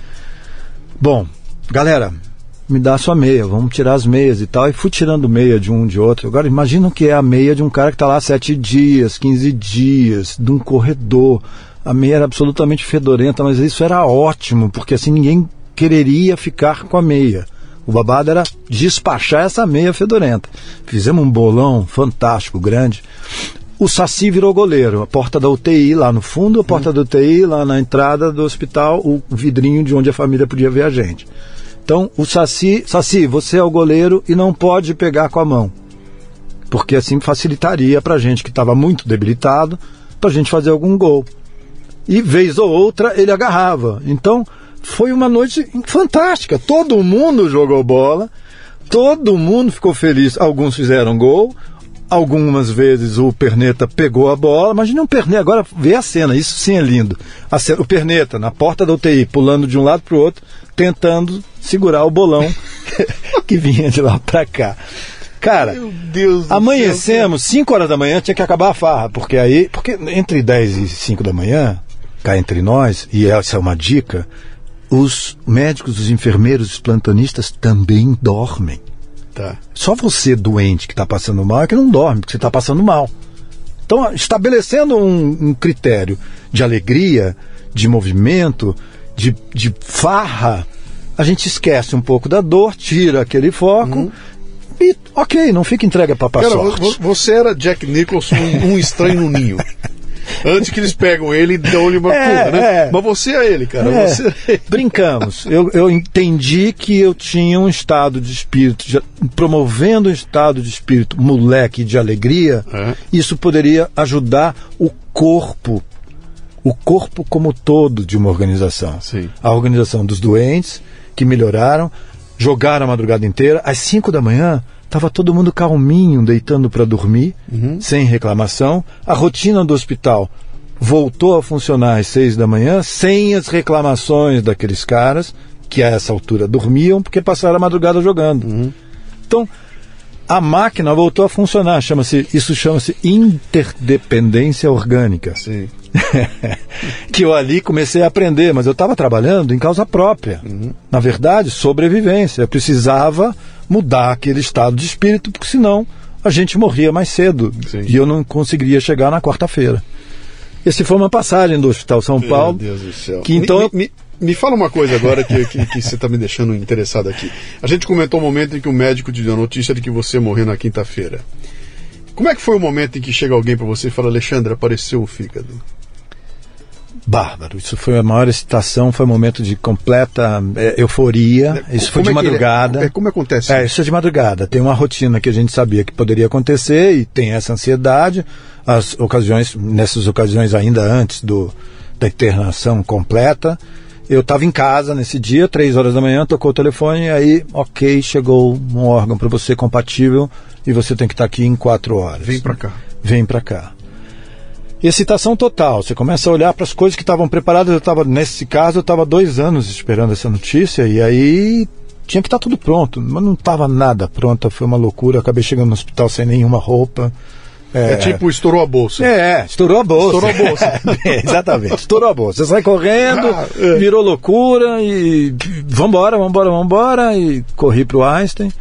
Bom, galera, me dá a sua meia, vamos tirar as meias e tal, e fui tirando meia de um, de outro. Agora, imagina o que é a meia de um cara que está lá 7 dias, 15 dias, de um corredor. A meia era absolutamente fedorenta, mas isso era ótimo, porque assim ninguém quereria ficar com a meia. O babado era despachar essa meia fedorenta. Fizemos um bolão fantástico, grande. O Saci virou goleiro. A porta da UTI lá no fundo, a porta da UTI lá na entrada do hospital, o vidrinho de onde a família podia ver a gente. Então o Saci, você é o goleiro e não pode pegar com a mão, porque assim facilitaria para a gente que estava muito debilitado, para a gente fazer algum gol. E vez ou outra ele agarrava. Então foi uma noite fantástica, todo mundo jogou bola, todo mundo ficou feliz, alguns fizeram gol, algumas vezes o Perneta pegou a bola. Imagina um Perneta, agora vê a cena, isso sim é lindo. O Perneta na porta da UTI, pulando de um lado para o outro, tentando segurar o bolão que vinha de lá para cá. Cara, meu Deus do amanhecemos, 5 horas da manhã tinha que acabar a farra, porque entre 10 e 5 da manhã, cá entre nós, e essa é uma dica, os médicos, os enfermeiros, os plantonistas também dormem. Tá. Só você doente que está passando mal é que não dorme, porque você está passando mal. Então, estabelecendo um critério de alegria, de movimento, de farra, a gente esquece um pouco da dor, tira aquele foco e, ok, não fica entregue para passar. Cara, você era Jack Nicholson, um estranho no ninho. Antes que eles pegam ele e dão-lhe uma cura, né? Mas você é ele, cara. Você é ele. Brincamos. Eu entendi que eu tinha um estado de espírito, promovendo um estado de espírito moleque de alegria, isso poderia ajudar o corpo como todo de uma organização. Sim. A organização dos doentes, que melhoraram, jogaram a madrugada inteira, às 5 da manhã, estava todo mundo calminho, deitando para dormir, sem reclamação. A rotina do hospital voltou a funcionar às 6 da manhã, sem as reclamações daqueles caras, que a essa altura dormiam, porque passaram a madrugada jogando. Então, a máquina voltou a funcionar. Isso chama-se interdependência orgânica. Sim. Que eu ali comecei a aprender, mas eu estava trabalhando em causa própria. Na verdade, sobrevivência. Eu precisava mudar aquele estado de espírito, porque senão a gente morria mais cedo. Sim. E eu não conseguiria chegar na quarta-feira. Essa foi uma passagem do Hospital São Paulo. Meu Deus do céu. Que então me fala uma coisa agora que você está me deixando interessado aqui. A gente comentou o momento em que o médico te deu a notícia de que você morreu na quinta-feira. Como é que foi o momento em que chega alguém para você e fala: Alexandre, apareceu o fígado? Bárbaro, isso foi a maior excitação, foi um momento de completa euforia. Isso foi de madrugada. Como acontece? Isso é de madrugada. Tem uma rotina que a gente sabia que poderia acontecer e tem essa ansiedade. Nessas ocasiões ainda antes da internação completa, eu estava em casa nesse dia, 3 horas da manhã, tocou o telefone e aí, ok, chegou um órgão para você compatível e você tem que estar aqui em 4 horas. Vem para cá. Vem para cá. Excitação total, você começa a olhar para as coisas que estavam preparadas. Nesse caso, eu estava 2 anos esperando essa notícia e aí tinha que estar tudo pronto, mas não estava nada pronto, foi uma loucura. Eu acabei chegando no hospital sem nenhuma roupa. Tipo, estourou a bolsa. Estourou a bolsa. Exatamente, estourou a bolsa. Você sai correndo, virou loucura e vambora, e corri para o Einstein.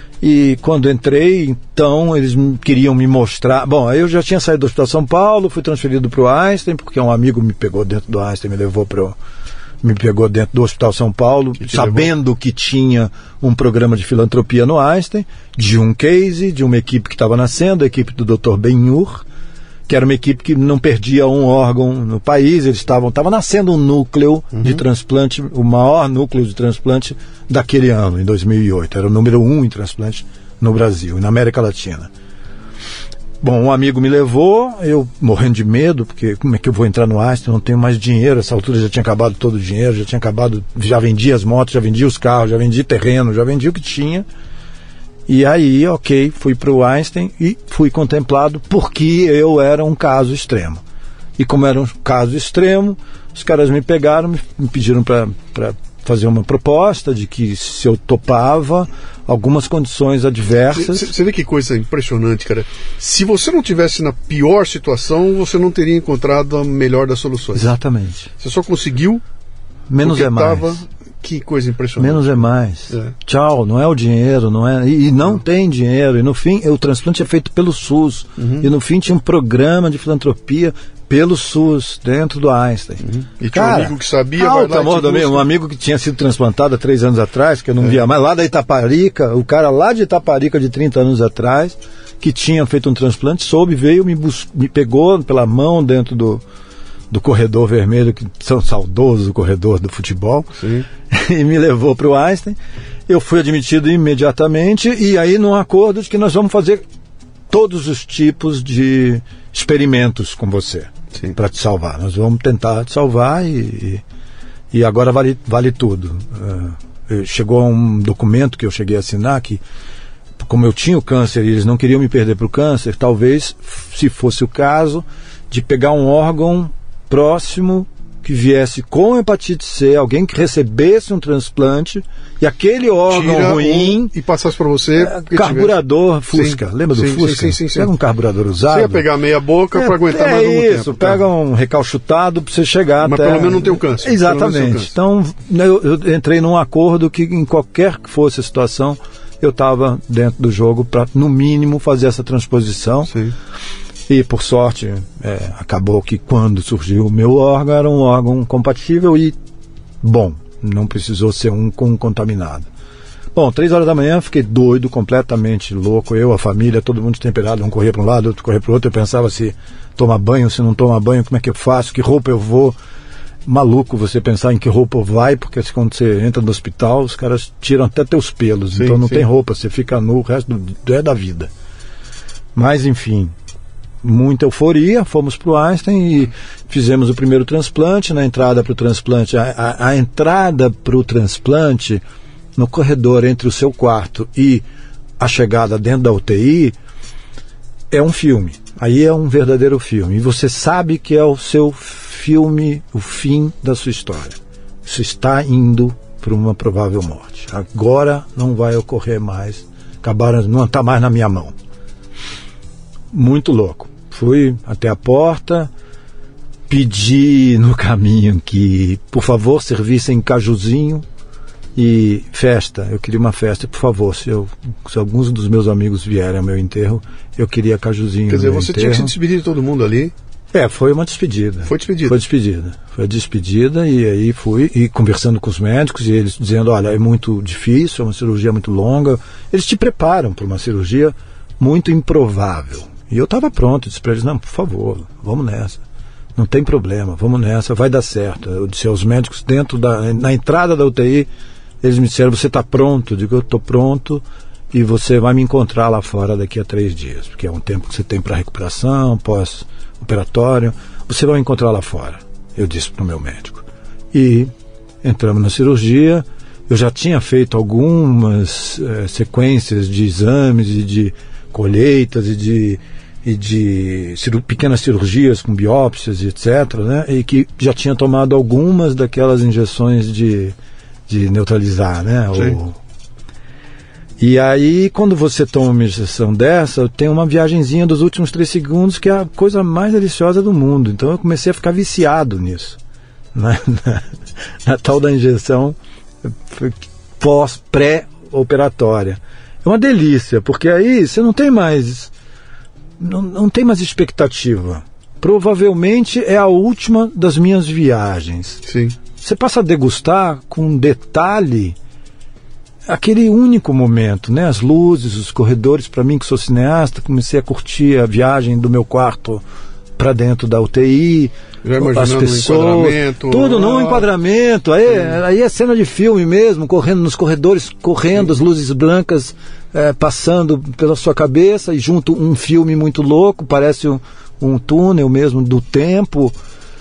E quando entrei, então, eles queriam me mostrar. Bom, aí eu já tinha saído do Hospital São Paulo, fui transferido para o Einstein, porque um amigo me pegou dentro do Einstein, me pegou dentro do Hospital São Paulo, sabendo que tinha um programa de filantropia no Einstein, de um case, de uma equipe que estava nascendo, a equipe do Dr. Benhur, que era uma equipe que não perdia um órgão no país. Eles estava nascendo um núcleo de transplante, o maior núcleo de transplante daquele ano, em 2008. Era o número 1 em transplante no Brasil e na América Latina. Bom, um amigo me levou, eu morrendo de medo, porque como é que eu vou entrar no Einstein? Não tenho mais dinheiro, essa altura já tinha acabado todo o dinheiro, já vendi as motos, já vendi os carros, já vendi terreno, já vendi o que tinha. E aí, ok, fui para o Einstein e fui contemplado porque eu era um caso extremo. E como era um caso extremo, os caras me pegaram, me pediram para fazer uma proposta de que se eu topava algumas condições adversas. Você vê que coisa impressionante, cara. Se você não tivesse na pior situação, você não teria encontrado a melhor das soluções. Exatamente. Você só conseguiu... Menos é mais. Que coisa impressionante. Menos é mais. Tchau, não é o dinheiro, não é. E não tem dinheiro. E no fim, o transplante é feito pelo SUS. E no fim tinha um programa de filantropia pelo SUS, dentro do Einstein. E tinha um amigo que sabia, um amigo que tinha sido transplantado há 3 anos atrás, que eu não via mais, lá da Itaparica, o cara lá de Itaparica de 30 anos atrás, que tinha feito um transplante, veio, me pegou pela mão dentro do corredor vermelho, que são saudosos, o corredor do futebol. Sim. E me levou para o Einstein. Eu fui admitido imediatamente, e aí num acordo de que nós vamos fazer todos os tipos de experimentos com você para te salvar. Nós vamos tentar te salvar e agora vale tudo. Chegou um documento que eu cheguei a assinar que, como eu tinha o câncer e eles não queriam me perder para o câncer, talvez, se fosse o caso, de pegar um órgão próximo que viesse com hepatite C, alguém que recebesse um transplante, e aquele órgão ruim e passasse para você carburador Fusca. Lembra do Fusca? Sim. Pega um carburador usado. Você ia pegar meia boca para aguentar mais um tempo. Isso, pega um recalchutado para você chegar mas até... pelo menos não tem o câncer. Exatamente. Então eu entrei num acordo que, em qualquer que fosse a situação, eu estava dentro do jogo para, no mínimo, fazer essa transposição. Sim. E, por sorte, acabou que quando surgiu o meu órgão, era um órgão compatível e bom. Não precisou ser um contaminado. Bom, 3 horas da manhã, fiquei doido, completamente louco. Eu, a família, todo mundo temperado. Um corria para um lado, outro corria para o outro. Eu pensava se tomar banho, se não tomar banho, como é que eu faço, que roupa eu vou. Maluco você pensar em que roupa vai, porque quando você entra no hospital, os caras tiram até teus pelos. Sim, então não tem roupa, você fica nu o resto da vida. Mas, enfim... muita euforia, fomos para o Einstein e fizemos o primeiro transplante. Na entrada para o transplante, a entrada para o transplante no corredor entre o seu quarto e a chegada dentro da UTI é um filme. Aí é um verdadeiro filme e você sabe que é o seu filme, o fim da sua história. Você está indo para uma provável morte. Agora não vai ocorrer mais, não está mais na minha mão. Muito louco. Fui até a porta, pedi no caminho que, por favor, servissem cajuzinho e festa. Eu queria uma festa, por favor. Se alguns dos meus amigos vierem ao meu enterro, eu queria cajuzinho. Quer dizer, você enterro. Tinha que se despedir de todo mundo ali? Foi uma despedida. Foi despedida? Foi despedida. Foi a despedida e aí fui e conversando com os médicos e eles dizendo, olha, é muito difícil, é uma cirurgia muito longa. Eles te preparam para uma cirurgia muito improvável. E eu estava pronto, disse para eles, não, por favor, vamos nessa. Não tem problema, vamos nessa, vai dar certo. Eu disse aos médicos, na entrada da UTI, eles me disseram, você está pronto? Eu digo, eu estou pronto e você vai me encontrar lá fora daqui a 3 dias, porque é um tempo que você tem para recuperação, pós-operatório, você vai me encontrar lá fora. Eu disse para o meu médico. E entramos na cirurgia, eu já tinha feito algumas sequências de exames e de colheitas e de pequenas cirurgias com biópsias e etc, né? E que já tinha tomado algumas daquelas injeções de neutralizar, né? E aí, quando você toma uma injeção dessa, tem uma viagenzinha dos últimos 3 segundos que é a coisa mais deliciosa do mundo. Então eu comecei a ficar viciado nisso, na tal da injeção pré-operatória. É uma delícia, porque aí você não tem mais expectativa. Provavelmente é a última das minhas viagens. Sim. Você passa a degustar com detalhe aquele único momento, né? As luzes, os corredores. Para mim que sou cineasta, comecei a curtir a viagem do meu quarto para dentro da UTI, as pessoas, tudo num enquadramento. Aí é cena de filme mesmo, correndo nos corredores, as luzes brancas passando pela sua cabeça, e junto um filme muito louco, parece um túnel mesmo do tempo.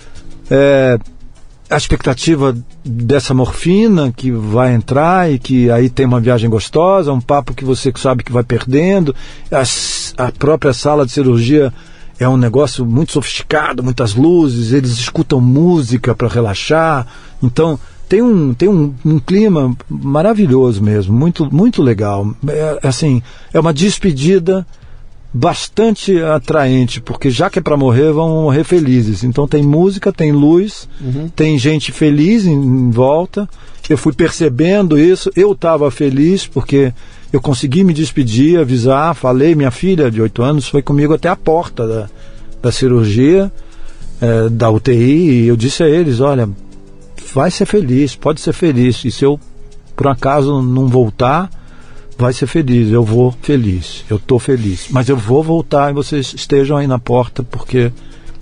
A expectativa dessa morfina que vai entrar e que aí tem uma viagem gostosa, um papo que você sabe que vai perdendo. A própria sala de cirurgia é um negócio muito sofisticado, muitas luzes, eles escutam música para relaxar. Então tem um clima maravilhoso mesmo, muito, muito legal. É uma despedida bastante atraente, porque já que é para morrer, vão morrer felizes. Então tem música, tem luz, tem gente feliz em volta. Eu fui percebendo isso, eu estava feliz porque eu consegui me despedir, avisar, falei, minha filha de 8 anos foi comigo até a porta da cirurgia, da UTI, e eu disse a eles, olha, vai ser feliz, pode ser feliz, e se eu por acaso não voltar, vai ser feliz, eu estou feliz, mas eu vou voltar e vocês estejam aí na porta, porque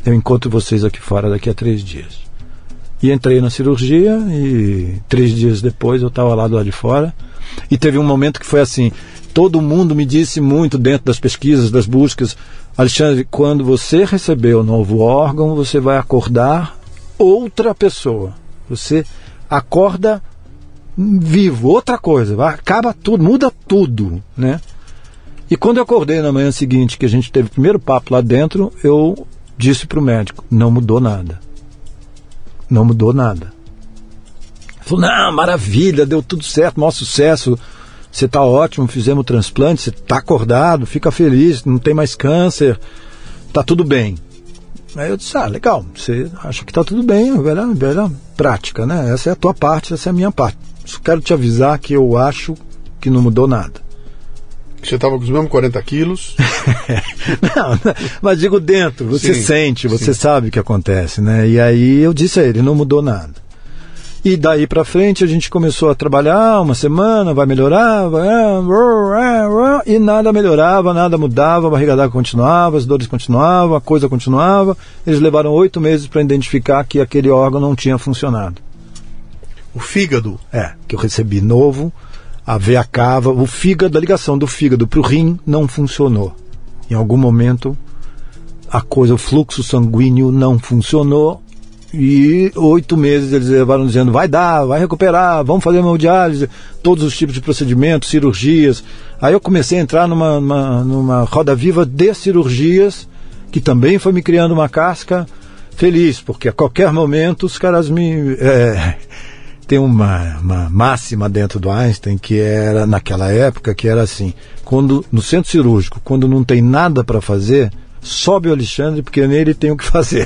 eu encontro vocês aqui fora daqui a 3 dias. E entrei na cirurgia e 3 dias depois eu estava lá do lado de fora. E teve um momento que foi assim, todo mundo me disse muito dentro das pesquisas, das buscas, Alexandre, quando você receber o novo órgão, você vai acordar outra pessoa. Você acorda vivo, outra coisa, acaba tudo, muda tudo, né? E quando eu acordei na manhã seguinte, que a gente teve o primeiro papo lá dentro, eu disse para o médico, não mudou nada. Não mudou nada. Ele falou, não, maravilha, deu tudo certo, maior sucesso, você está ótimo, fizemos o transplante, você está acordado, fica feliz, não tem mais câncer, está tudo bem. Aí eu disse, legal, você acha que está tudo bem, velha prática, né? Essa é a tua parte, essa é a minha parte. Só quero te avisar que eu acho que não mudou nada. Você estava com os mesmos 40 quilos? Não, mas digo dentro, você sente, você sabe o que acontece, né? E aí eu disse a ele, não mudou nada. E daí pra frente a gente começou a trabalhar, uma semana, vai melhorar, e nada melhorava, nada mudava, a barriga d'água continuava, as dores continuavam, a coisa continuava. Eles levaram 8 meses para identificar que aquele órgão não tinha funcionado. O fígado? Que eu recebi novo, a veia cava, o fígado, a ligação do fígado para o rim não funcionou. Em algum momento o fluxo sanguíneo não funcionou e 8 meses eles levaram dizendo, vai dar, vai recuperar, vamos fazer hemodiálise, todos os tipos de procedimentos, cirurgias. Aí eu comecei a entrar numa roda viva de cirurgias, que também foi me criando uma casca feliz, porque a qualquer momento os caras tem uma máxima dentro do Einstein que era, naquela época, que era assim, no centro cirúrgico, quando não tem nada para fazer, sobe o Alexandre, porque nele tem o que fazer.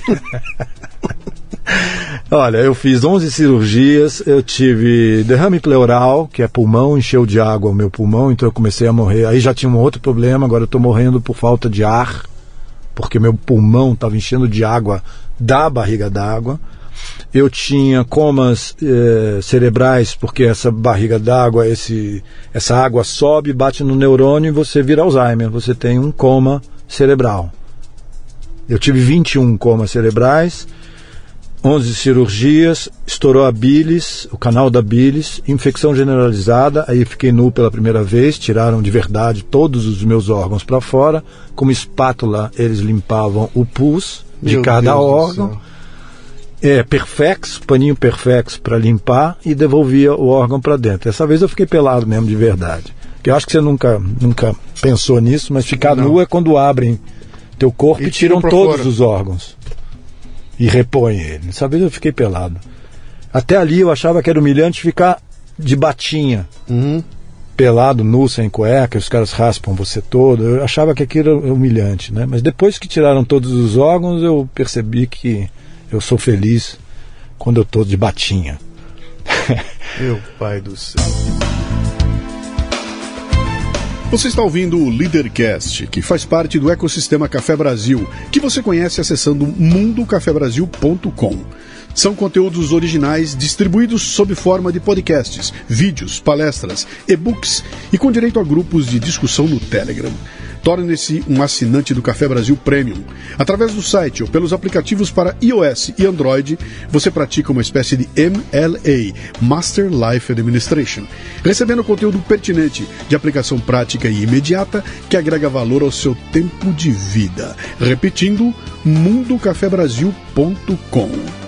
Olha, eu fiz 11 cirurgias, eu tive derrame pleural, que é pulmão, encheu de água o meu pulmão, então eu comecei a morrer. Aí já tinha um outro problema, agora eu estou morrendo por falta de ar, porque meu pulmão estava enchendo de água da barriga d'água. Eu tinha comas cerebrais, porque essa barriga d'água, essa água sobe, bate no neurônio e você vira Alzheimer, você tem um coma cerebral. Eu tive 21 comas cerebrais, 11 cirurgias, estourou a bilis, o canal da bilis, infecção generalizada, aí fiquei nu pela primeira vez, tiraram de verdade todos os meus órgãos para fora, com uma espátula eles limpavam o pus de cada órgão. Perfex, paninho Perfex para limpar e devolvia o órgão para dentro. Dessa vez eu fiquei pelado mesmo, de verdade. Eu acho que você nunca pensou nisso, mas ficar nu é quando abrem teu corpo e tiram todos fora os órgãos e repõem ele. Dessa vez eu fiquei pelado. Até ali eu achava que era humilhante ficar de batinha, pelado, nu, sem cueca, os caras raspam você todo. Eu achava que aquilo era humilhante, né? Mas depois que tiraram todos os órgãos, eu percebi que eu sou feliz quando eu estou de batinha. Meu pai do céu. Você está ouvindo o Leadercast, que faz parte do ecossistema Café Brasil, que você conhece acessando mundocafebrasil.com. São conteúdos originais distribuídos sob forma de podcasts, vídeos, palestras, e-books e com direito a grupos de discussão no Telegram. Torne-se um assinante do Café Brasil Premium. Através do site ou pelos aplicativos para iOS e Android, você pratica uma espécie de MLA, Master Life Administration, recebendo conteúdo pertinente, de aplicação prática e imediata, que agrega valor ao seu tempo de vida. Repetindo, mundocafebrasil.com.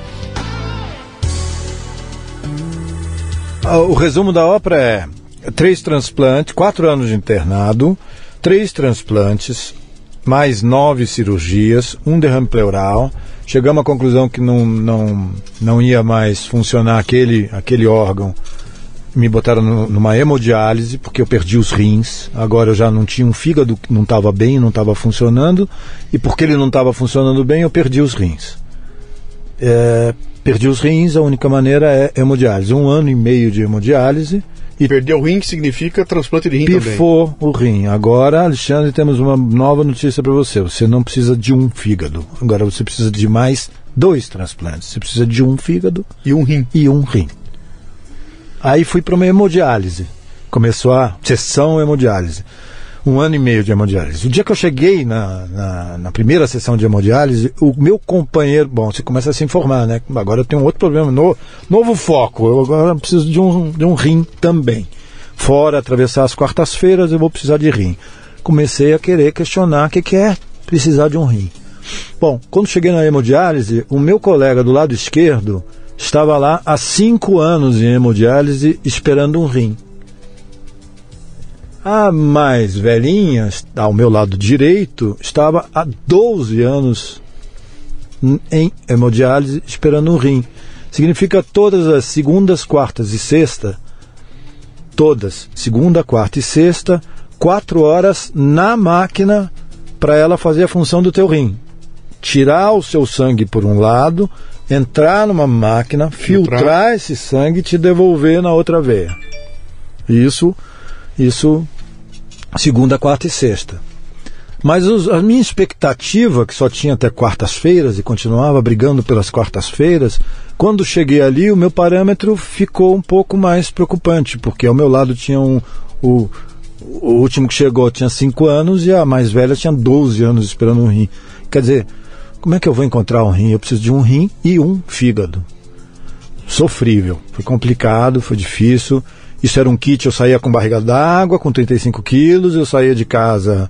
O resumo da ópera é 3 transplantes, 4 anos de internado, 3 transplantes, mais 9 cirurgias, um derrame pleural. Chegamos à conclusão que não ia mais funcionar aquele órgão. Me botaram numa hemodiálise, porque eu perdi os rins. Agora eu já não tinha um fígado que não estava bem, não estava funcionando. E porque ele não estava funcionando bem, eu perdi os rins. Perdi os rins, a única maneira é hemodiálise. 1 ano e meio de hemodiálise. E perder o rim significa transplante de rim também. Pifou o rim. Agora, Alexandre, temos uma nova notícia para você. Você não precisa de um fígado. Agora você precisa de mais 2 transplantes. Você precisa de um fígado e um rim. Aí fui para uma hemodiálise. Começou a sessão hemodiálise. 1 ano e meio de hemodiálise. O dia que eu cheguei na primeira sessão de hemodiálise, o meu companheiro, bom, você começa a se informar, né? Agora eu tenho um outro problema, novo foco, eu agora preciso de um rim também. Fora atravessar as quartas-feiras, eu vou precisar de rim. Comecei a querer questionar o que é precisar de um rim. Bom, quando cheguei na hemodiálise, o meu colega do lado esquerdo estava lá há 5 anos em hemodiálise esperando um rim. A mais velhinha, ao meu lado direito, estava há 12 anos em hemodiálise esperando um rim. Significa todas as segundas, quartas e sexta, todas, segunda, quarta e sexta, 4 horas na máquina para ela fazer a função do teu rim. Tirar o seu sangue por um lado, entrar numa máquina, filtrar esse sangue e te devolver na outra veia. Isso segunda, quarta e sexta. Mas a minha expectativa, que só tinha até quartas-feiras e continuava brigando pelas quartas-feiras, quando cheguei ali o meu parâmetro ficou um pouco mais preocupante, porque ao meu lado tinha o último que chegou tinha 5 anos e a mais velha tinha 12 anos esperando um rim. Quer dizer, como é que eu vou encontrar um rim? Eu preciso de um rim e um fígado. Sofrível, foi complicado, foi difícil. Isso era um kit, eu saía com barriga d'água, com 35 quilos, eu saía de casa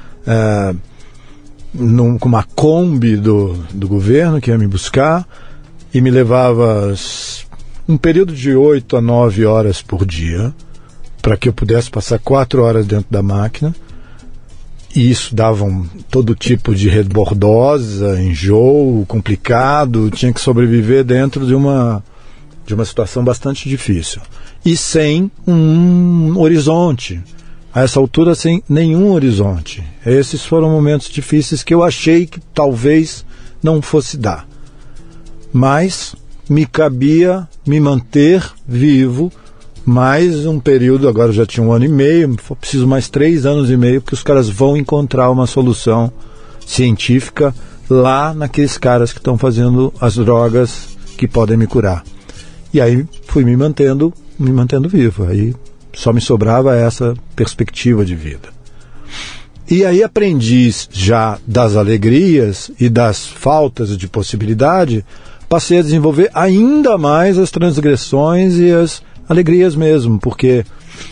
com uma Kombi do governo que ia me buscar e me levava um período de 8 a 9 horas por dia para que eu pudesse passar 4 horas dentro da máquina. E isso dava todo tipo de rebordosa, enjoo, complicado, tinha que sobreviver dentro de uma situação bastante difícil. E sem um horizonte. A essa altura, sem nenhum horizonte. Esses foram momentos difíceis que eu achei que talvez não fosse dar. Mas me cabia me manter vivo mais um período, agora já tinha 1 ano e meio, preciso mais 3 anos e meio, porque os caras vão encontrar uma solução científica lá naqueles caras que estão fazendo as drogas que podem me curar. E aí fui me mantendo vivo. Aí só me sobrava essa perspectiva de vida. E aí aprendi já das alegrias e das faltas de possibilidade, passei a desenvolver ainda mais as transgressões e as alegrias mesmo, porque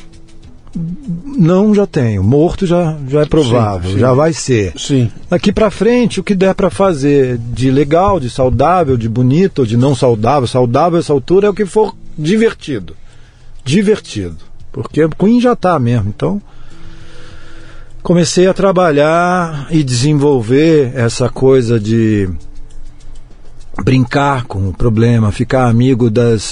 não já tenho, morto já é provável, sim. Já vai ser. Sim. Daqui para frente, o que der para fazer de legal, de saudável, de bonito, ou de não saudável, saudável a essa altura é o que for divertido, porque ruim já tá mesmo. Então comecei a trabalhar e desenvolver essa coisa de brincar com o problema, ficar amigo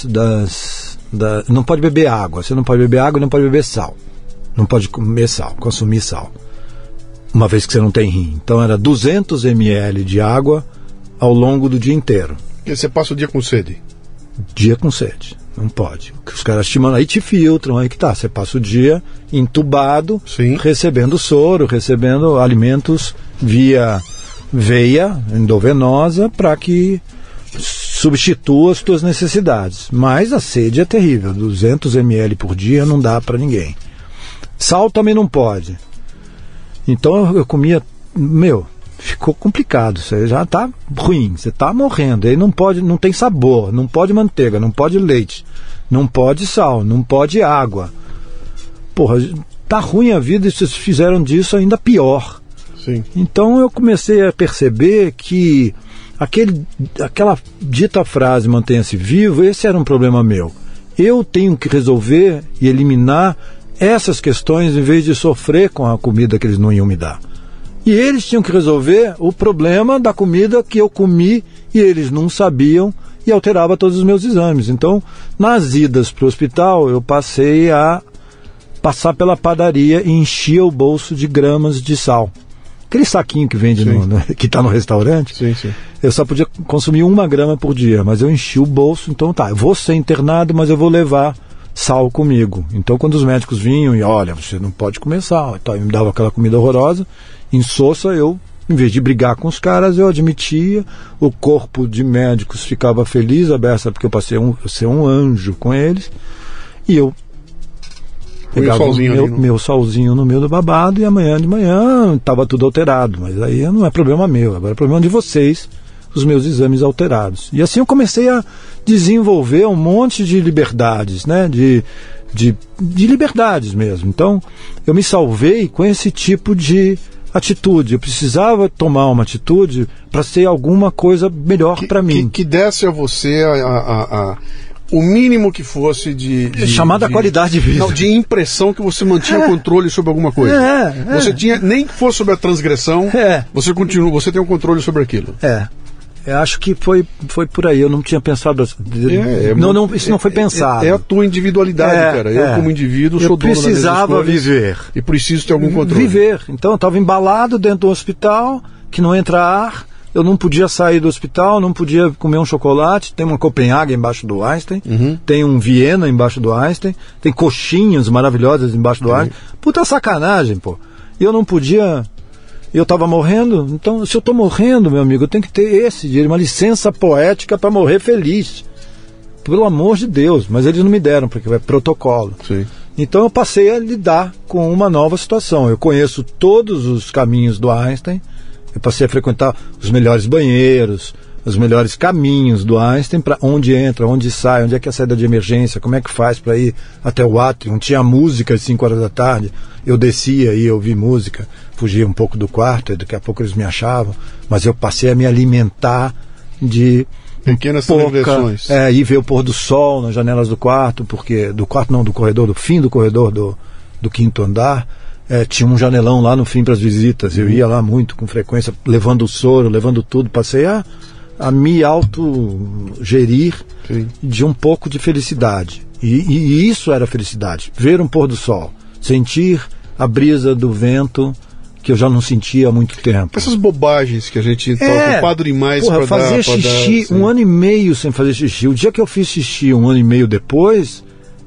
não pode beber água, você não pode beber água e não pode beber sal. Não pode comer sal, consumir sal. Uma vez que você não tem rim. Então era 200 ml de água ao longo do dia inteiro. E você passa o dia com sede? Dia com sede, não pode. Os caras te mandam, aí te filtram, aí que tá. Você passa o dia entubado, sim, recebendo soro, recebendo alimentos via veia endovenosa para que substitua as tuas necessidades. Mas a sede é terrível, 200 ml por dia não dá para ninguém. Sal também não pode. Então eu comia, ficou complicado, você já está ruim, você está morrendo, aí não pode, não tem sabor, não pode manteiga, não pode leite, não pode sal, não pode água. Porra, tá ruim a vida e vocês fizeram disso ainda pior. Sim. Então eu comecei a perceber que aquela dita frase mantenha-se vivo, esse era um problema meu. Eu tenho que resolver e eliminar essas questões em vez de sofrer com a comida que eles não iam me dar. E eles tinham que resolver o problema da comida que eu comi e eles não sabiam e alterava todos os meus exames. Então, nas idas para o hospital, eu passei a passar pela padaria e enchia o bolso de gramas de sal. Aquele saquinho que vende, que está no restaurante, sim, sim. Eu só podia consumir 1 grama por dia, mas eu enchi o bolso, então eu vou ser internado, mas eu vou levar sal comigo. Então quando os médicos vinham e olha, você não pode comer sal, então me dava aquela comida horrorosa, insossa, eu, em vez de brigar com os caras, eu admitia, o corpo de médicos ficava feliz, a beça, porque eu passei a ser um anjo com eles, e eu pegava o meu solzinho no meio do babado e amanhã de manhã estava tudo alterado. Mas aí não é problema meu, agora é problema de vocês, os meus exames alterados. E assim eu comecei a desenvolver um monte de liberdades, né? De liberdades mesmo. Então, eu me salvei com esse tipo de atitude. Eu precisava tomar uma atitude para ser alguma coisa melhor para mim. Que desse a você o mínimo que fosse chamada qualidade de vida. Não, de impressão que você mantinha controle sobre alguma coisa. Você tinha, nem que fosse sobre a transgressão, você tem um controle sobre aquilo. Eu acho que foi por aí, eu não tinha pensado assim. Isso não foi pensado. É a tua individualidade, cara. Eu, como indivíduo, sou dono das minhas escolhas. Eu precisava viver. E preciso ter algum controle. Viver. Então eu estava embalado dentro do hospital, que não entra ar, eu não podia sair do hospital, não podia comer um chocolate, tem uma Copenhague embaixo do Einstein, tem um Viena embaixo do Einstein, tem coxinhas maravilhosas embaixo do Einstein. Puta sacanagem, pô. E eu não podia... Eu estava morrendo, então se eu estou morrendo, meu amigo, eu tenho que ter uma licença poética para morrer feliz. Pelo amor de Deus, mas eles não me deram, porque é protocolo. Sim. Então eu passei a lidar com uma nova situação. Eu conheço todos os caminhos do Einstein, eu passei a frequentar os melhores banheiros, os melhores caminhos do Einstein, para onde entra, onde sai, onde é que é a saída de emergência, como é que faz para ir até o átrio. Tinha música às 5 horas da tarde, eu descia e ouvia música, fugia um pouco do quarto, e daqui a pouco eles me achavam, mas eu passei a me alimentar de pequenas transgressões. Ir ver o pôr do sol nas janelas do quarto, porque do corredor, do fim do corredor do 5º andar, tinha um janelão lá no fim para as visitas. Eu ia lá muito, com frequência, levando o soro, levando tudo. Passei a me autogerir de um pouco de felicidade. E isso era felicidade. Ver um pôr do sol, sentir a brisa do vento, que eu já não sentia há muito tempo. Essas bobagens que a gente está ocupado demais para fazer xixi, 1 ano e meio sem fazer xixi. O dia que eu fiz xixi 1 ano e meio depois,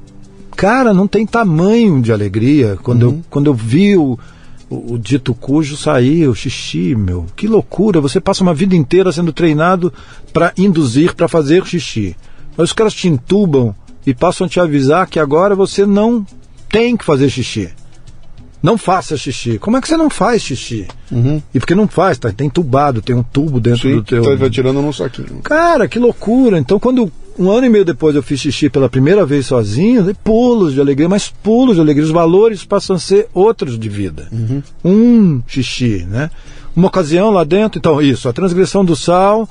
cara, não tem tamanho de alegria. Quando eu vi o dito cujo sair, o xixi, meu, que loucura. Você passa uma vida inteira sendo treinado para induzir, para fazer xixi. Mas os caras te entubam e passam a te avisar que agora você não tem que fazer xixi. Não faça xixi. Como é que você não faz xixi? E porque não faz, tem entubado, tem um tubo dentro do teu... Vai tirando num saquinho. Cara, que loucura. Então quando 1 ano e meio depois eu fiz xixi pela primeira vez sozinho, dei pulos de alegria, mas pulos de alegria. Os valores passam a ser outros de vida. Um xixi, né? Uma ocasião lá dentro, então isso, a transgressão do sal,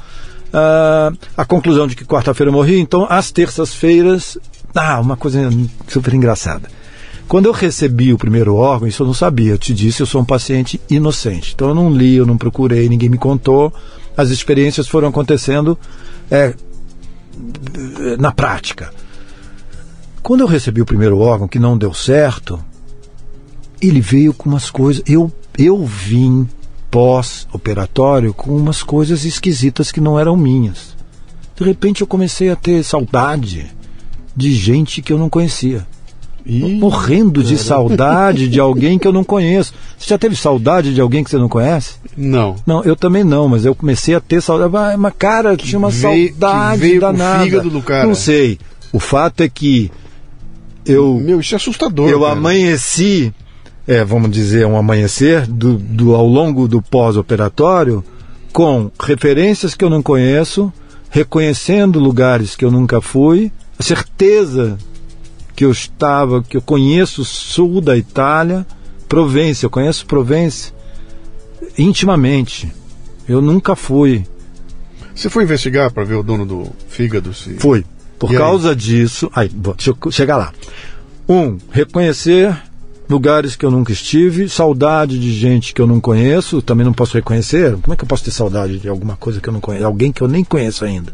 a conclusão de que quarta-feira eu morri, então às terças-feiras, uma coisa super engraçada. Quando eu recebi o primeiro órgão, isso eu não sabia, eu te disse, eu sou um paciente inocente. Então eu não li, eu não procurei, ninguém me contou. As experiências foram acontecendo na prática. Quando eu recebi o primeiro órgão, que não deu certo, ele veio com umas coisas... Eu vim pós-operatório com umas coisas esquisitas que não eram minhas. De repente eu comecei a ter saudade de gente que eu não conhecia. Morrendo de saudade de alguém que eu não conheço. Você já teve saudade de alguém que você não conhece? Não. Não, eu também não, mas eu comecei a ter saudade. Mas, cara, tinha uma saudade veio danada. Com o fígado do cara. Não sei. O fato é que isso é assustador. Eu amanheci, vamos dizer, um amanhecer ao longo do pós-operatório, com referências que eu não conheço, reconhecendo lugares que eu nunca fui, a certeza que eu conheço o sul da Itália, Provença, eu conheço Provença intimamente. Eu nunca fui. Você foi investigar para ver o dono do fígado? Fui. Por causa disso... deixa eu chegar lá. Reconhecer lugares que eu nunca estive, saudade de gente que eu não conheço, também não posso reconhecer. Como é que eu posso ter saudade de alguma coisa que eu não conheço? Alguém que eu nem conheço ainda.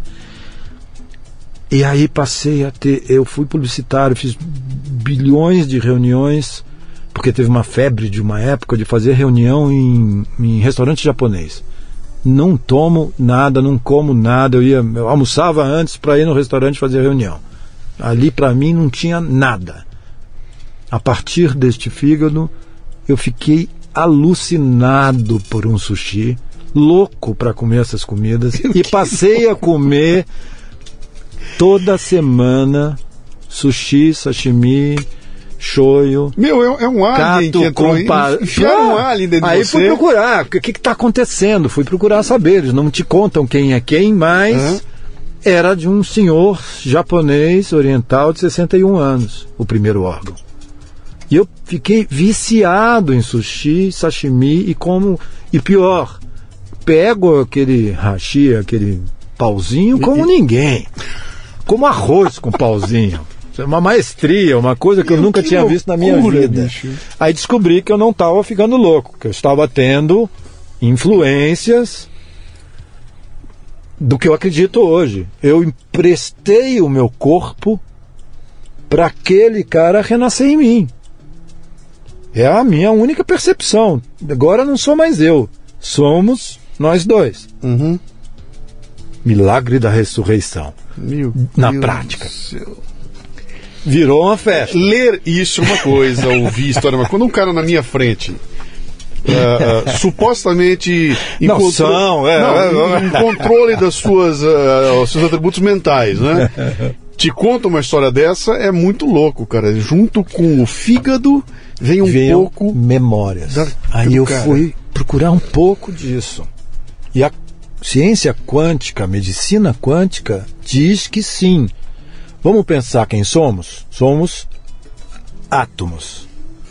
E aí passei a ter... Eu fui publicitário, fiz bilhões de reuniões, porque teve uma febre de uma época de fazer reunião em restaurante japonês. Não tomo nada, não como nada. Eu almoçava antes para ir no restaurante fazer reunião. Ali para mim não tinha nada. A partir deste fígado, eu fiquei alucinado por um sushi, louco para comer essas comidas, e passei a comer toda semana sushi, sashimi, shoyu. Meu, é um alien que entrou aí. Enfiaram um alien dentro de você. Aí fui procurar, o que está acontecendo? Fui procurar saber, eles não te contam quem é quem, mas era de um senhor japonês oriental de 61 anos, o primeiro órgão. E eu fiquei viciado em sushi, sashimi e pior, pego aquele hashi, aquele pauzinho como ninguém. Como arroz com pauzinho. Uma maestria, uma coisa que eu nunca tinha visto na minha vida. Bicho. Aí descobri que eu não estava ficando louco, que eu estava tendo influências do que eu acredito hoje. Eu emprestei o meu corpo para aquele cara renascer em mim. É a minha única percepção. Agora não sou mais eu. Somos nós dois. Milagre da ressurreição. Na prática. Virou uma festa. Ler isso é uma coisa, ouvir história, mas quando um cara na minha frente supostamente em controle dos seus atributos mentais, né? Te conta uma história dessa, é muito louco, cara. Junto com o fígado vem um pouco memórias. Aí eu fui procurar um pouco disso. E a ciência quântica, a medicina quântica diz que sim. Vamos pensar quem somos? Somos átomos.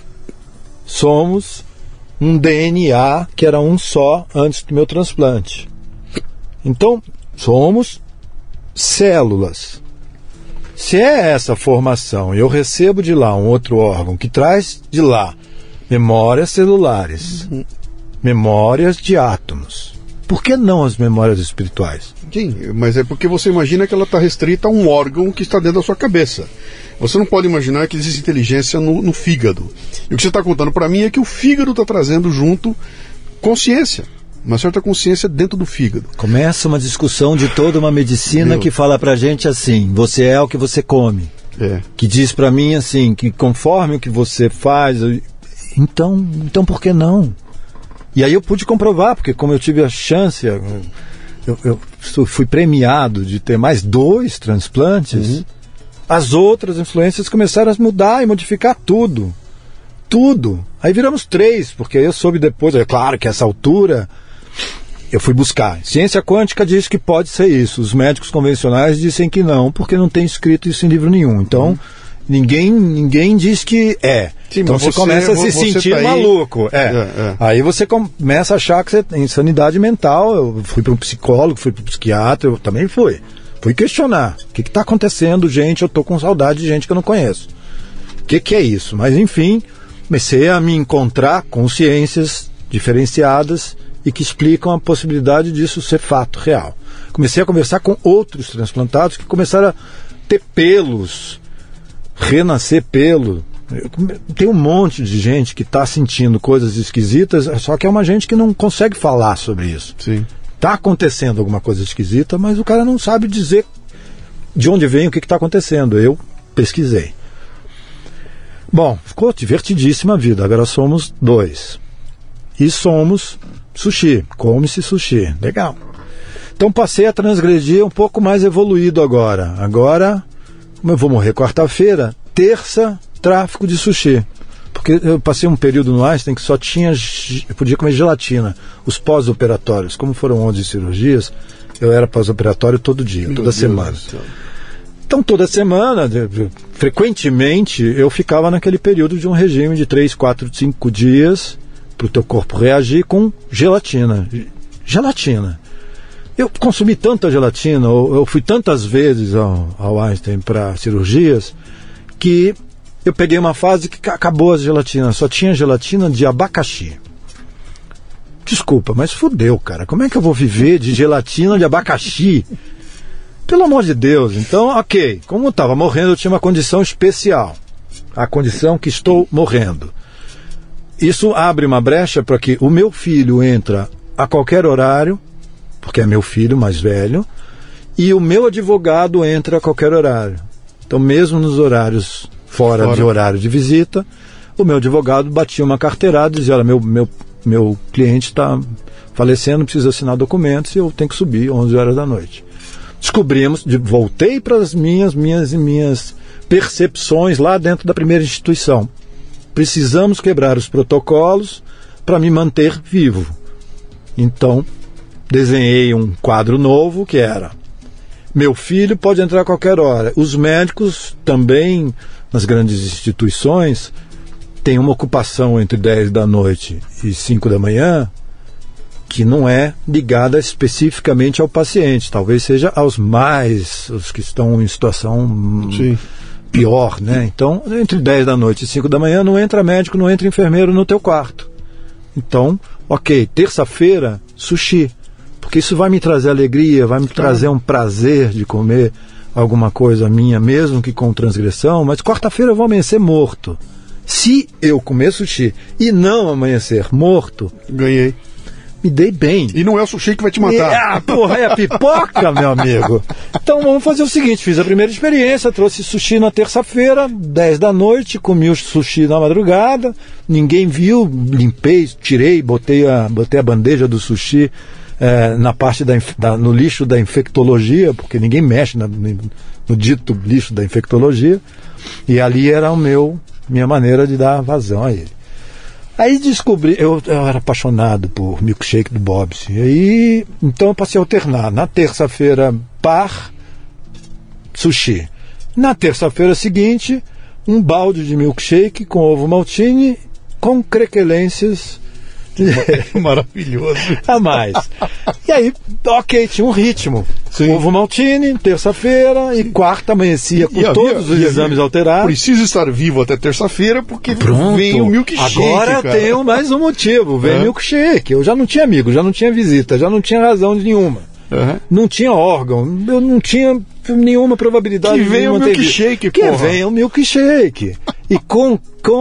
Somos um DNA que era um só antes do meu transplante. Então, somos células. Se é essa formação e eu recebo de lá um outro órgão que traz de lá memórias celulares, memórias de átomos, por que não as memórias espirituais? Sim, mas é porque você imagina que ela está restrita a um órgão que está dentro da sua cabeça. Você não pode imaginar que existe inteligência no fígado. E o que você está contando para mim é que o fígado está trazendo junto consciência. Uma certa consciência dentro do fígado. Começa uma discussão de toda uma medicina que fala pra gente assim: você é o que você come. Que diz pra mim assim, que conforme o que você faz, então por que não? E aí eu pude comprovar, porque como eu tive a chance, eu fui premiado de ter mais 2 transplantes, as outras influências começaram a mudar e modificar tudo. Tudo. Aí viramos 3, porque aí eu soube depois, é claro que a essa altura eu fui buscar. Ciência quântica diz que pode ser isso. Os médicos convencionais dizem que não, porque não tem escrito isso em livro nenhum. Então, ninguém diz que é. Sim, então você começa a se sentir tá maluco. Aí você começa a achar que você tem insanidade mental. Eu fui para um psicólogo, fui para um psiquiatra, eu também fui. Fui questionar. O que está acontecendo, gente? Eu estou com saudade de gente que eu não conheço. O que é isso? Mas, enfim, comecei a me encontrar consciências diferenciadas e que explicam a possibilidade disso ser fato real. Comecei a conversar com outros transplantados que começaram a ter pelos, renascer pelo. Tem um monte de gente que está sentindo coisas esquisitas, só que é uma gente que não consegue falar sobre isso. Está acontecendo alguma coisa esquisita, mas o cara não sabe dizer de onde vem, o que está acontecendo. Eu pesquisei. Bom, ficou divertidíssima a vida. Agora somos 2. E somos sushi. Come-se sushi. Legal. Então passei a transgredir um pouco mais evoluído agora. Agora, como eu vou morrer quarta-feira, terça, tráfico de sushi. Porque eu passei um período no Einstein que só tinha... Eu podia comer gelatina. Os pós-operatórios. Como foram 11 cirurgias, eu era pós-operatório todo dia, toda semana. Então, toda semana, frequentemente, eu ficava naquele período de um regime de 3, 4, 5 dias para o teu corpo reagir com gelatina. Gelatina. Eu consumi tanta gelatina, eu fui tantas vezes ao Einstein para cirurgias, que eu peguei uma fase que acabou as gelatinas. Só tinha gelatina de abacaxi. Desculpa, mas fudeu, cara. Como é que eu vou viver de gelatina de abacaxi? Pelo amor de Deus. Então, ok. Como eu estava morrendo, eu tinha uma condição especial. A condição que estou morrendo. Isso abre uma brecha para que o meu filho entra a qualquer horário, porque é meu filho mais velho, e o meu advogado entra a qualquer horário. Então, mesmo nos horários fora de horário de visita, o meu advogado batia uma carteirada e dizia: olha, meu cliente está falecendo, precisa assinar documentos e eu tenho que subir 11 horas da noite. Descobrimos, voltei para as minhas percepções lá dentro da primeira instituição. Precisamos quebrar os protocolos para me manter vivo. Então, desenhei um quadro novo que era: meu filho pode entrar a qualquer hora. Os médicos também, nas grandes instituições, têm uma ocupação entre 10 da noite e 5 da manhã que não é ligada especificamente ao paciente, talvez seja os que estão em situação pior, né? Então, entre 10 da noite e 5 da manhã não entra médico, não entra enfermeiro no teu quarto. Então, ok, terça-feira, sushi, porque isso vai me trazer alegria, vai me trazer um prazer de comer alguma coisa minha, mesmo que com transgressão, mas quarta-feira eu vou amanhecer morto. Se eu comer sushi e não amanhecer morto, ganhei. Me dei bem. E não é o sushi que vai te matar. Porra, é a pipoca, meu amigo. Então vamos fazer o seguinte, fiz a primeira experiência, trouxe sushi na terça-feira, 10 da noite, comi o sushi na madrugada, ninguém viu, limpei, tirei, botei a bandeja do sushi na parte no lixo da infectologia, porque ninguém mexe no dito lixo da infectologia, e ali era minha maneira de dar vazão a ele. Aí descobri, eu era apaixonado por milkshake do Bob's. E aí, então eu passei a alternar. Na terça-feira, sushi. Na terça-feira seguinte, um balde de milkshake com ovo maltine, com crequelências. Maravilhoso. A mais. E aí, ok, tinha um ritmo. Sim. Ovo maltine, terça-feira, e quarta amanhecia com todos os exames alterados. Preciso estar vivo até terça-feira porque vem o milkshake. Agora eu tenho mais um motivo, vem milkshake. Eu já não tinha amigo, já não tinha visita, já não tinha razão nenhuma. Não tinha órgão, eu não tinha nenhuma probabilidade que venha o milkshake, que venha o milkshake. E com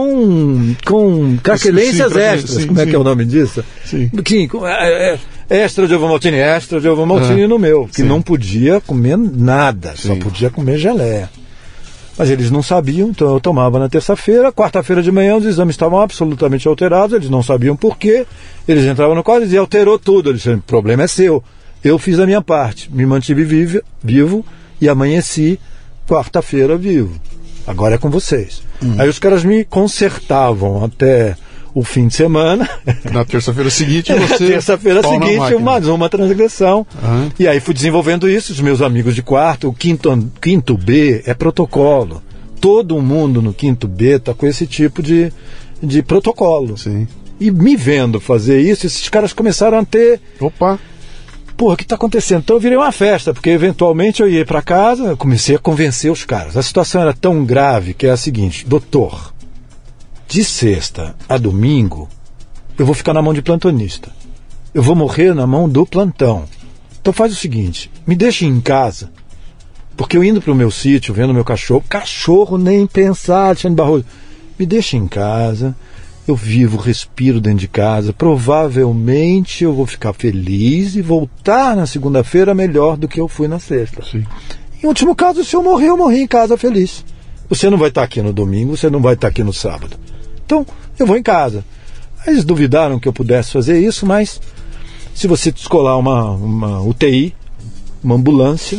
craquelências extras, como é que é o nome disso? Sim. Extra de ovo maltine no meu, que não podia comer nada, só podia comer geleia. Mas eles não sabiam, então eu tomava na terça-feira. Quarta-feira de manhã os exames estavam absolutamente alterados, eles não sabiam por quê. Eles entravam no quadro e diziam: alterou tudo. Eles disseram: o problema é seu. Eu fiz a minha parte, me mantive vivo e amanheci quarta-feira vivo. Agora é com vocês. Aí os caras me consertavam até o fim de semana. Na terça-feira seguinte Na terça-feira seguinte, mais uma transgressão. E aí fui desenvolvendo isso, os meus amigos de quarto. O quinto B é protocolo. Todo mundo no quinto B está com esse tipo de protocolo. Sim. E me vendo fazer isso, esses caras começaram a ter... Opa! Porra, o que está acontecendo? Então eu virei uma festa, porque eventualmente eu ia para casa, eu comecei a convencer os caras. A situação era tão grave que é a seguinte: doutor, de sexta a domingo eu vou ficar na mão de plantonista. Eu vou morrer na mão do plantão. Então faz o seguinte, me deixe em casa, porque eu indo para o meu sítio, vendo meu cachorro nem pensar, Alexandre Barroso, me deixe em casa. Eu vivo, respiro dentro de casa. Provavelmente eu vou ficar feliz e voltar na segunda-feira melhor do que eu fui na sexta. Sim. Em último caso, se eu morri em casa feliz. Você não vai estar aqui no domingo, você não vai estar aqui no sábado. Então, eu vou em casa. Eles duvidaram que eu pudesse fazer isso, mas se você descolar uma UTI, uma ambulância,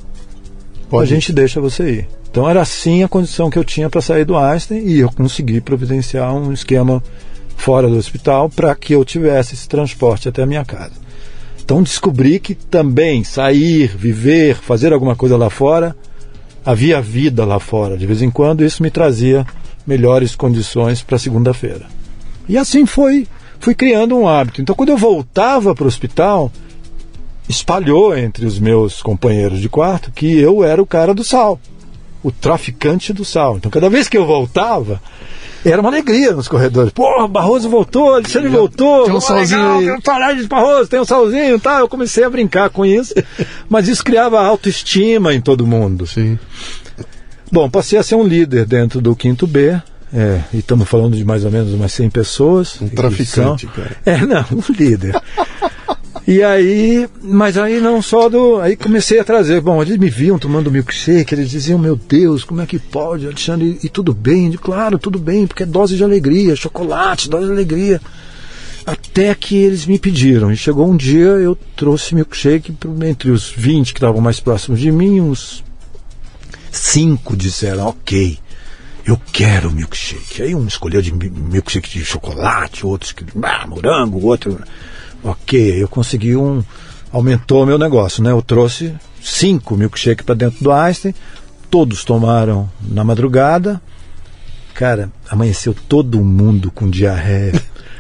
a gente deixa você ir. Então era assim a condição que eu tinha para sair do Einstein, e eu consegui providenciar um esquema fora do hospital para que eu tivesse esse transporte até a minha casa. Então descobri que também sair, viver, fazer alguma coisa lá fora, havia vida lá fora. De vez em quando isso me trazia melhores condições para segunda-feira. E assim fui criando um hábito. Então quando eu voltava para o hospital, espalhou entre os meus companheiros de quarto que eu era o cara do sal, o traficante do sal. Então cada vez que eu voltava, era uma alegria nos corredores. Porra, Barroso voltou, Alexandre voltou. Tem um salzinho aí. Barroso, tem um salzinho, tá? Eu comecei a brincar com isso, mas isso criava autoestima em todo mundo. Sim. Bom, passei a ser um líder dentro do quinto B. E estamos falando de mais ou menos umas 100 pessoas. Um traficante, cara. Um líder. E aí, mas aí não só aí comecei a trazer, bom, eles me viam tomando milkshake, eles diziam: meu Deus, como é que pode, Alexandre, e tudo bem? Eu digo: claro, tudo bem, porque é dose de alegria, chocolate, dose de alegria. Até que eles me pediram, e chegou um dia, eu trouxe milkshake entre os 20 que estavam mais próximos de mim, uns 5 disseram, ok, eu quero milkshake. Aí um escolheu de milkshake de chocolate, outros que morango, outro... Ok, eu consegui aumentou meu negócio, né? Eu trouxe 5 milkshakes para dentro do Einstein, todos tomaram na madrugada. Cara, amanheceu todo mundo com diarreia.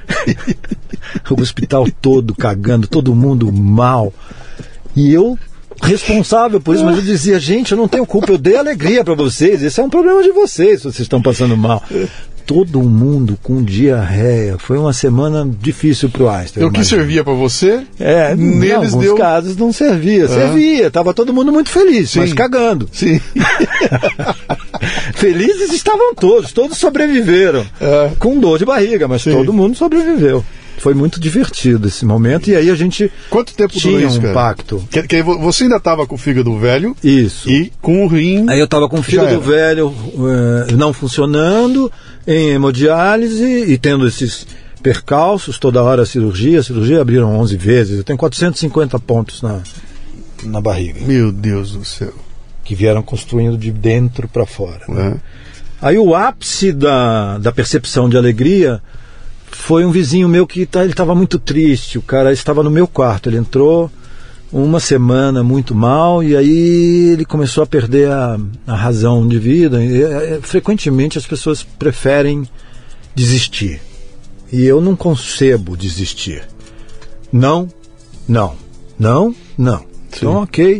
O hospital todo cagando, todo mundo mal. E eu responsável por isso, mas eu dizia, gente, eu não tenho culpa, eu dei alegria para vocês, esse é um problema de vocês, se vocês estão passando mal. Todo mundo com diarreia. Foi uma semana difícil para o Einstein. O que servia para você, em alguns casos não servia. Servia, estava todo mundo muito feliz, mas cagando. Sim. Felizes estavam todos sobreviveram. Com dor de barriga, mas todo mundo sobreviveu. Foi muito divertido esse momento, e aí a gente Quanto tempo tinha durou isso, um pacto. Que você ainda estava com o fígado velho. Isso. E com o rim. Aí eu estava com o fígado velho não funcionando, em hemodiálise e tendo esses percalços, toda hora cirurgia abriram 11 vezes, eu tenho 450 pontos na barriga. Meu Deus do céu. Que vieram construindo de dentro para fora. Né? Aí o ápice da percepção de alegria foi um vizinho meu que ele estava muito triste, o cara estava no meu quarto, ele entrou uma semana muito mal e aí ele começou a perder a razão de vida. Frequentemente as pessoas preferem desistir e eu não concebo desistir. Não. Então, ok.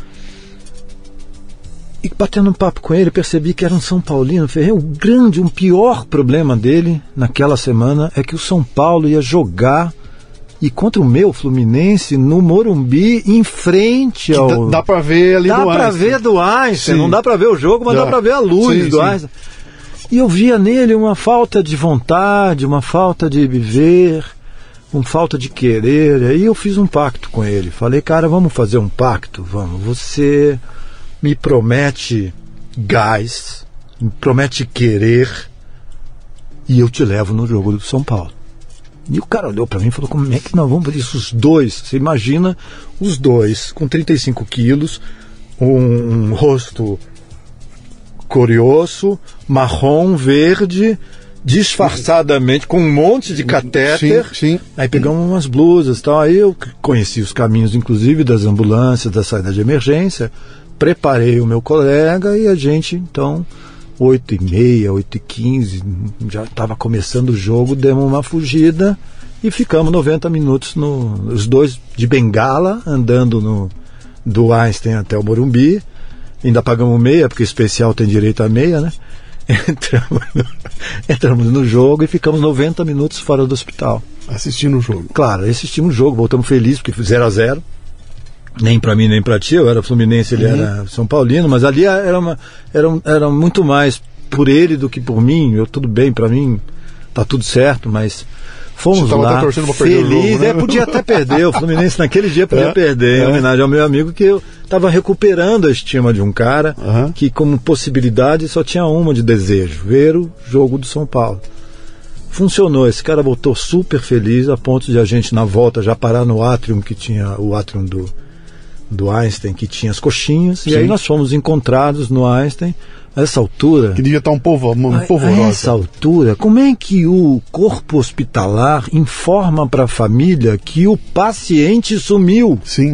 E batendo um papo com ele, percebi que era um São Paulino. O pior problema dele naquela semana é que o São Paulo ia jogar e contra o meu Fluminense no Morumbi, em frente ao... Dá pra ver ali do Einstein. Dá pra ver do Einstein, não dá pra ver o jogo, mas dá pra ver a luz do Einstein. E eu via nele uma falta de vontade, uma falta de viver, uma falta de querer. Aí eu fiz um pacto com ele. Falei, cara, vamos fazer um pacto? Vamos. Você me promete gás, me promete querer, e eu te levo no jogo do São Paulo. E o cara olhou para mim e falou, como é que nós vamos fazer isso? Os dois, você imagina os dois com 35 quilos, um rosto curioso, marrom, verde, disfarçadamente, com um monte de catéter. Sim. Aí pegamos umas blusas e tal. Aí eu conheci os caminhos, inclusive, das ambulâncias, da saída de emergência. Preparei o meu colega e a gente, então, 8h30, 8h15, já estava começando o jogo, demos uma fugida e ficamos 90 minutos, os dois de bengala, andando do Einstein até o Morumbi. Ainda pagamos meia, porque especial tem direito a meia, né? Entramos no jogo e ficamos 90 minutos fora do hospital. Assistindo o jogo. Claro, assistimos o jogo, voltamos felizes, porque 0-0. Nem para mim, nem para ti, eu era Fluminense, ele era São Paulino, mas ali era muito mais por ele do que por mim. Tudo bem, para mim tá tudo certo, mas fomos lá felizes, né? Podia até perder, o Fluminense naquele dia podia perder, em homenagem ao meu amigo, que eu estava recuperando a estima de um cara que como possibilidade só tinha uma de desejo, ver o jogo do São Paulo. Funcionou, esse cara voltou super feliz, a ponto de a gente na volta já parar no átrium, que tinha o átrium do Einstein, que tinha as coxinhas. Sim. E aí nós fomos encontrados no Einstein, a essa altura... Que devia estar um polvorosa. A essa altura, como é que o corpo hospitalar informa para a família que o paciente sumiu? Sim.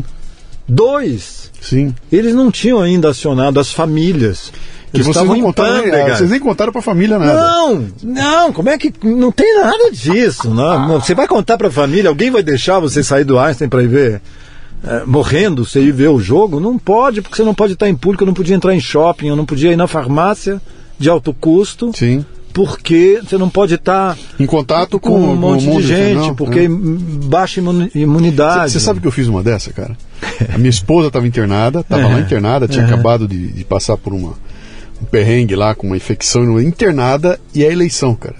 2. Sim. Eles não tinham ainda acionado as famílias. Que vocês nem contaram para a família nada. Não, como é que... Não tem nada disso. Não. Você vai contar para a família, alguém vai deixar você sair do Einstein para ir ver... morrendo, você ir ver o jogo? Não pode, porque você não pode estar em público, eu não podia entrar em shopping, eu não podia ir na farmácia de alto custo. Sim. Porque você não pode estar em contato com um monte de gente, porque baixa imunidade. Você sabe que eu fiz uma dessa, cara? A minha esposa estava internada, lá internada, tinha acabado de passar por um perrengue lá, com uma infecção internada, e a eleição, cara.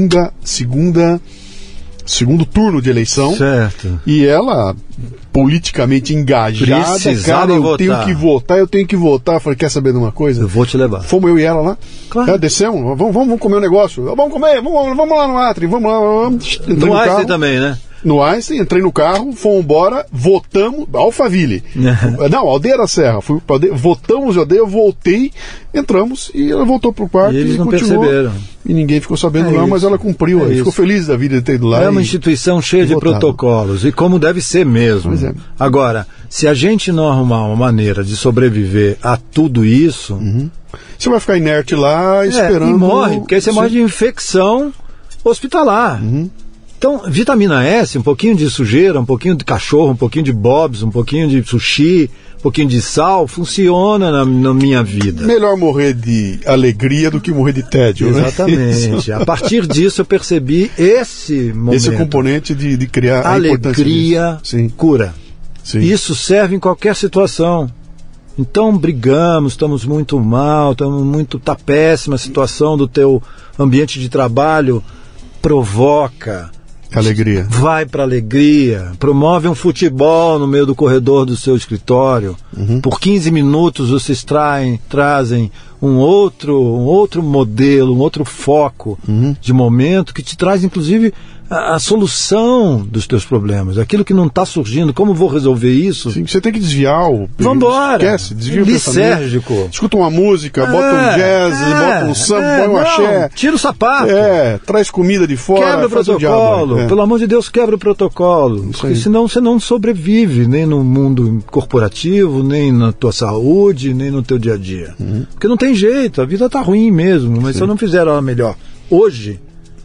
Segundo turno de eleição. Certo. E ela, politicamente engajada, precisava eu tenho que votar. Eu falei, quer saber de uma coisa? Eu vou te levar. Fomos eu e ela lá. Claro. Descemos, vamos comer um negócio. Vamos comer, vamos lá no Atri, vamos lá. No Einstein também, né? no Einstein, entrei no carro, fomos embora, votamos, Alphaville. Não, Aldeia da Serra. Fui pra Aldeia, votamos em Aldeia, eu voltei, entramos e ela voltou pro quarto e eles não continuou. Perceberam. E ninguém ficou sabendo lá, mas ela cumpriu. Ficou feliz da vida de ter ido lá. É uma instituição cheia de protocolos, e como deve ser mesmo. Pois é. Agora, se a gente não arrumar uma maneira de sobreviver a tudo isso... Você vai ficar inerte lá, esperando... E morre, porque aí você morre de infecção hospitalar. Então, vitamina S, um pouquinho de sujeira, um pouquinho de cachorro, um pouquinho de bobs, um pouquinho de sushi, um pouquinho de sal, funciona na minha vida. Melhor morrer de alegria do que morrer de tédio, Exatamente. A partir disso eu percebi esse momento. Esse componente de criar alegria, cura. Sim. Isso serve em qualquer situação. Então brigamos, estamos muito mal, tá péssima a situação do teu ambiente de trabalho, provoca alegria. Vai para alegria, promove um futebol no meio do corredor do seu escritório. Por 15 minutos vocês trazem um outro modelo, um outro foco de momento que te traz inclusive a solução dos teus problemas, aquilo que não está surgindo, como vou resolver isso? Sim, você tem que desviar o... Vambora! Esquece, desvia o lisérgico. Escuta uma música, bota um jazz, bota um samba, põe um axé. Tira o sapato. Traz comida de fora. Quebra o protocolo. Pelo amor de Deus, quebra o protocolo. Porque senão você não sobrevive, nem no mundo corporativo, nem na tua saúde, nem no teu dia a dia. Porque não tem jeito, a vida está ruim mesmo, mas se eu não fizer ela melhor hoje,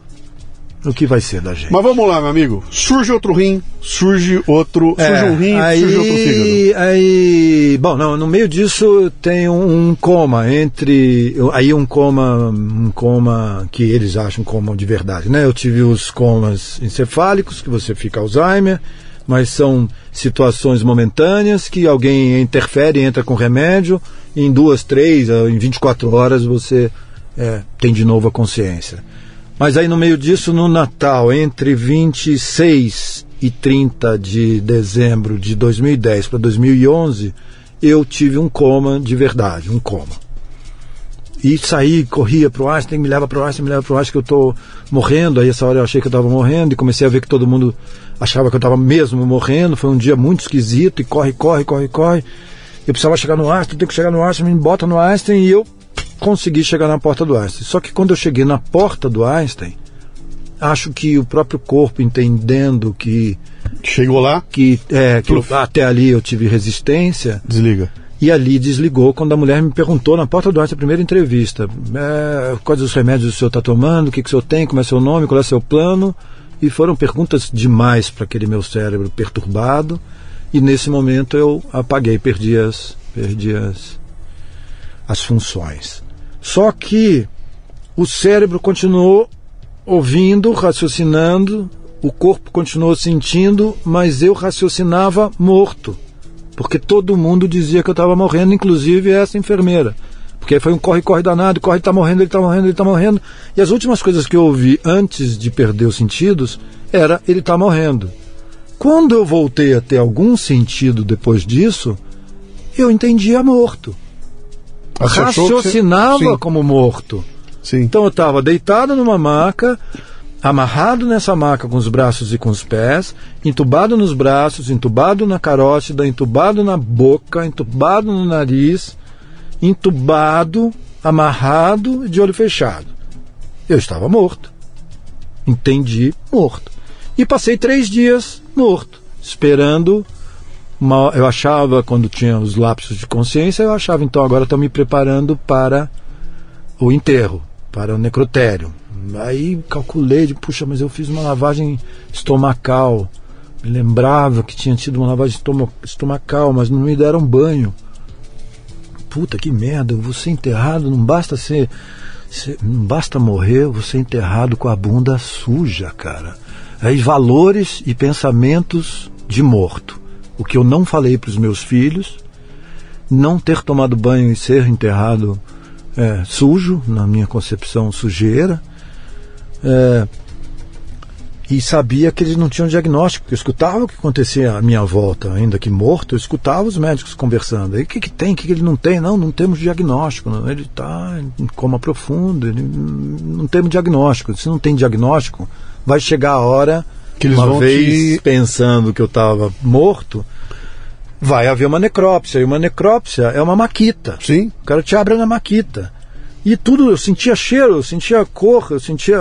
o que vai ser da gente? Mas vamos lá, meu amigo. Surge outro rim, surge um rim, surge outro fígado. Bom, no meio disso tem um coma um coma que eles acham coma de verdade, né? Eu tive os comas encefálicos, que você fica Alzheimer, mas são situações momentâneas que alguém interfere, entra com remédio, e em 2, 3, em 24 horas você tem de novo a consciência. Mas aí no meio disso, no Natal, entre 26 e 30 de dezembro de 2010 para 2011, eu tive um coma de verdade, um coma. E saí, corria para o Einstein, me leva para o Einstein, que eu estou morrendo. Aí essa hora eu achei que eu estava morrendo e comecei a ver que todo mundo achava que eu estava mesmo morrendo. Foi um dia muito esquisito e corre. Eu precisava chegar no Einstein, tenho que chegar no Einstein, me bota no Einstein, e eu consegui chegar na porta do Einstein. Só que quando eu cheguei na porta do Einstein, acho que o próprio corpo entendendo que... Chegou lá? Que até ali eu tive resistência. Desliga. E ali desligou quando a mulher me perguntou na porta do Einstein, a primeira entrevista, quais os remédios o senhor está tomando, o que o senhor tem, como é seu nome, qual é seu plano. E foram perguntas demais para aquele meu cérebro perturbado. E nesse momento eu apaguei, perdi as funções. Só que o cérebro continuou ouvindo, raciocinando, o corpo continuou sentindo, mas eu raciocinava morto, porque todo mundo dizia que eu estava morrendo, inclusive essa enfermeira, porque foi um corre danado, ele está morrendo, e as últimas coisas que eu ouvi antes de perder os sentidos era ele está morrendo. Quando eu voltei a ter algum sentido depois disso, eu entendia morto. Raciocinava como morto. Sim. Então eu estava deitado numa maca, amarrado nessa maca com os braços e com os pés, entubado nos braços, entubado na carótida, entubado na boca, entubado no nariz, entubado, amarrado, de olho fechado. Eu estava morto. Entendi morto. E passei 3 dias morto, esperando. Eu achava, quando tinha os lapsos de consciência, eu achava, então agora estou me preparando para o enterro, para o necrotério. Aí calculei, puxa, mas eu fiz uma lavagem estomacal. Me lembrava que tinha tido uma lavagem estomacal, mas não me deram banho. Puta, que merda, eu vou ser enterrado, não basta não basta morrer, eu vou ser enterrado com a bunda suja, cara. Aí valores e pensamentos de morto. O que eu não falei para os meus filhos, não ter tomado banho e ser enterrado sujo, na minha concepção sujeira, e sabia que eles não tinham diagnóstico, porque eu escutava o que acontecia à minha volta, ainda que morto, eu escutava os médicos conversando. Aí o que tem, o que ele não tem? Não temos diagnóstico, ele está em coma profundo, não temos diagnóstico. Se não tem diagnóstico, vai chegar a hora Que eles uma vão vez pensando que eu estava morto, vai haver uma necrópsia. E uma necrópsia é uma maquita. Sim. O cara te abre na maquita. E tudo, eu sentia cheiro, eu sentia cor, eu sentia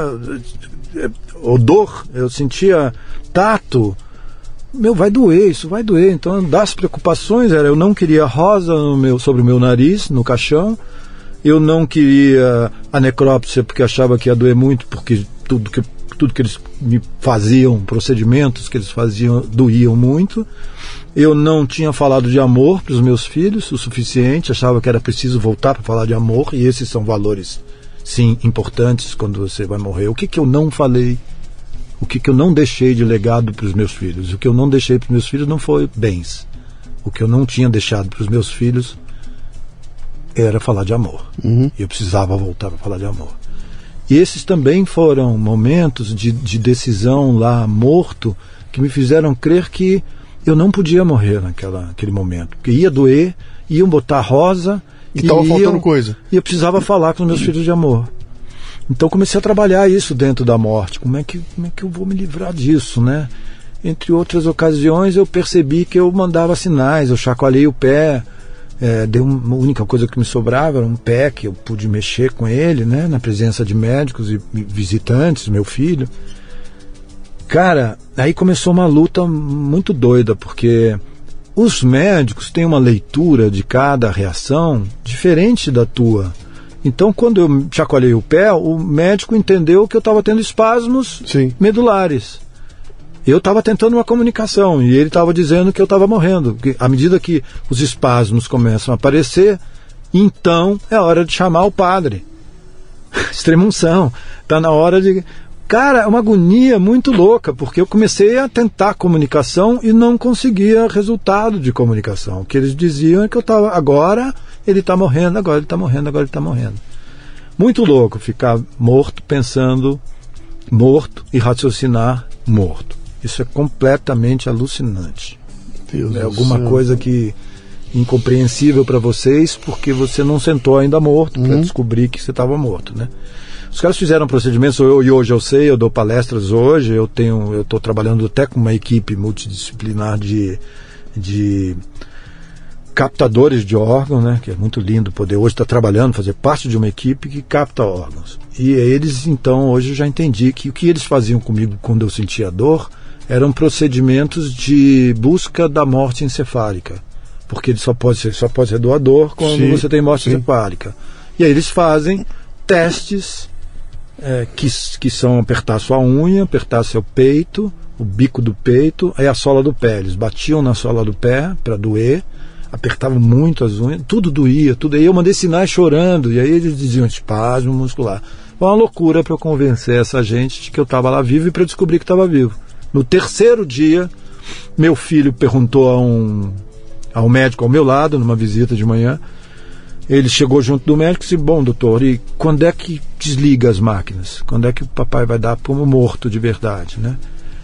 odor, eu sentia tato. Meu, vai doer, isso vai doer. Então, das preocupações era, eu não queria rosa sobre o meu nariz, no caixão. Eu não queria a necrópsia porque achava que ia doer muito, porque tudo que eles me faziam, procedimentos que eles faziam, doíam muito. Eu não tinha falado de amor para os meus filhos o suficiente, achava que era preciso voltar para falar de amor, e esses são valores, sim, importantes quando você vai morrer. O que eu não falei? O que eu não deixei de legado para os meus filhos? O que eu não deixei para os meus filhos não foi bens. O que eu não tinha deixado para os meus filhos era falar de amor. E eu precisava voltar para falar de amor. E esses também foram momentos de decisão lá, morto, que me fizeram crer que eu não podia morrer naquele momento. Porque ia doer, iam botar rosa. E estava faltando coisa. E eu precisava falar com os meus filhos de amor. Então comecei a trabalhar isso dentro da morte. Como é que eu vou me livrar disso, né? Entre outras ocasiões eu percebi que eu mandava sinais, eu chacoalhei o pé. A única coisa que me sobrava era um pé que eu pude mexer com ele, né, na presença de médicos e visitantes, meu filho. Cara, aí começou uma luta muito doida, porque os médicos têm uma leitura de cada reação diferente da tua. Então, quando eu chacoalhei o pé, o médico entendeu que eu estava tendo espasmos medulares. Eu estava tentando uma comunicação e ele estava dizendo que eu estava morrendo. Que à medida que os espasmos começam a aparecer, então é hora de chamar o padre. Extrema-unção. Está na hora de... Cara, é uma agonia muito louca, porque eu comecei a tentar comunicação e não conseguia resultado de comunicação. O que eles diziam é que eu estava... Agora ele está morrendo, agora ele está morrendo, agora ele está morrendo. Muito louco ficar morto, pensando morto e raciocinar morto. Isso é completamente alucinante. Deus é alguma coisa que incompreensível para vocês, porque você não sentou ainda morto para descobrir que você estava morto, né? Os caras fizeram procedimentos, e hoje eu sei, eu dou palestras hoje, eu estou trabalhando até com uma equipe multidisciplinar de captadores de órgãos, né? Que é muito lindo poder hoje estar trabalhando, fazer parte de uma equipe que capta órgãos. E eles, então, hoje eu já entendi que o que eles faziam comigo quando eu sentia dor eram procedimentos de busca da morte encefálica, porque ele só pode ser doador quando você tem morte encefálica. E aí eles fazem testes que são apertar sua unha, apertar seu peito, o bico do peito, aí a sola do pé. Eles batiam na sola do pé para doer, apertavam muito as unhas, tudo doía, tudo. Aí eu mandei sinais chorando, e aí eles diziam espasmo muscular. Foi uma loucura para eu convencer essa gente de que eu estava lá vivo e para descobrir que estava vivo. No terceiro dia, meu filho perguntou a um médico ao meu lado, numa visita de manhã. Ele chegou junto do médico e disse: bom, doutor, e quando é que desliga as máquinas? Quando é que o papai vai dar como morto de verdade, né?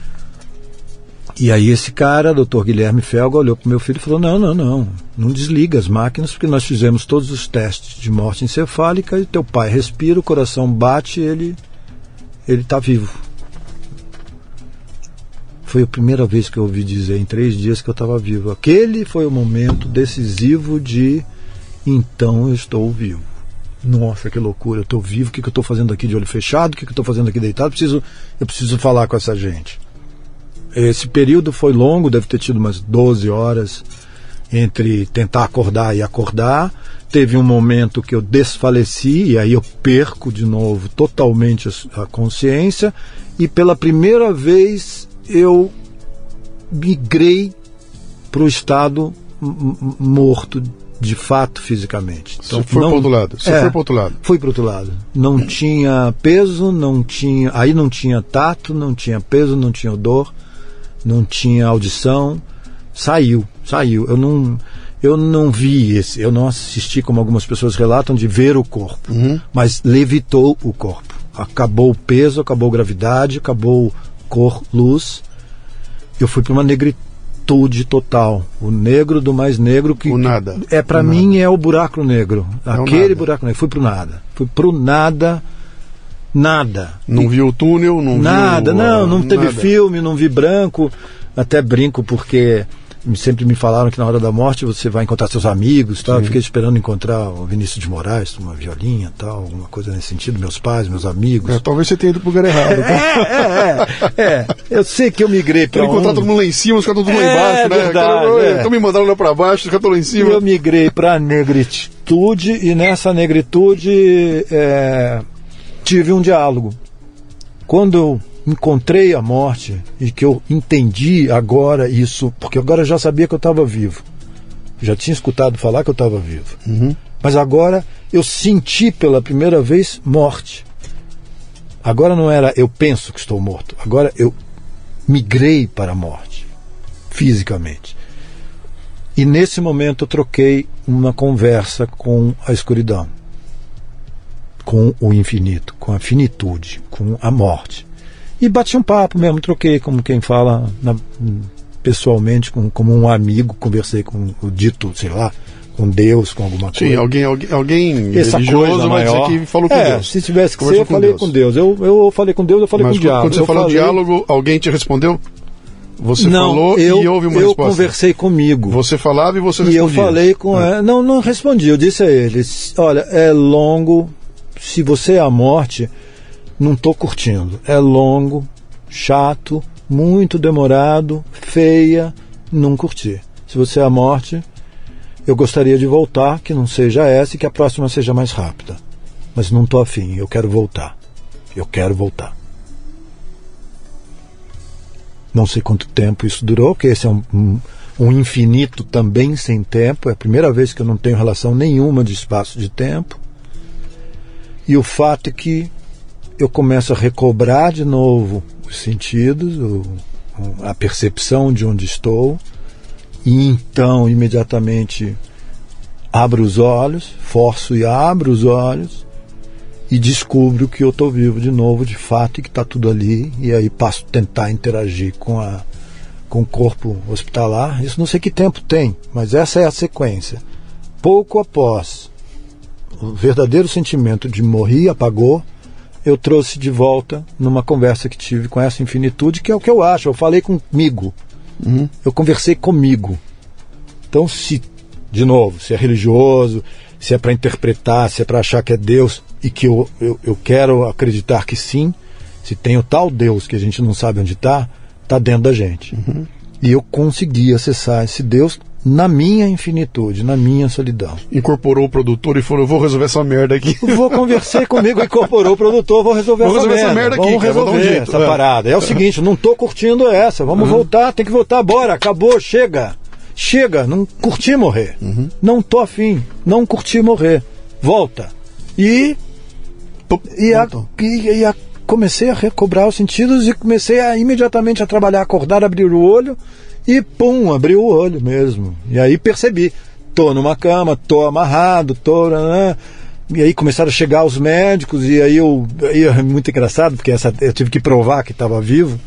E aí esse cara, doutor Guilherme Felga, olhou para o meu filho e falou: não desliga as máquinas, porque nós fizemos todos os testes de morte encefálica e teu pai respira, o coração bate, ele está vivo. Foi a primeira vez que eu ouvi dizer em 3 dias que eu estava vivo. Aquele foi o momento decisivo de... Então eu estou vivo. Nossa, que loucura, eu estou vivo. O que eu estou fazendo aqui de olho fechado? O que eu estou fazendo aqui deitado? Eu preciso falar com essa gente. Esse período foi longo, deve ter tido umas 12 horas entre tentar acordar e acordar. Teve um momento que eu desfaleci, e aí eu perco de novo totalmente a consciência, e pela primeira vez eu migrei para o estado morto, de fato, fisicamente. Então, foi para o outro lado. Você foi para o outro lado. Fui para o outro lado. Não tinha peso, aí não tinha tato, não tinha peso, não tinha odor, não tinha audição. Saiu. Eu não vi eu não assisti, como algumas pessoas relatam, de ver o corpo, mas levitou o corpo. Acabou o peso, acabou a gravidade, acabou cor, luz. Eu fui para uma negritude total. O negro do mais negro, que o nada. Para mim é o buraco negro. Aquele buraco negro. Fui pro nada. Nada. Não viu o túnel, não teve filme, não vi branco. Até brinco porque sempre me falaram que na hora da morte você vai encontrar seus amigos, tal. Eu fiquei esperando encontrar o Vinícius de Moraes, uma violinha, tal, alguma coisa nesse sentido, meus pais, meus amigos. Talvez você tenha ido pro lugar errado. Eu sei que eu migrei para encontrar todo mundo lá em cima, os caras todo mundo lá embaixo, né? Verdade, então me mandaram lá para baixo, os caras estão lá em cima. Eu migrei para negritude e nessa negritude tive um diálogo. Quando eu encontrei a morte e que eu entendi agora isso, porque agora eu já sabia que eu estava vivo, já tinha escutado falar que eu estava vivo, mas agora eu senti pela primeira vez morte. Agora não era eu penso que estou morto, agora eu migrei para a morte fisicamente. E nesse momento eu troquei uma conversa com a escuridão, com o infinito, com a finitude, com a morte. E bati um papo mesmo, troquei como quem fala pessoalmente, como um amigo, conversei com o dito, sei lá, com Deus, com alguma coisa. Sim, alguém essa religioso coisa vai maior. dizer que falou com Deus. Se tivesse que ser, eu falei com Deus. Eu falei com Deus, eu falei com o diálogo. Quando você falou diálogo, alguém te respondeu? Você não, falou e houve uma resposta? Eu conversei comigo. Você falava e você respondia? E eu falei com não respondi, eu disse a eles, olha, é longo, se você é a morte, não estou curtindo. É longo, chato, muito demorado, feia, não curti. Se você é a morte, eu gostaria de voltar, que não seja essa e que a próxima seja mais rápida. Mas não estou afim, eu quero voltar. Eu quero voltar. Não sei quanto tempo isso durou, porque esse é um infinito também sem tempo. É a primeira vez que eu não tenho relação nenhuma de espaço de tempo. E o fato é que eu começo a recobrar de novo os sentidos, a percepção de onde estou, e então imediatamente abro os olhos, forço e abro os olhos e descubro que eu estou vivo de novo, de fato, e que está tudo ali, e aí passo a tentar interagir com o corpo hospitalar. Isso não sei que tempo tem, mas essa é a sequência. Pouco após o verdadeiro sentimento de morrer apagou, eu trouxe de volta numa conversa que tive com essa infinitude, que é o que eu acho, eu falei comigo, eu conversei comigo. Então, de novo, se é religioso, se é para interpretar, se é para achar que é Deus, e que eu quero acreditar que sim, se tem o tal Deus que a gente não sabe onde está dentro da gente. E eu consegui acessar esse Deus na minha infinitude, na minha solidão. Incorporou o produtor e falou, eu vou resolver essa merda aqui. Conversei comigo, incorporou o produtor, vou resolver essa merda aqui. Vamos resolver essa parada. É o seguinte, não estou curtindo essa, vamos voltar, tem que voltar, bora, acabou, chega, não curti morrer, não tô afim, não curti morrer, volta. E comecei a recobrar os sentidos e comecei imediatamente a trabalhar, acordar, abrir o olho. E pum, abriu o olho mesmo. E aí percebi, tô numa cama, tô amarrado, e aí começaram a chegar os médicos, e aí é muito engraçado, porque eu tive que provar que estava vivo.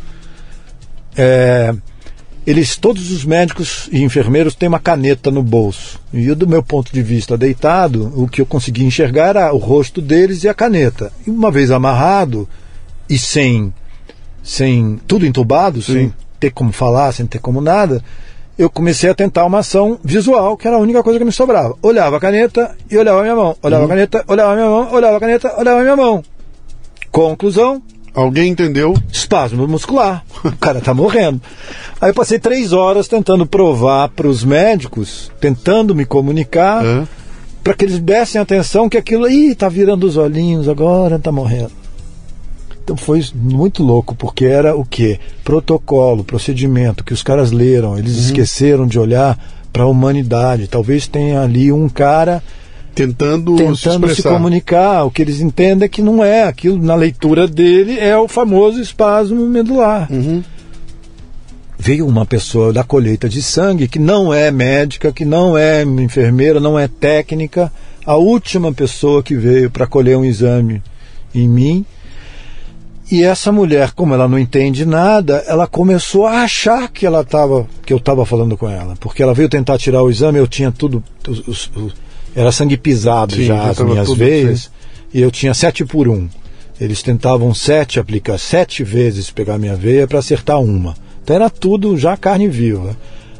Todos os médicos e enfermeiros têm uma caneta no bolso. E eu, do meu ponto de vista deitado, o que eu consegui enxergar era o rosto deles e a caneta. E uma vez amarrado e sem tudo entubado, sem ter como falar, sem ter como nada, eu comecei a tentar uma ação visual, que era a única coisa que me sobrava. Olhava a caneta e olhava a minha mão. Olhava a caneta, olhava a minha mão, olhava a caneta, olhava a minha mão. Conclusão. Alguém entendeu? Espasmo muscular. O cara tá morrendo. Aí eu passei 3 horas tentando provar para os médicos, tentando me comunicar, para que eles dessem atenção que aquilo aí tá virando os olhinhos agora, tá morrendo. Então foi muito louco, porque era o quê? Protocolo, procedimento, que os caras leram, eles esqueceram de olhar para a humanidade. Talvez tenha ali um cara tentando se comunicar. O que eles entendem é que não é aquilo, na leitura dele é o famoso espasmo medular. Veio uma pessoa da colheita de sangue que não é médica, que não é enfermeira, não é técnica, a última pessoa que veio para colher um exame em mim. E essa mulher, como ela não entende nada, ela começou a achar que eu estava falando com ela, porque ela veio tentar tirar o exame, eu tinha tudo, era sangue pisado. Sim, já as minhas veias, e eu tinha 7 por 1. Eles tentavam 7 vezes pegar minha veia para acertar uma. Então era tudo já carne viva.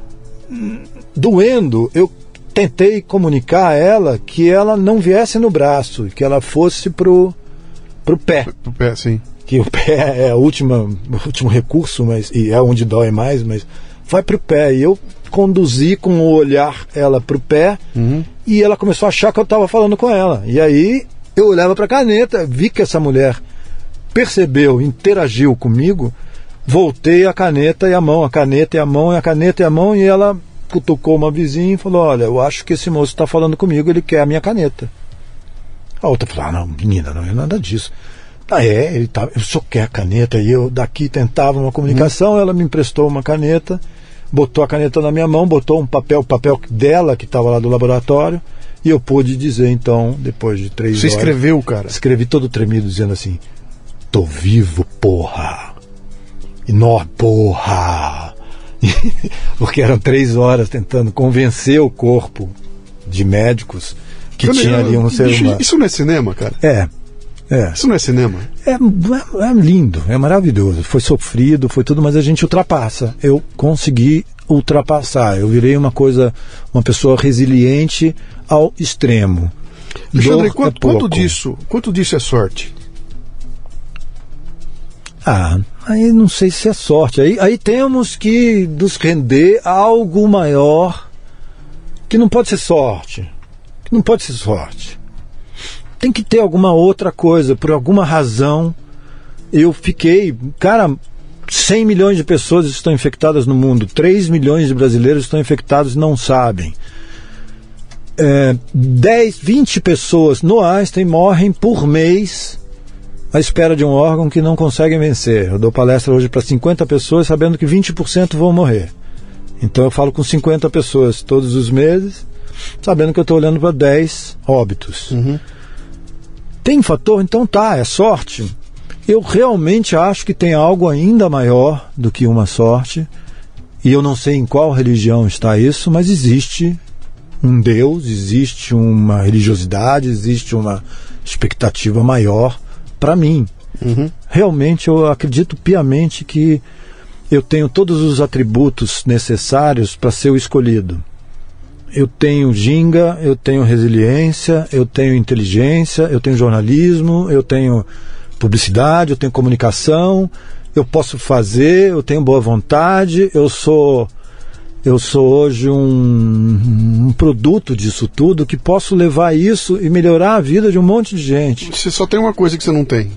Doendo, eu tentei comunicar a ela que ela não viesse no braço, que ela fosse pro pé. Pro pé, sim. Que o pé é o último recurso, e é onde dói mais, mas vai pro pé. E eu conduzi com o olhar ela pro pé, e ela começou a achar que eu estava falando com ela. E aí eu olhava para a caneta, vi que essa mulher percebeu, interagiu comigo, voltei a caneta e a mão, a caneta e a mão, e a caneta e a mão, e ela cutucou uma vizinha e falou: olha, eu acho que esse moço está falando comigo, ele quer a minha caneta. A outra falou: não, menina, não é nada disso. Ele só quer a caneta. E eu daqui tentava uma comunicação, ela me emprestou uma caneta, botou a caneta na minha mão, botou o papel dela que estava lá do laboratório, e eu pude dizer então, depois de 3 horas... Você escreveu, cara? Escrevi todo tremido, dizendo assim: tô vivo, porra! Enorme, porra! Porque eram 3 horas tentando convencer o corpo de médicos que tinha ali um ser humano. Isso não é cinema, cara? É. Isso não é cinema? É lindo, é maravilhoso. Foi sofrido, foi tudo, mas a gente ultrapassa. Eu consegui ultrapassar. Eu virei uma pessoa resiliente ao extremo. Alexandre, quanto disso é sorte? Aí não sei se é sorte. Aí temos que nos render a algo maior, que não pode ser sorte. Tem que ter alguma outra coisa. Por alguma razão eu fiquei... Cara, 100 milhões de pessoas estão infectadas no mundo, 3 milhões de brasileiros estão infectados e não sabem. 20 pessoas no Einstein morrem por mês à espera de um órgão que não conseguem vencer. Eu dou palestra hoje para 50 pessoas sabendo que 20% vão morrer. Então eu falo com 50 pessoas todos os meses, sabendo que eu estou olhando para 10 óbitos. Tem fator? Então é sorte. Eu realmente acho que tem algo ainda maior do que uma sorte, e eu não sei em qual religião está isso, mas existe um Deus, existe uma religiosidade, existe uma expectativa maior para mim. Realmente eu acredito piamente que eu tenho todos os atributos necessários para ser o escolhido. Eu tenho ginga, eu tenho resiliência, eu tenho inteligência, eu tenho jornalismo, eu tenho publicidade, eu tenho comunicação, eu posso fazer, eu tenho boa vontade, eu sou hoje um produto disso tudo, que posso levar isso e melhorar a vida de um monte de gente. Você só tem uma coisa que você não tem.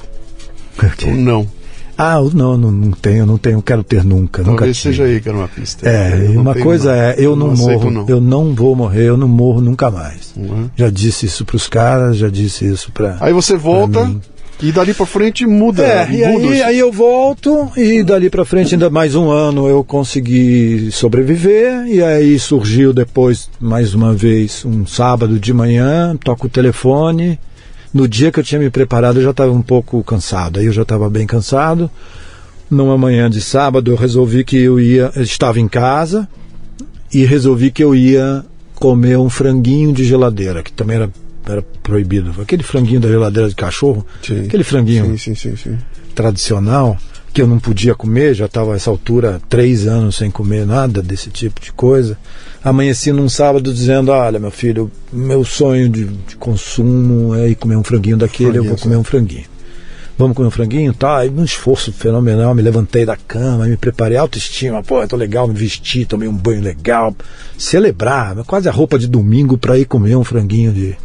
O não. Não tenho, quero ter nunca. Talvez seja aí que era uma pista. Uma coisa eu não morro, eu não vou morrer, eu não morro nunca mais. Já disse isso pros caras, já disse isso pra... Aí você volta e dali pra frente muda. Aí eu volto e dali pra frente ainda mais um ano eu consegui sobreviver, e aí surgiu depois, mais uma vez, um sábado de manhã, toco o telefone. No dia que eu tinha me preparado eu já estava um pouco cansado, aí eu já estava bem cansado. Numa manhã de sábado eu resolvi que eu estava em casa e resolvi que eu ia comer um franguinho de geladeira, que também era proibido. Aquele franguinho da geladeira de cachorro, aquele franguinho tradicional, que eu não podia comer, já estava a essa altura 3 anos sem comer nada desse tipo de coisa. Amanheci num sábado dizendo: olha, meu filho, meu sonho de consumo é ir comer um franguinho daquele, eu vou comer um franguinho. Vamos comer um franguinho? Tá, e um esforço fenomenal, me levantei da cama, me preparei, autoestima, eu tô legal, me vesti, tomei um banho legal, celebrar, quase a roupa de domingo para ir comer um franguinho de...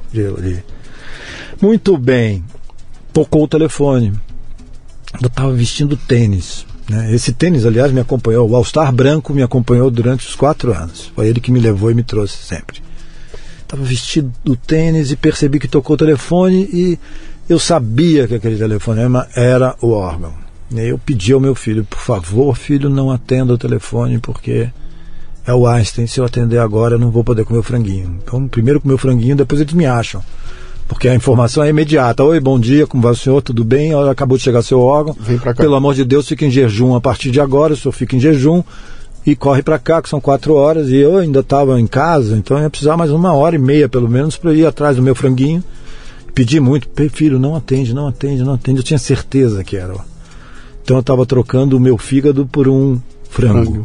Muito bem, tocou o telefone. Eu estava vestindo tênis, né? Esse tênis, aliás, me acompanhou, o All Star branco me acompanhou durante os 4 anos. Foi ele que me levou e me trouxe sempre. Estava vestido do tênis e percebi que tocou o telefone, e eu sabia que aquele telefonema era o órgão. E aí eu pedi ao meu filho: por favor, filho, não atenda o telefone, porque é o Einstein, se eu atender agora eu não vou poder comer o franguinho. Então primeiro comer o franguinho, depois eles me acham. Porque a informação é imediata. Oi, bom dia, como vai o senhor? Tudo bem? Olha, acabou de chegar seu órgão. Vem pra cá. Pelo amor de Deus, fica em jejum a partir de agora. O senhor fica em jejum e corre para cá, que são 4 horas. E eu ainda estava em casa, então eu ia precisar mais 1h30 pelo menos para ir atrás do meu franguinho. Pedi muito, filho, não atende. Eu tinha certeza que era. Então eu estava trocando o meu fígado por um frango.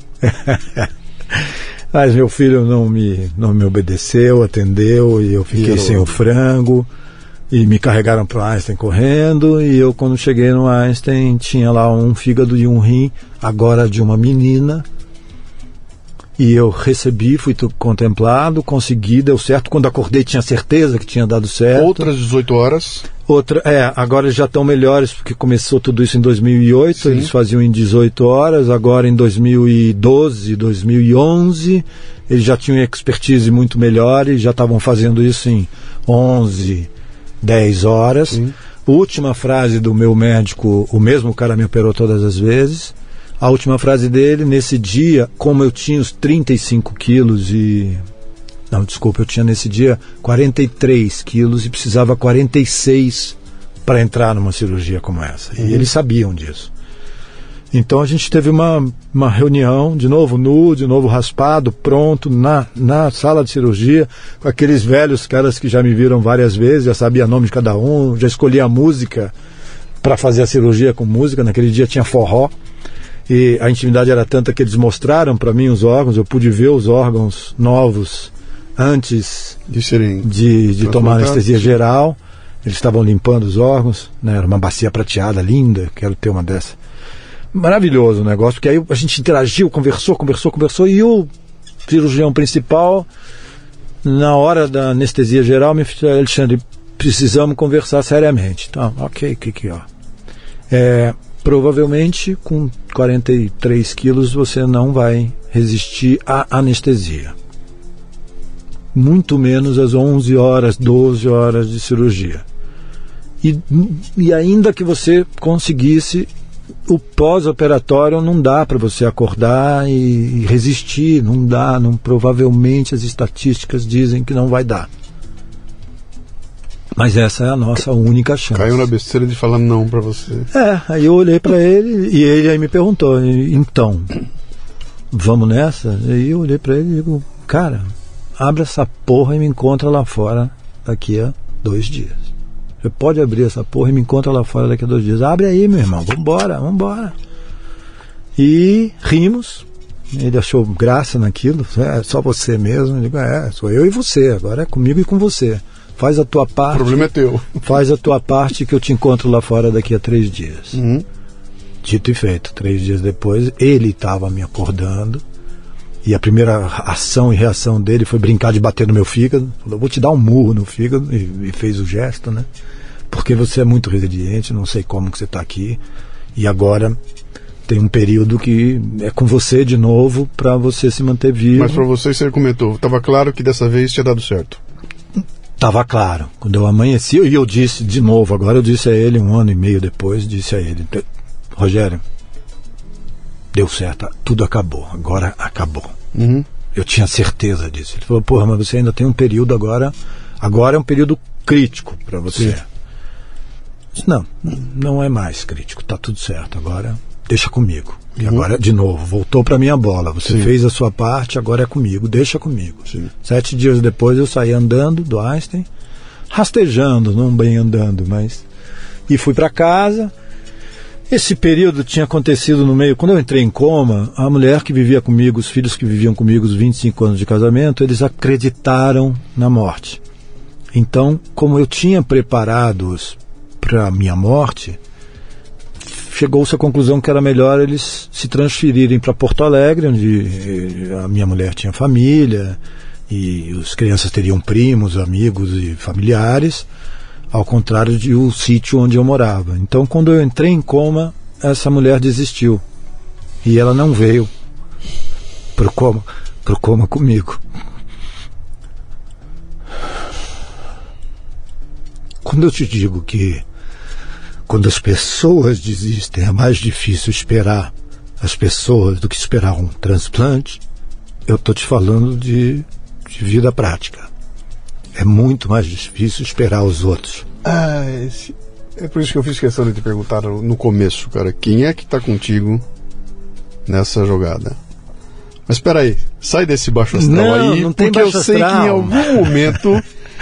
Mas meu filho não me obedeceu, atendeu, e eu fiquei sem o frango. E me carregaram para o Einstein correndo, e eu, quando cheguei no Einstein, tinha lá um fígado e um rim, agora de uma menina. E eu recebi, fui contemplado, consegui, deu certo. Quando acordei tinha certeza que tinha dado certo. Outras 18 horas? Agora eles já estão melhores, porque começou tudo isso em 2008, Sim. Eles faziam em 18 horas, agora em 2012, 2011, eles já tinham expertise muito melhor e já estavam fazendo isso em 11, 10 horas. Sim. Última frase do meu médico, o mesmo cara me operou todas as vezes. A última frase dele, nesse dia, como eu tinha os 35 quilos eu tinha nesse dia 43 quilos e precisava 46 para entrar numa cirurgia como essa. E eles sabiam disso. Então a gente teve uma reunião, de novo nu, de novo raspado, pronto, na sala de cirurgia, com aqueles velhos caras que já me viram várias vezes, já sabia o nome de cada um, já escolhi a música para fazer a cirurgia com música. Naquele dia tinha forró. E a intimidade era tanta que eles mostraram para mim os órgãos, eu pude ver os órgãos novos antes de tomar anestesia geral. Eles estavam limpando os órgãos, né? Era uma bacia prateada linda, quero ter uma dessa. Maravilhoso o negócio, porque aí a gente interagiu, conversou, e o cirurgião principal, na hora da anestesia geral, me disse: Alexandre, precisamos conversar seriamente. Então, ok, provavelmente com 43 quilos você não vai resistir à anestesia. Muito menos às 11 horas, 12 horas de cirurgia. E ainda que você conseguisse, o pós-operatório não dá para você acordar e resistir, não dá, provavelmente as estatísticas dizem que não vai dar. Mas essa é a nossa única chance. Caiu na besteira de falar não pra você. Aí eu olhei pra ele e ele aí me perguntou: então, vamos nessa? Aí eu olhei pra ele e digo: cara, abre essa porra e me encontra lá fora daqui a 2 dias. Você pode abrir essa porra e me encontra lá fora daqui a 2 dias. Abre aí, meu irmão, vambora. E rimos. Ele achou graça naquilo. É só você mesmo? Eu digo: sou eu e você, agora é comigo e com você. Faz a tua parte. O problema é teu. Faz a tua parte que eu te encontro lá fora daqui a 3 dias. Dito e feito. 3 dias depois, ele estava me acordando. E a primeira ação e reação dele foi brincar de bater no meu fígado. Falou: vou te dar um murro no fígado. E fez o gesto, né? Porque você é muito resiliente, não sei como que você está aqui. E agora tem um período que é com você de novo para você se manter vivo. Mas para você comentou, estava claro que dessa vez tinha dado certo. Estava claro. Quando eu amanheci, e eu disse de novo, agora eu disse a ele 1 ano e meio depois, disse a ele: Rogério, deu certo, tudo acabou, agora acabou. Eu tinha certeza disso. Ele falou: porra, mas você ainda tem um período agora é um período crítico para você. Sim. Disse: não é mais crítico, está tudo certo, agora deixa comigo. E agora, de novo, voltou para minha bola. Você fez a sua parte, agora é comigo, deixa comigo. Sim. 7 dias depois eu saí andando do Einstein, rastejando, não bem andando, mas... E fui para casa. Esse período tinha acontecido no meio... Quando eu entrei em coma, a mulher que vivia comigo, os filhos que viviam comigo, os 25 anos de casamento, eles acreditaram na morte. Então, como eu tinha preparado-os para a minha morte... Chegou-se à conclusão que era melhor eles se transferirem para Porto Alegre, onde a minha mulher tinha família e as crianças teriam primos, amigos e familiares, ao contrário do sítio onde eu morava. Então, quando eu entrei em coma, essa mulher desistiu e ela não veio pro coma comigo. Quando eu te digo que quando as pessoas desistem, é mais difícil esperar as pessoas do que esperar um transplante, eu estou te falando de vida prática. É muito mais difícil esperar os outros. É por isso que eu fiz questão de te perguntar no começo, cara, quem é que está contigo nessa jogada? Mas espera aí, sai desse baixo astral aí, não tem porque eu sei que em algum momento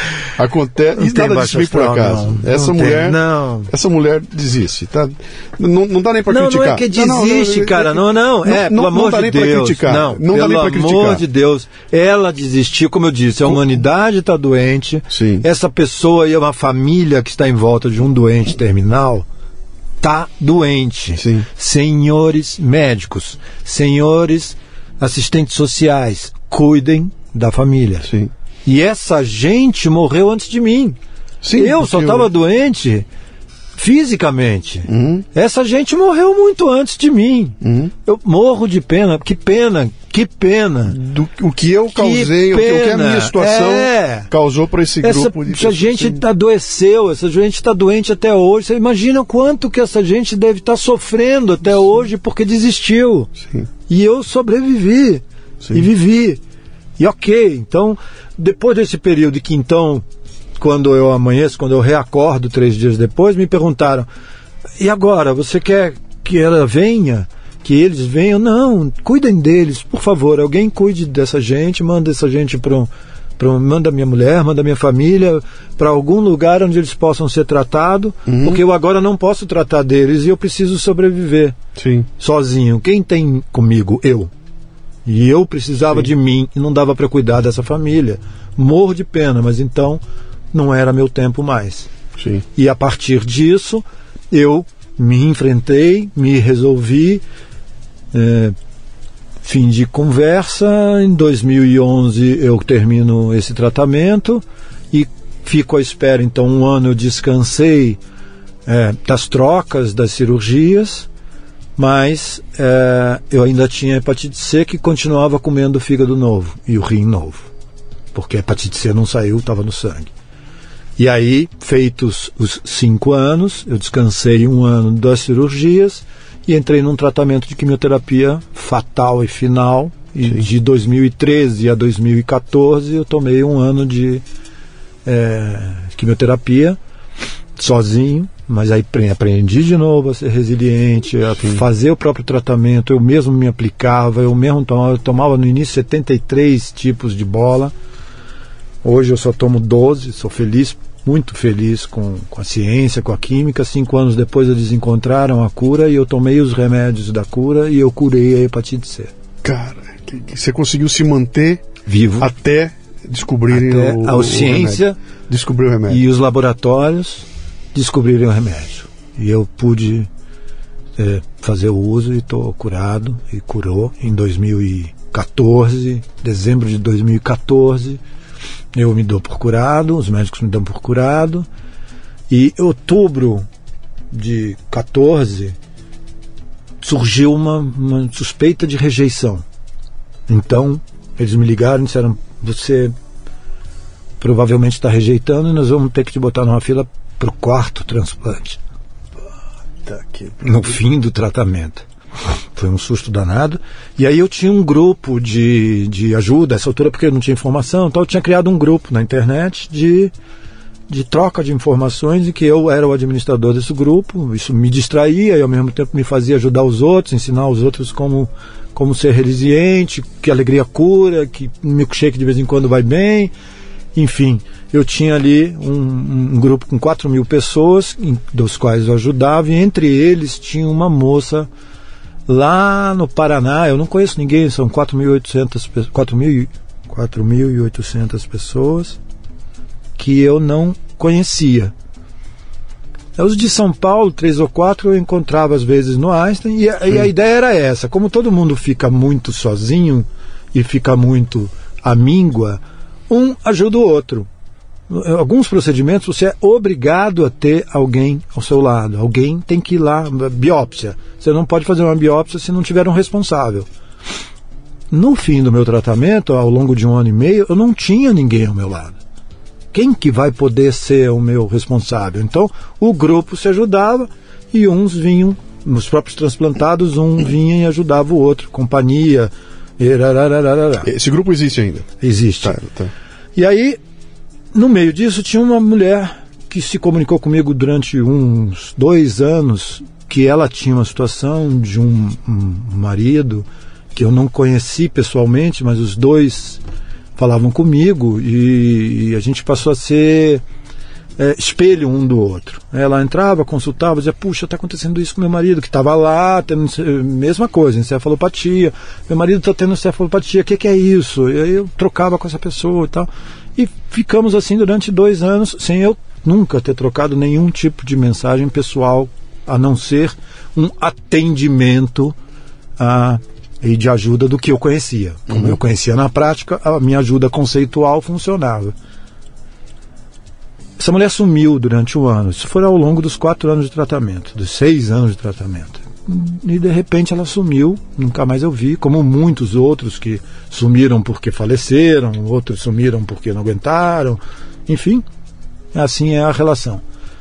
Acontece. E nada disso vem por acaso. Essa mulher desiste, tá? Não dá nem pra criticar. Não é que desiste, cara. Não. Pelo amor de Deus. Não dá nem pra criticar. Pelo amor de Deus. Ela desistiu, como eu disse, a humanidade está doente. Sim. Essa pessoa e uma família que está em volta de um doente terminal está doente. Sim. Senhores médicos, senhores assistentes sociais, cuidem da família. Sim. E essa gente morreu antes de mim. Sim, eu só estava doente fisicamente. Essa gente morreu muito antes de mim. Eu morro de pena. Que pena. O que eu causei, o que a minha situação causou para esse grupo de pessoas. Essa gente adoeceu, essa gente está doente até hoje. Você imagina quanto que essa gente deve estar sofrendo até hoje porque desistiu. Sim. E eu sobrevivi. Sim. E vivi. E ok, então, depois desse período que então, quando eu amanheço, quando eu reacordo 3 dias depois, me perguntaram, e agora, você quer que ela venha? Que eles venham? Não, cuidem deles, por favor, alguém cuide dessa gente, manda essa gente manda minha mulher, manda minha família para algum lugar onde eles possam ser tratados, porque eu agora não posso tratar deles e eu preciso sobreviver. Sim. Sozinho. Quem tem comigo? Eu. E eu precisava de mim e não dava para cuidar dessa família. Morro de pena, mas então não era meu tempo mais. Sim. E a partir disso eu me enfrentei, me resolvi, fim de conversa. Em 2011 eu termino esse tratamento e fico à espera. Então 1 ano eu descansei das trocas, das cirurgias, mas eu ainda tinha hepatite C, que continuava comendo o fígado novo e o rim novo, porque a hepatite C não saiu, estava no sangue. E aí, feitos os 5 anos, eu descansei 1 ano das cirurgias e entrei num tratamento de quimioterapia fatal e final. E de 2013 a 2014 eu tomei 1 ano de quimioterapia sozinho. Mas aí aprendi de novo a ser resiliente, a fazer o próprio tratamento. Eu mesmo me aplicava, eu mesmo tomava no início 73 tipos de bola. Hoje eu só tomo 12, sou feliz, muito feliz com a ciência, com a química. 5 anos depois eles encontraram a cura e eu tomei os remédios da cura e eu curei a hepatite C. Cara, você conseguiu se manter vivo até descobrirem a ciência, descobrir o remédio. E os laboratórios descobrirem o remédio. E eu pude fazer o uso e estou curado, e curou em 2014, dezembro de 2014. Eu me dou por curado, os médicos me dão por curado, e em outubro de 14 surgiu uma suspeita de rejeição. Então eles me ligaram e disseram: você provavelmente está rejeitando e nós vamos ter que te botar numa fila para o 4º transplante. No fim do tratamento. Foi um susto danado. E aí eu tinha um grupo de ajuda, essa altura, porque eu não tinha informação, então eu tinha criado um grupo na internet de troca de informações, e que eu era o administrador desse grupo. Isso me distraía e ao mesmo tempo me fazia ajudar os outros, ensinar os outros como ser resiliente, que alegria cura, que milkshake de vez em quando vai bem. Enfim, eu tinha ali um grupo com 4.000 pessoas, dos quais eu ajudava, e entre eles tinha uma moça lá no Paraná. Eu não conheço ninguém, são 4.800 pessoas que eu não conhecia. Os de São Paulo, 3 ou 4, eu encontrava às vezes no Einstein, e a ideia era essa: como todo mundo fica muito sozinho e fica muito à míngua, um ajuda o outro. Alguns procedimentos você é obrigado a ter alguém ao seu lado. Alguém tem que ir lá. Biópsia. Você não pode fazer uma biópsia se não tiver um responsável. No fim do meu tratamento, ao longo de 1 ano e meio, eu não tinha ninguém ao meu lado. Quem que vai poder ser o meu responsável? Então, o grupo se ajudava e uns vinham, os próprios transplantados, um vinha e ajudava o outro. Companhia. Esse grupo existe ainda? Existe. Tá. E aí, no meio disso, tinha uma mulher que se comunicou comigo durante uns 2 anos, que ela tinha uma situação de um marido que eu não conheci pessoalmente, mas os dois falavam comigo e a gente passou a ser espelho um do outro. Ela entrava, consultava, dizia, puxa, está acontecendo isso com meu marido, que estava lá, tendo mesma coisa, encefalopatia, meu marido está tendo encefalopatia, o que é isso? E aí eu trocava com essa pessoa e tal, e ficamos assim durante 2 anos, sem eu nunca ter trocado nenhum tipo de mensagem pessoal, a não ser um atendimento e de ajuda do que eu conhecia. Como eu conhecia na prática, a minha ajuda conceitual funcionava. Essa mulher sumiu durante 1 ano. Isso foi ao longo dos 4 anos de tratamento, dos 6 anos de tratamento. E de repente ela sumiu, nunca mais eu vi, como muitos outros que sumiram porque faleceram, outros sumiram porque não aguentaram, enfim, assim é a relação.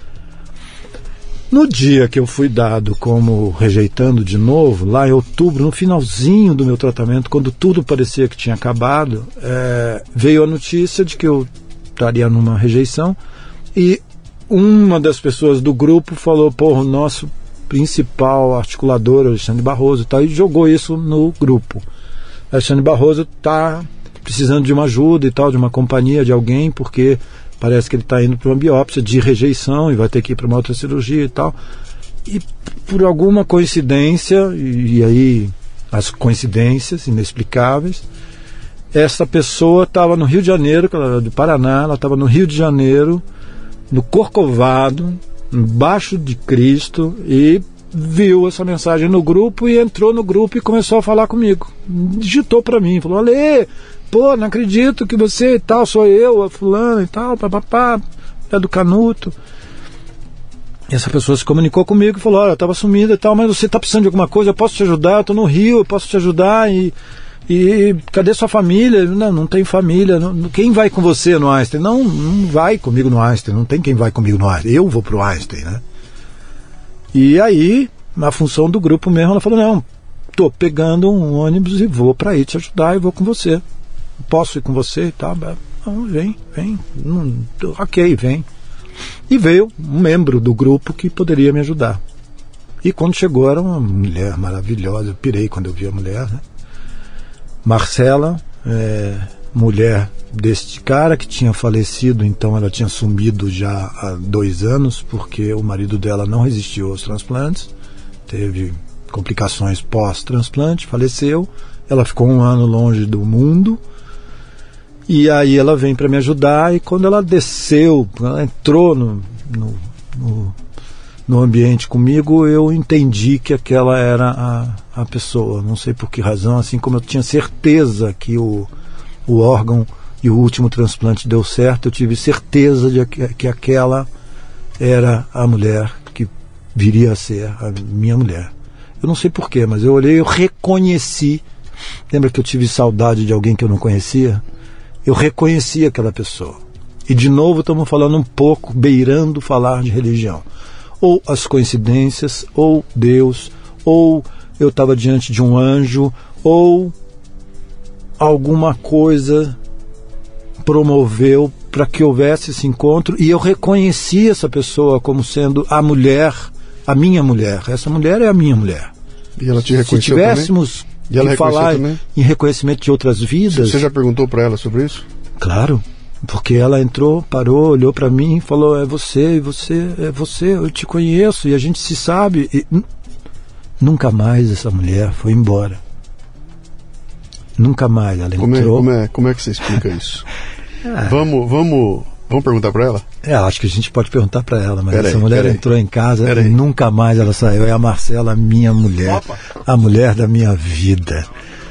No dia que eu fui dado como rejeitando de novo, lá em outubro, no finalzinho do meu tratamento, quando tudo parecia que tinha acabado, veio a notícia de que eu estaria numa rejeição. E uma das pessoas do grupo falou, o nosso principal articulador, Alexandre Barroso, e jogou isso no grupo. Alexandre Barroso está precisando de uma ajuda e tal, de uma companhia, de alguém, porque parece que ele está indo para uma biópsia de rejeição e vai ter que ir para uma outra cirurgia e tal. E por alguma coincidência, e aí as coincidências inexplicáveis, essa pessoa estava no Rio de Janeiro, ela era do Paraná, ela estava no Rio de Janeiro, no Corcovado, embaixo de Cristo, e viu essa mensagem no grupo e entrou no grupo e começou a falar comigo. Digitou para mim, falou, Ale, não acredito que você e tal, sou eu, a fulana e tal, papapá, é do Canuto. E essa pessoa se comunicou comigo e falou, olha, eu estava sumida e tal, mas você está precisando de alguma coisa, eu posso te ajudar, eu estou no Rio, eu posso te ajudar, e cadê sua família? Não tem família. Quem vai com você no Einstein? Não vai comigo no Einstein. Não tem quem vai comigo no Einstein. Eu vou pro Einstein, né? E aí, na função do grupo mesmo, ela falou, não, tô pegando um ônibus e vou para aí te ajudar e vou com você. Posso ir com você e tal? Vem. Ok, vem. E veio um membro do grupo que poderia me ajudar. E quando chegou, era uma mulher maravilhosa. Eu pirei quando eu vi a mulher, né? Marcela, mulher deste cara que tinha falecido, então ela tinha sumido já há 2 anos, porque o marido dela não resistiu aos transplantes, teve complicações pós-transplante, faleceu, ela ficou 1 ano longe do mundo, e aí ela vem para me ajudar, e quando ela desceu, ela entrou no ambiente comigo, eu entendi que aquela era a pessoa, não sei por que razão, assim como eu tinha certeza que o órgão e o último transplante deu certo, eu tive certeza de que aquela era a mulher que viria a ser a minha mulher. Eu não sei porquê, mas eu olhei, eu reconheci, lembra que eu tive saudade de alguém que eu não conhecia? Eu reconheci aquela pessoa. E de novo estamos falando um pouco, beirando falar de religião. Ou as coincidências, ou Deus, ou eu estava diante de um anjo, ou alguma coisa promoveu para que houvesse esse encontro, e eu reconheci essa pessoa como sendo a mulher, a minha mulher. Essa mulher é a minha mulher. E ela te reconheceu. Se tivéssemos que falar em reconhecimento de outras vidas... Você já perguntou para ela sobre isso? Claro. Porque ela entrou, parou, olhou para mim e falou, é você, eu te conheço e a gente se sabe. E nunca mais essa mulher foi embora. Nunca mais ela entrou. Como é que você explica isso? Vamos perguntar para ela? Acho que a gente pode perguntar para ela, mas essa mulher entrou em casa e nunca mais ela saiu. É a Marcela, minha mulher, a mulher da minha vida.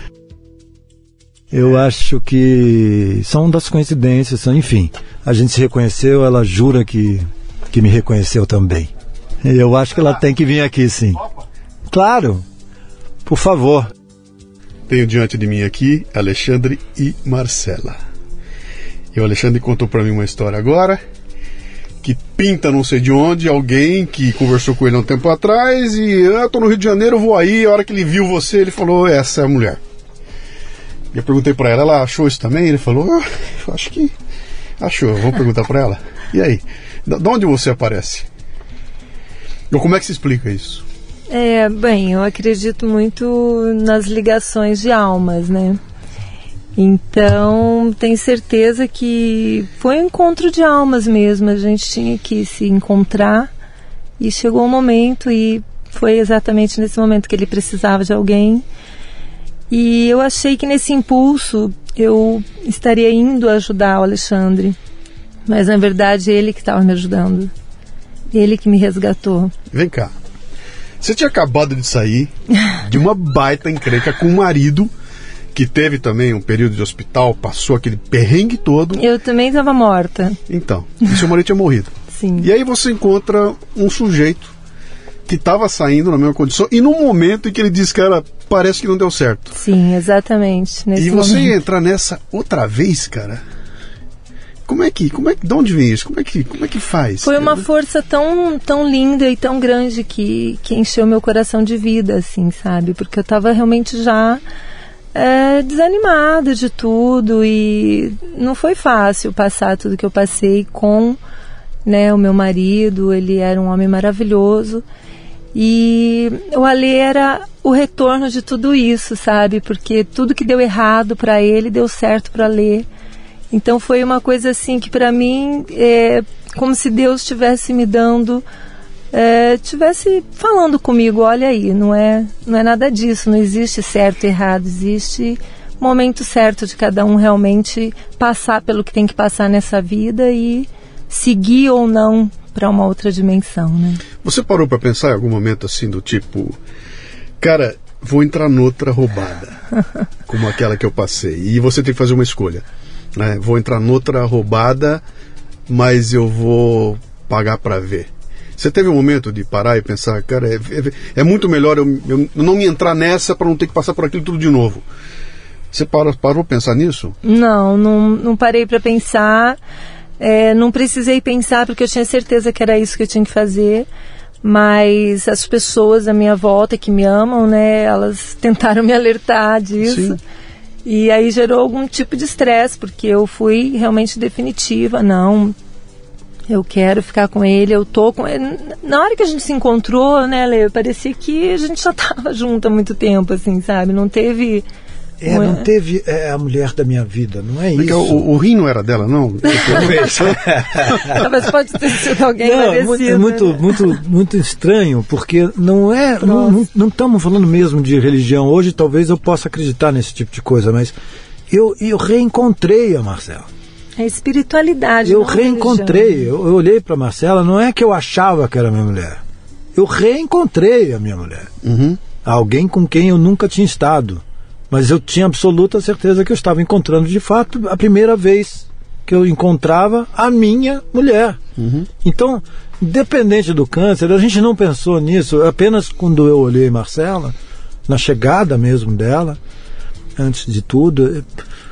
Eu acho que são das coincidências, enfim, a gente se reconheceu, ela jura que me reconheceu também. Eu acho que ela tem que vir aqui, sim. Claro, por favor. Tenho diante de mim aqui Alexandre e Marcela. E o Alexandre contou para mim uma história agora, que pinta não sei de onde, alguém que conversou com ele há um tempo atrás, e eu tô no Rio de Janeiro, vou aí, a hora que ele viu você, ele falou, essa é a mulher. Eu perguntei pra ela, ela achou isso também? Ele falou, eu acho que achou, vamos perguntar pra ela. E aí, de onde você aparece? Ou como é que se explica isso? Bem, eu acredito muito nas ligações de almas, né? Então, tenho certeza que foi um encontro de almas mesmo. A gente tinha que se encontrar e chegou um momento, e foi exatamente nesse momento que ele precisava de alguém. E eu achei que nesse impulso eu estaria indo ajudar o Alexandre, mas na verdade ele que estava me ajudando, ele que me resgatou. Vem cá, você tinha acabado de sair de uma baita encrenca com um marido que teve também um período de hospital, passou aquele perrengue todo. Eu também estava morta. Então, e seu marido tinha morrido. Sim. E aí você encontra um sujeito que estava saindo na mesma condição, e num momento em que ele diz, cara, parece que não deu certo. Sim, exatamente. Nesse e você momento. entrar nessa outra vez, cara, de onde vem isso? Como é que faz? Foi uma força tão linda e tão grande que encheu meu coração de vida, assim, sabe? Porque eu estava realmente já desanimada de tudo, e não foi fácil passar tudo que eu passei com, né, o meu marido. Ele era um homem maravilhoso. E o Alê era o retorno de tudo isso, sabe? Porque tudo que deu errado para ele deu certo para Alê. Então foi uma coisa assim que para mim é como se Deus estivesse me dando, estivesse falando comigo, olha aí, não é nada disso, não existe certo e errado, existe o momento certo de cada um realmente passar pelo que tem que passar nessa vida e seguir ou não para uma outra dimensão, né? Você parou para pensar em algum momento assim do tipo, cara, vou entrar noutra roubada, como aquela que eu passei, e você tem que fazer uma escolha, né? Vou entrar noutra roubada, mas eu vou pagar para ver. Você teve um momento de parar e pensar, cara, é muito melhor eu não me entrar nessa para não ter que passar por aquilo tudo de novo. Você parou para pensar nisso? Não parei para pensar. Não precisei pensar, porque eu tinha certeza que era isso que eu tinha que fazer, mas as pessoas à minha volta que me amam, né, elas tentaram me alertar disso. Sim. E aí gerou algum tipo de estresse, porque eu fui realmente definitiva, não, eu quero ficar com ele, eu tô com ele. Na hora que a gente se encontrou, né, Lê, parecia que a gente já estava junto há muito tempo, assim, sabe, não teve... não teve a mulher da minha vida, não é isso. O rim não era dela, não? Talvez pode ter sido alguém parecido. É muito estranho, porque não estamos falando mesmo de religião. Hoje talvez eu possa acreditar nesse tipo de coisa, mas eu reencontrei a Marcela. É espiritualidade. Eu reencontrei, eu olhei para a Marcela, não é que eu achava que era minha mulher. Eu reencontrei a minha mulher. Uhum. Alguém com quem eu nunca tinha estado. Mas eu tinha absoluta certeza que eu estava encontrando, de fato, a primeira vez que eu encontrava a minha mulher. Uhum. Então, independente do câncer, a gente não pensou nisso. Apenas quando eu olhei Marcela, na chegada mesmo dela, antes de tudo,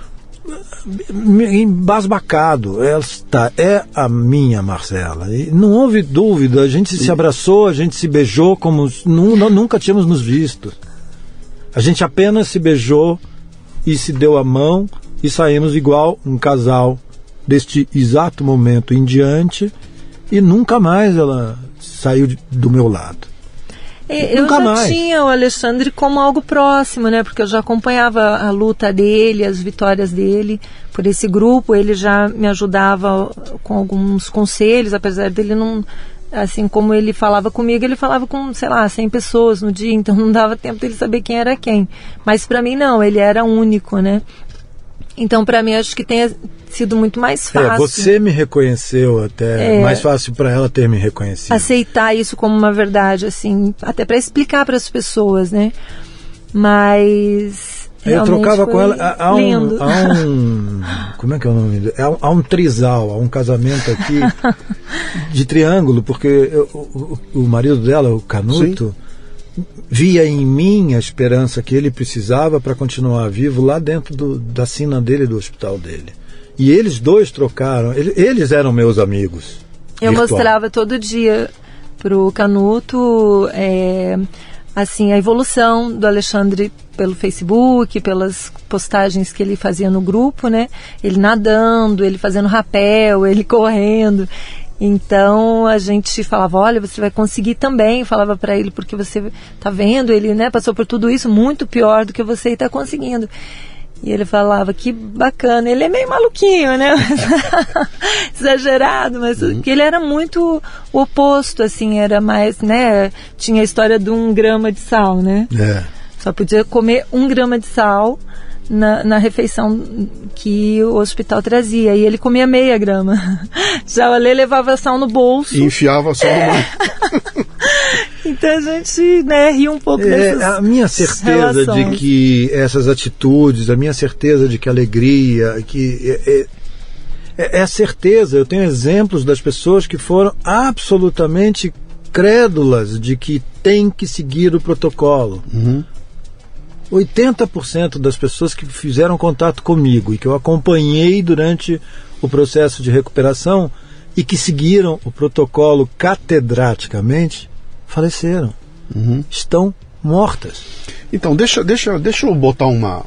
embasbacado. Esta é a minha Marcela. E não houve dúvida, a gente se abraçou, a gente se beijou como nunca tínhamos nos visto. A gente apenas se beijou e se deu a mão e saímos igual um casal deste exato momento em diante, e nunca mais ela saiu do meu lado. Eu já tinha o Alexandre como algo próximo, né? Porque eu já acompanhava a luta dele, as vitórias dele por esse grupo. Ele já me ajudava com alguns conselhos, apesar dele não... Assim como ele falava comigo, ele falava com, 100 pessoas no dia, então não dava tempo dele saber quem era quem. Mas para mim não, ele era único, né? Então para mim acho que tenha sido muito mais fácil. Você me reconheceu até, mais fácil para ela ter me reconhecido. Aceitar isso como uma verdade, assim, até para explicar para as pessoas, né? Mas... Eu trocava com ela lindo. Como é que é o nome? Há um trisal, há um casamento aqui de triângulo, porque o marido dela, o Canuto, via em mim a esperança que ele precisava para continuar vivo lá dentro da sina dele, do hospital dele. E eles dois trocaram, eles eram meus amigos. Eu mostrava todo dia pro Canuto assim, a evolução do Alexandre pelo Facebook, pelas postagens que ele fazia no grupo, né? Ele nadando, ele fazendo rapel, ele correndo. Então a gente falava, olha, você vai conseguir também, falava para ele, porque você tá vendo, ele, né, passou por tudo isso muito pior do que você e tá conseguindo. E ele falava, que bacana. Ele é meio maluquinho, né? Exagerado, mas que ele era muito o oposto, assim, era mais, né? Tinha a história de 1 grama de sal, né? Só podia comer 1 grama de sal na refeição que o hospital trazia. E ele comia meia grama. Já o Ale levava sal no bolso. E enfiava sal no mar. Então a gente, né, ri um pouco dessas a minha certeza relações. de que essas atitudes, a minha certeza de que a alegria, que é a certeza. Eu tenho exemplos das pessoas que foram absolutamente crédulas de que tem que seguir o protocolo. 80% das pessoas que fizeram contato comigo e que eu acompanhei durante o processo de recuperação e que seguiram o protocolo catedraticamente, faleceram. Estão mortas. Então, deixa eu botar uma...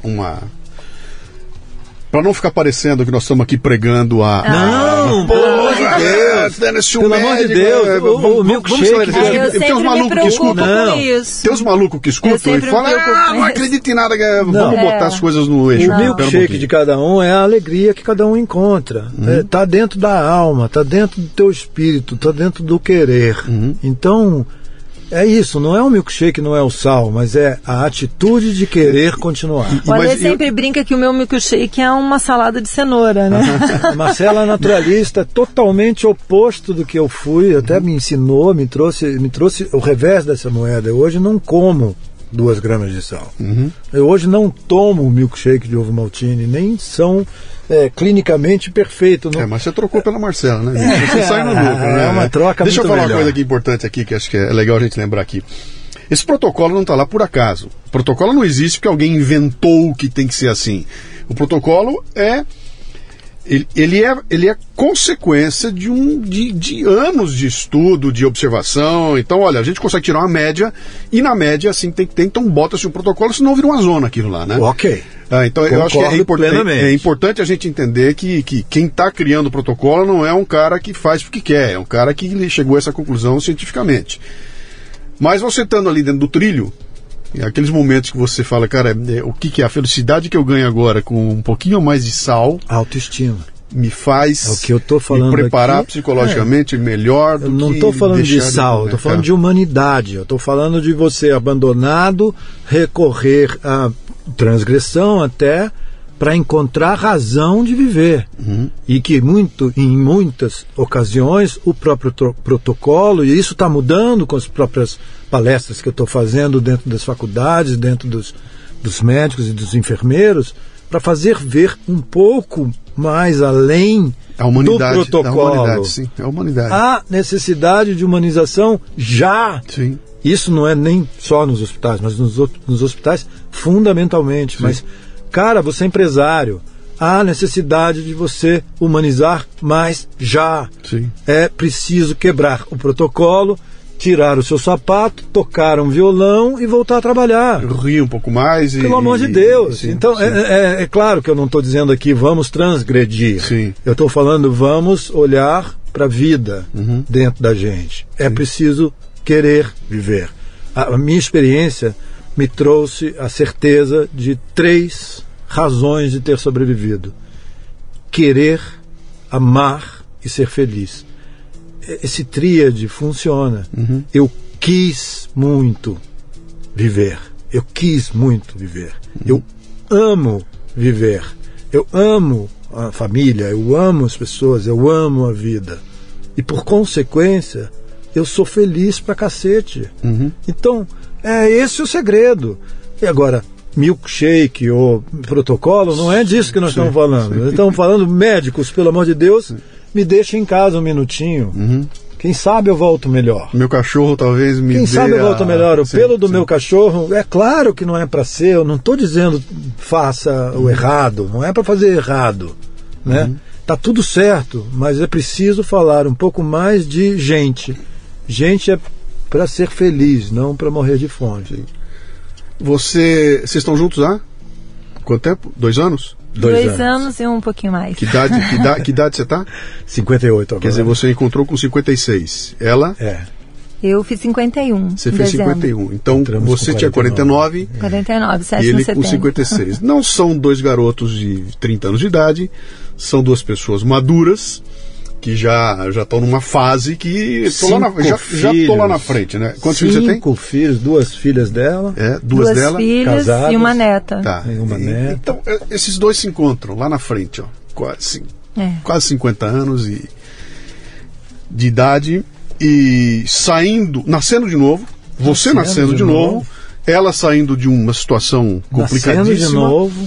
Para não ficar parecendo que nós estamos aqui pregando Não, pelo amor de Deus. Pelo amor de Deus, o milkshake. Tem uns malucos que escutam. Tem uns malucos que escutam e falam, não acredito em nada, vamos botar as coisas no eixo. O milkshake de cada um é a alegria que cada um encontra. Está dentro da alma, está dentro do teu espírito, está dentro do querer. Então, é isso, não é o milkshake, não é o sal, mas é a atitude de querer continuar. O Ale sempre brinca que o meu milkshake é uma salada de cenoura, né? A Marcela é naturalista, totalmente oposto do que eu fui, até me ensinou, me trouxe o revés dessa moeda. Eu hoje não como 2 gramas de sal. Eu hoje não tomo milkshake de ovo maltine, nem são clinicamente perfeitos. Mas você trocou pela Marcela, né? Você sai no lucro, né? É uma troca. Deixa eu falar melhor. uma coisa aqui importante aqui, que acho que é legal a gente lembrar aqui. Esse protocolo não está lá por acaso. O protocolo não existe porque alguém inventou que tem que ser assim. O protocolo ele é consequência de anos de estudo, de observação. Então, olha, a gente consegue tirar uma média, e na média, assim, tem então bota-se o protocolo, senão vira uma zona aquilo lá, né? Ok. Então, eu acho que é importante a gente entender que quem está criando o protocolo não é um cara que faz porque quer, é um cara que chegou a essa conclusão cientificamente. Mas você estando ali dentro do trilho, aqueles momentos que você fala, cara, o que é a felicidade que eu ganho agora com um pouquinho mais de sal, autoestima, me faz o que eu tô falando me preparar aqui, psicologicamente melhor do que... Eu não estou falando de sal, estou falando de humanidade. Eu estou falando de você abandonado, recorrer à transgressão até para encontrar razão de viver. E que em muitas ocasiões o próprio protocolo, e isso está mudando com as próprias palestras que eu estou fazendo dentro das faculdades, dentro dos médicos e dos enfermeiros, para fazer ver um pouco mais além do protocolo. Sim, a humanidade. A necessidade de humanização já. Sim. Isso não é nem só nos hospitais, mas nos hospitais fundamentalmente. Sim. Mas, cara, você é empresário, há necessidade de você humanizar mais já. Sim. É preciso quebrar o protocolo, tirar o seu sapato, tocar um violão e voltar a trabalhar. Rir um pouco mais. Pelo amor de Deus. Sim, então, sim. É claro que eu não estou dizendo aqui vamos transgredir. Sim. Eu estou falando vamos olhar para a vida dentro da gente. É preciso querer viver. A minha experiência me trouxe a certeza de 3 razões de ter sobrevivido: querer, amar e ser feliz. Esse tríade funciona. Eu quis muito viver. Eu quis muito viver. Eu amo viver. Eu amo a família, eu amo as pessoas, eu amo a vida. E por consequência, eu sou feliz pra cacete. Então, é esse o segredo. E agora, milkshake ou protocolo, não é disso que nós estamos falando. Nós estamos falando, médicos, pelo amor de Deus, me deixa em casa um minutinho. Quem sabe eu volto melhor. Meu cachorro talvez me Quem sabe eu volto melhor. O pelo do meu cachorro, é claro que não é para ser, eu não estou dizendo faça o errado, não é para fazer errado, né? Tá tudo certo, mas é preciso falar um pouco mais de gente. Gente é para ser feliz, não para morrer de fome. Vocês estão juntos há quanto tempo? 2 anos? 2 anos e um pouquinho mais. Que idade você tá? 58 agora. Quer dizer, você encontrou com 56. Ela? Eu fiz 51. Você fez dezembro. 51. Então, Entramos você com tinha 49. 49, 7 E de ele setembro. com 56. Não são dois garotos de 30 anos de idade, são duas pessoas maduras que já estão numa fase que já estou lá na frente, né? Quantos filhos você tem? 5 filhos, 2 filhas dela. Duas dela. filhas casadas. e uma neta. Tá. Tem uma neta. Então, esses dois se encontram lá na frente, ó, quase 50 anos de idade, e nascendo de novo, você nascendo de novo, ela saindo de uma situação complicadíssima. Nascendo de novo.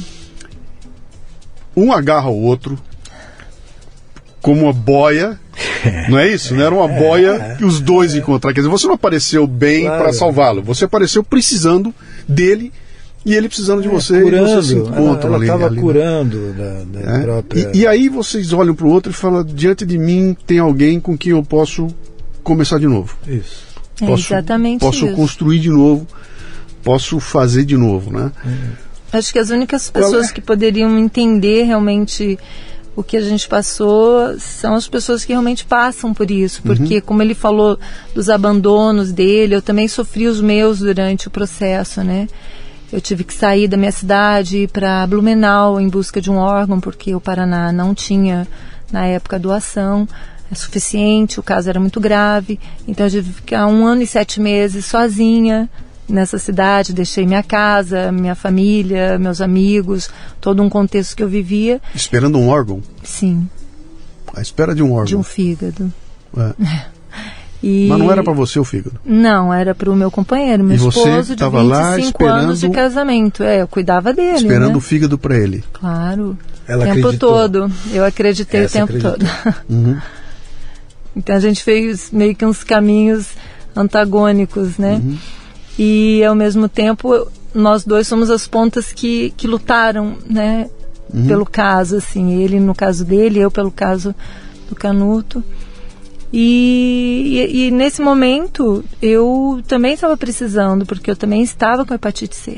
Um agarra o outro como uma boia, não é isso? Não era uma boia que os dois encontraram. Quer dizer, você não apareceu bem para salvá-lo, você apareceu precisando dele e ele precisando de você. Curando, e vocês se encontram ela ali. estava ali, curando da própria... E aí vocês olham para o outro e falam, diante de mim tem alguém com quem eu posso começar de novo. Isso. Exatamente posso isso. construir de novo, posso fazer de novo, né? Acho que as únicas pessoas que poderiam entender realmente o que a gente passou são as pessoas que realmente passam por isso, porque como ele falou dos abandonos dele, eu também sofri os meus durante o processo, né? Eu tive que sair da minha cidade, ir para Blumenau em busca de um órgão, porque o Paraná não tinha, na época, doação suficiente, o caso era muito grave, então eu tive que ficar 1 ano e 7 meses sozinha nessa cidade, deixei minha casa, minha família, meus amigos, todo um contexto que eu vivia. Esperando um órgão? Sim. À espera de um órgão? De um fígado. Mas não era para você o fígado? Não, era para o meu companheiro, meu esposo de 25 anos de casamento. Eu cuidava dele. Esperando o fígado para ele. Claro. Ela o tempo acreditou. todo. Eu acreditei o tempo todo. Então a gente fez meio que uns caminhos antagônicos, né? E ao mesmo tempo nós dois somos as pontas que lutaram, né? Pelo caso, assim, ele no caso dele, eu pelo caso do Canuto. E nesse momento eu também estava precisando, porque eu também estava com hepatite C.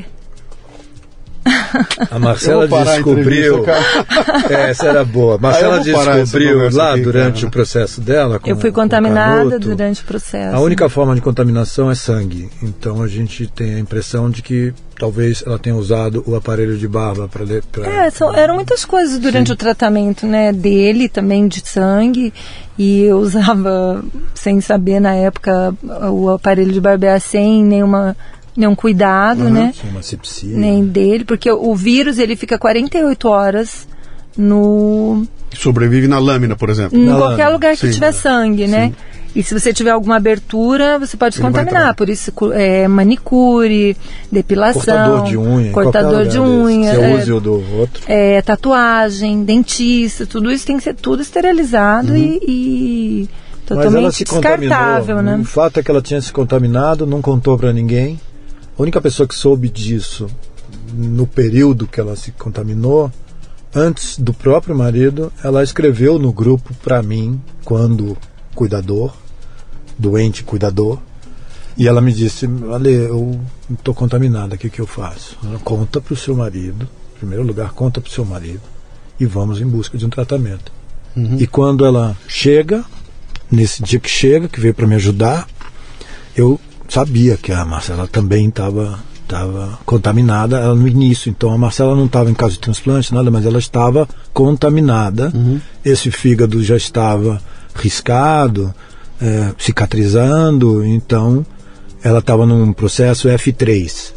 A Marcela descobriu. Essa era boa. Marcela descobriu lá durante o processo dela. Eu fui contaminada durante o processo. A única forma de contaminação é sangue. Então a gente tem a impressão de que talvez ela tenha usado o aparelho de barba para. Eram muitas coisas durante o tratamento, né? Dele também, de sangue. E eu usava, sem saber na época, o aparelho de barbear sem nenhum cuidado, né? Uma sepsia. Nem dele, porque o vírus ele fica 48 horas no... Sobrevive na lâmina, por exemplo. Em qualquer lugar que tiver sangue, né? E se você tiver alguma abertura, você pode se contaminar. Por isso, manicure, depilação... Cortador de unha. Você use o do outro. Tatuagem, dentista, tudo isso tem que ser tudo esterilizado e totalmente descartável, né? O fato é que ela tinha se contaminado, não contou para ninguém. A única pessoa que soube disso no período que ela se contaminou, antes do próprio marido, ela escreveu no grupo para mim, quando doente cuidador, e ela me disse: Ale, eu estou contaminada, o que eu faço? Ela conta para o seu marido, em primeiro lugar, conta para o seu marido, e vamos em busca de um tratamento. E quando ela chega, nesse dia que chega, que veio para me ajudar, eu sabia que a Marcela também estava contaminada no início. Então a Marcela não estava em caso de transplante, nada, mas ela estava contaminada. Esse fígado já estava riscado, cicatrizando, então ela estava num processo F3,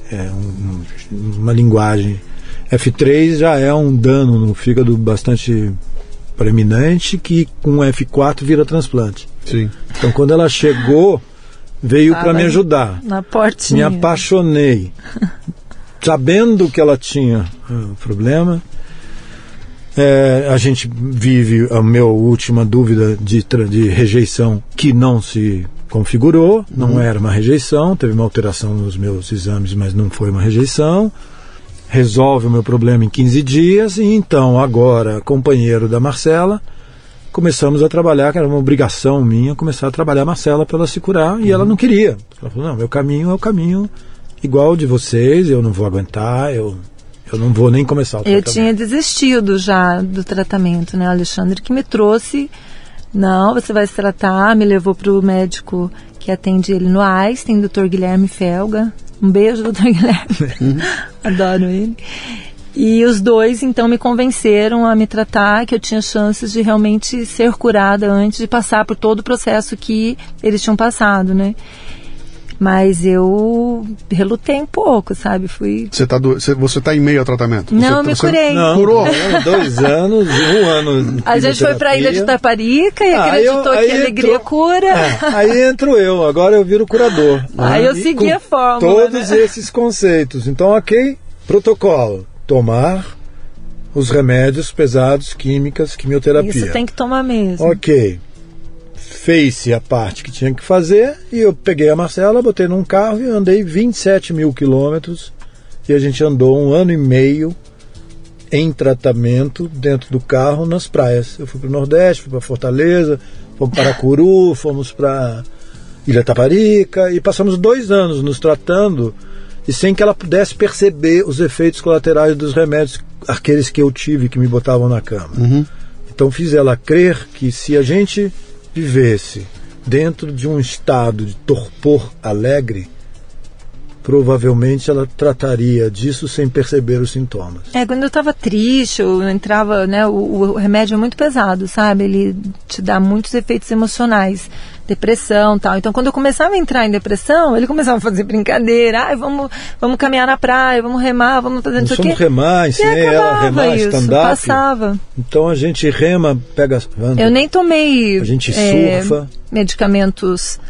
uma linguagem. F3 já é um dano no fígado bastante preeminente, que com F4 vira transplante. Sim. Então quando ela chegou, veio para me ajudar. Na portinha. Me apaixonei. Sabendo que ela tinha problema, a gente vive a minha última dúvida de rejeição, que não se configurou, não era uma rejeição, teve uma alteração nos meus exames, mas não foi uma rejeição. Resolve o meu problema em 15 dias, e então agora, companheiro da Marcela, começamos a trabalhar, que era uma obrigação minha, começar a trabalhar a Marcela para ela se curar, e ela não queria. Ela falou: não, meu caminho é o caminho igual de vocês, eu não vou aguentar, eu não vou nem começar o tratamento. Eu tinha desistido já do tratamento, né, Alexandre, que me trouxe, não, você vai se tratar, me levou para o médico que atende ele no Einstein, Dr. Guilherme Felga. Um beijo, Dr. Guilherme. Adoro ele. E os dois, então, me convenceram a me tratar, que eu tinha chances de realmente ser curada antes de passar por todo o processo que eles tinham passado, né? Mas eu relutei um pouco, sabe? Você tá em meio ao tratamento? Não, me curei. Não, curou? 2 anos, 1 ano. A gente foi pra Ilha de Taparica e acreditou que a alegria cura. Aí entro eu, agora eu viro curador. Aí eu segui a fórmula. Todos esses conceitos. Então, ok, protocolo. Tomar os remédios pesados, químicas, quimioterapia. Isso tem que tomar mesmo. Ok. Fez-se a parte que tinha que fazer e eu peguei a Marcela, botei num carro e andei 27 mil quilômetros e a gente andou 1 ano e meio em tratamento dentro do carro nas praias. Eu fui para o Nordeste, fui para Fortaleza, fomos para Aracuru, fomos para Ilha Taparica e passamos 2 anos nos tratando e sem que ela pudesse perceber os efeitos colaterais dos remédios, aqueles que eu tive que me botavam na cama. Então fiz ela crer que se a gente vivesse dentro de um estado de torpor alegre, provavelmente ela trataria disso sem perceber os sintomas. Quando eu estava triste, eu entrava, né, o remédio é muito pesado, sabe? Ele te dá muitos efeitos emocionais, depressão e tal. Então, quando eu começava a entrar em depressão, ele começava a fazer brincadeira. Vamos caminhar na praia, vamos remar, vamos fazer isso aqui. Vamos remar, ensinei ela a remar stand-up. Passava. Então, a gente rema, pega... Eu nem tomei... A gente surfa. Medicamentos...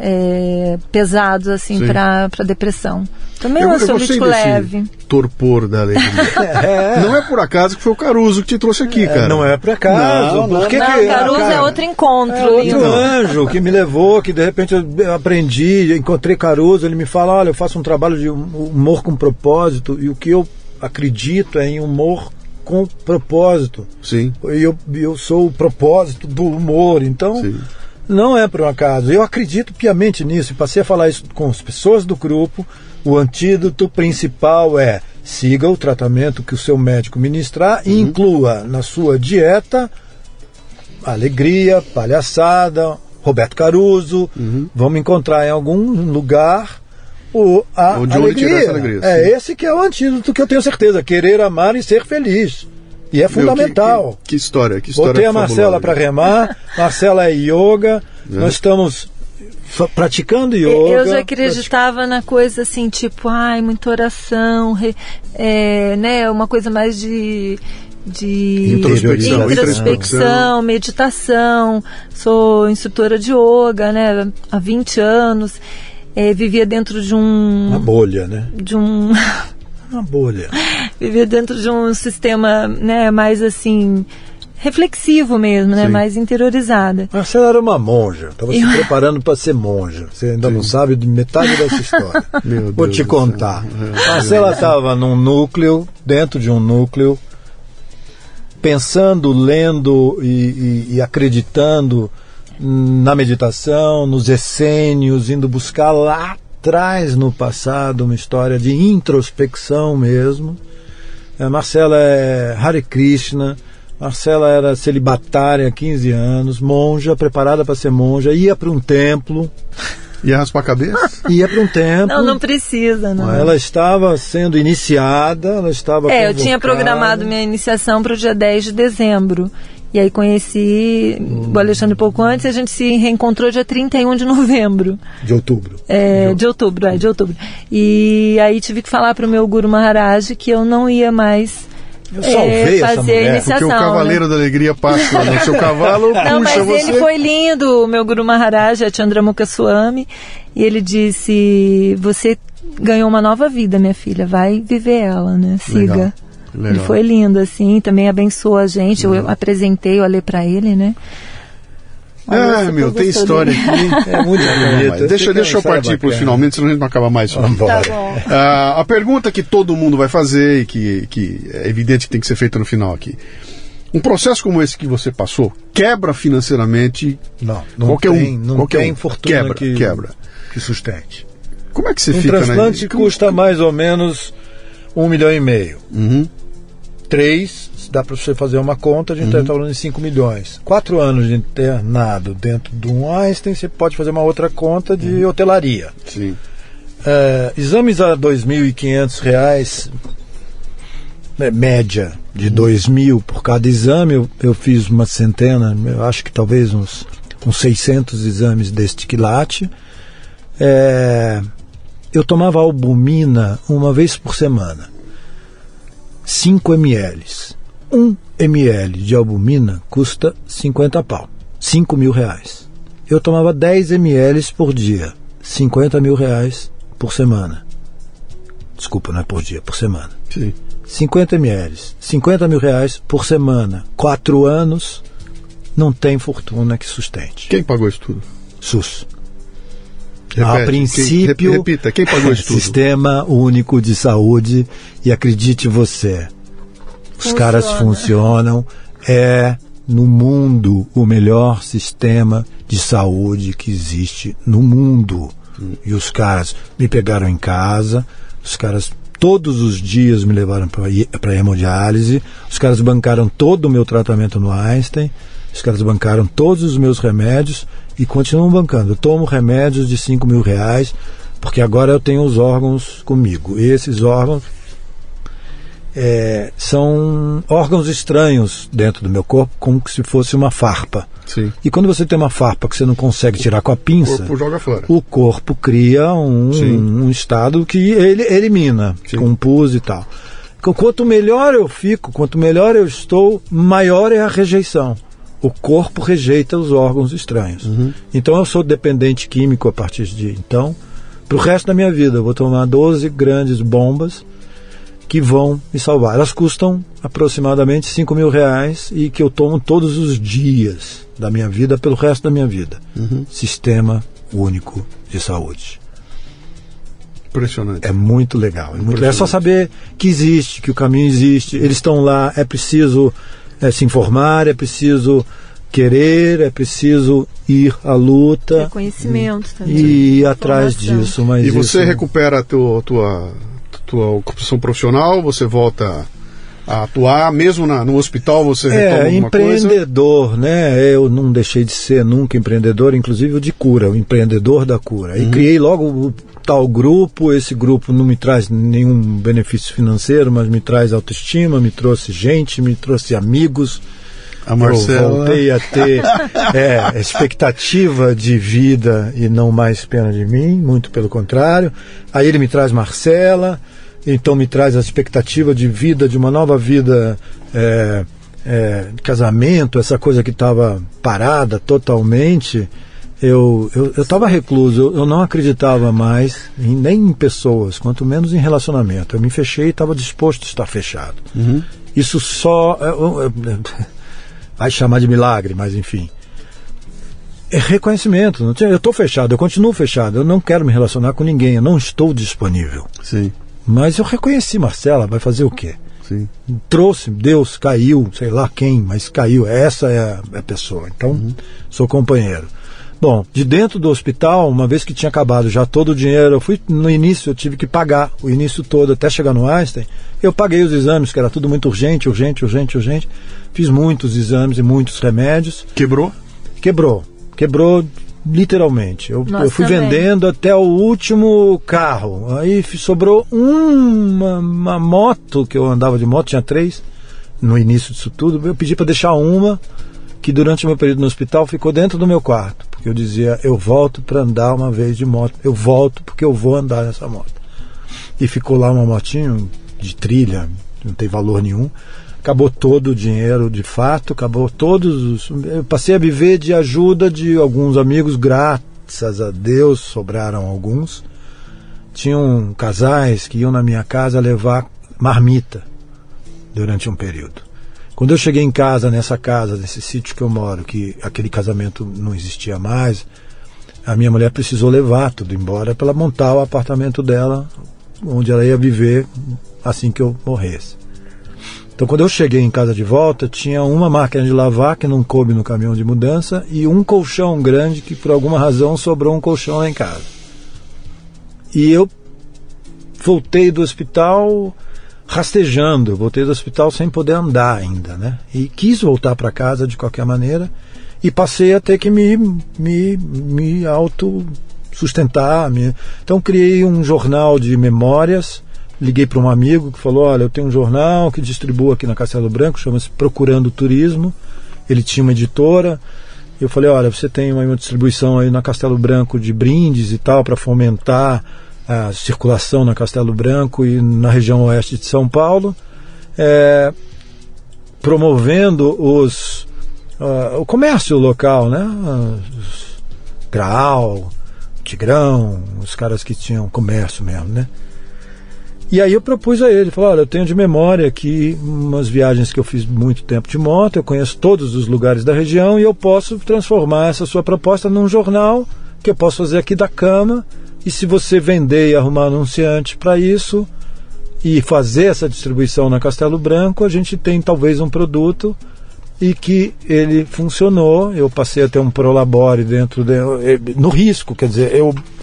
pesados assim para depressão. Também um ansiolítico leve. Torpor da alegria. Não é por acaso que foi o Caruso que te trouxe aqui, cara. Não é por acaso. Não, Caruso é outro encontro. É outro anjo que me levou, que de repente eu aprendi, encontrei Caruso, ele me fala, olha, eu faço um trabalho de humor com propósito e o que eu acredito é em humor com propósito. Sim. E eu sou o propósito do humor, então... Sim. Não é por um acaso. Eu acredito piamente nisso e passei a falar isso com as pessoas do grupo. O antídoto principal é siga o tratamento que o seu médico ministrar e inclua na sua dieta alegria, palhaçada, Roberto Caruso. Vamos encontrar em algum lugar a alegria. Esse que é o antídoto que eu tenho certeza. Querer, amar e ser feliz. E é fundamental. Que história. Botei a Marcela para remar, Marcela é yoga, nós estamos praticando yoga. Eu já acreditava na coisa assim, tipo, muita oração, né, uma coisa mais de introspecção, meditação. Sou instrutora de yoga, né, há 20 anos. Vivia dentro de uma bolha, né? Uma bolha. Viver dentro de um sistema, né, mais assim, reflexivo mesmo, né, mais interiorizada. Marcela era uma monja, estava se preparando para ser monja. Você ainda não sabe de metade dessa história. Vou te contar. Marcela estava num núcleo, dentro de um núcleo, pensando, lendo e acreditando na meditação, nos essênios, indo buscar lá traz no passado uma história de introspecção mesmo. Marcela é Hare Krishna, Marcela era celibatária há 15 anos, monja, preparada para ser monja, ia para um templo. Ia raspar a cabeça? Ia para um templo. Não precisa, não. Ela estava sendo iniciada, ela estava convocada. Eu tinha programado minha iniciação para o dia 10 de dezembro. E aí conheci o Alexandre pouco antes e a gente se reencontrou dia 31 de novembro. De outubro. De outubro. E aí tive que falar para o meu Guru Maharaj que eu não ia mais fazer a iniciação. Porque o Cavaleiro da Alegria passa no seu cavalo, não, puxa mas você. Ele foi lindo, o meu Guru Maharaj, a Chandramukha Swami, e ele disse, você ganhou uma nova vida, minha filha, vai viver ela, né? Siga. Legal. Ele foi lindo, assim, também abençoou a gente. Eu apresentei, eu olhei pra ele, né? Tem história aqui. É muito bonito. Deixa eu partir para os finalmente, senão a gente não acaba mais. Tá bom. A pergunta que todo mundo vai fazer e que é evidente que tem que ser feita no final aqui. Um processo como esse que você passou quebra financeiramente? Não tem fortuna quebra. Que sustente. Como é que você fica? Um transplante custa mais ou menos 1,5 milhão. 3, dá para você fazer uma conta, a gente está falando de 5 milhões. 4 anos de internado dentro de um Einstein, você pode fazer uma outra conta de hotelaria. Sim. Exames a R$2.500, média de 2.000 por cada exame. Eu fiz uma centena, eu acho que talvez uns 600 exames deste quilate. Eu tomava albumina uma vez por semana, 5 ml. 1 ml de albumina custa 50 pau, 5 mil reais. Eu tomava 10 ml por dia, 50 mil reais por semana. Desculpa, não é por dia, por semana. Sim. 50 ml, 50 mil reais por semana, 4 anos, não tem fortuna que sustente. Quem pagou isso tudo? SUS. Repete, A princípio, repita, quem pagou isso tudo? Sistema Único de Saúde, e acredite você, os caras funcionam, no mundo o melhor sistema de saúde que existe no mundo. E os caras me pegaram em casa, os caras todos os dias me levaram para hemodiálise, os caras bancaram todo o meu tratamento no Einstein, os caras bancaram todos os meus remédios e continuam bancando. Eu tomo remédios de 5 mil reais, porque agora eu tenho os órgãos comigo. E esses órgãos são órgãos estranhos dentro do meu corpo, como se fosse uma farpa. Sim. E quando você tem uma farpa que você não consegue tirar com a pinça, o corpo joga fora. O corpo cria um estado que ele elimina, Sim. com pus e tal. Então, quanto melhor eu fico, quanto melhor eu estou, maior é a rejeição. O corpo rejeita os órgãos estranhos. Então eu sou dependente químico a partir de então. Para o resto da minha vida eu vou tomar 12 grandes bombas que vão me salvar. Elas custam aproximadamente 5 mil reais e que eu tomo todos os dias da minha vida, pelo resto da minha vida. Sistema Único de Saúde. Impressionante. É muito legal. É só saber que existe, que o caminho existe. Eles estão lá, é preciso se informar, é preciso querer, é preciso ir à luta. Reconhecimento também. E ir atrás disso. Mas e você isso... recupera a tua ocupação profissional, você volta a atuar, mesmo no hospital você retoma alguma coisa? Empreendedor, né? Eu não deixei de ser nunca empreendedor, inclusive o de cura, o empreendedor da cura. E criei logo o tal grupo. Esse grupo não me traz nenhum benefício financeiro, mas me traz autoestima, me trouxe gente, me trouxe amigos. A Marcela. Eu voltei a ter expectativa de vida e não mais pena de mim, muito pelo contrário. Aí ele me traz Marcela, então me traz a expectativa de vida, de uma nova vida, casamento, essa coisa que estava parada totalmente. Eu estava recluso, eu não acreditava mais nem em pessoas, quanto menos em relacionamento. Eu me fechei e estava disposto a estar fechado. Isso só... vai chamar de milagre, mas enfim. É reconhecimento. Eu estou fechado, eu continuo fechado, eu não quero me relacionar com ninguém, eu não estou disponível. Sim. Mas eu reconheci Marcela, vai fazer o quê? Sim. Trouxe, Deus, caiu, sei lá quem, mas caiu, essa é a pessoa. Então, sou companheiro. Bom, de dentro do hospital, uma vez que tinha acabado já todo o dinheiro, no início eu tive que pagar o início todo, até chegar no Einstein, eu paguei os exames, que era tudo muito urgente. Fiz muitos exames e muitos remédios. Quebrou? Quebrou literalmente. Eu fui vendendo até o último carro. Aí sobrou uma moto, que eu andava de moto, tinha 3 no início disso tudo. Eu pedi para deixar uma, que durante o meu período no hospital ficou dentro do meu quarto, porque eu dizia, eu volto para andar uma vez de moto, eu volto porque eu vou andar nessa moto. E ficou lá uma motinho de trilha, não tem valor nenhum. Acabou todo o dinheiro, de fato, acabou todos os... Eu passei a viver de ajuda de alguns amigos, graças a Deus, sobraram alguns. Tinham casais que iam na minha casa levar marmita durante um período. Quando eu cheguei em casa, nesse sítio que eu moro, que aquele casamento não existia mais, a minha mulher precisou levar tudo embora para ela montar o apartamento dela, onde ela ia viver assim que eu morresse. Então, quando eu cheguei em casa de volta, tinha uma máquina de lavar que não coube no caminhão de mudança e um colchão grande que, por alguma razão, sobrou um colchão lá em casa. E eu voltei do hospital, rastejando, voltei do hospital sem poder andar ainda, né? E quis voltar para casa de qualquer maneira e passei a ter que me autossustentar. Então criei um jornal de memórias, liguei para um amigo que falou, olha, eu tenho um jornal que distribuo aqui na Castelo Branco, chama-se Procurando Turismo, ele tinha uma editora, eu falei, olha, você tem uma distribuição aí na Castelo Branco de brindes e tal, para fomentar a circulação na Castelo Branco e na região oeste de São Paulo, promovendo o comércio local, né? Graal, Tigrão, os caras que tinham comércio mesmo, né? E aí eu propus a ele, falei, olha, eu tenho de memória aqui umas viagens que eu fiz muito tempo de moto, eu conheço todos os lugares da região e eu posso transformar essa sua proposta num jornal que eu posso fazer aqui da cama, e se você vender e arrumar anunciante para isso e fazer essa distribuição na Castelo Branco, a gente tem talvez um produto. E que ele funcionou, eu passei a ter um prolabore no risco, quer dizer,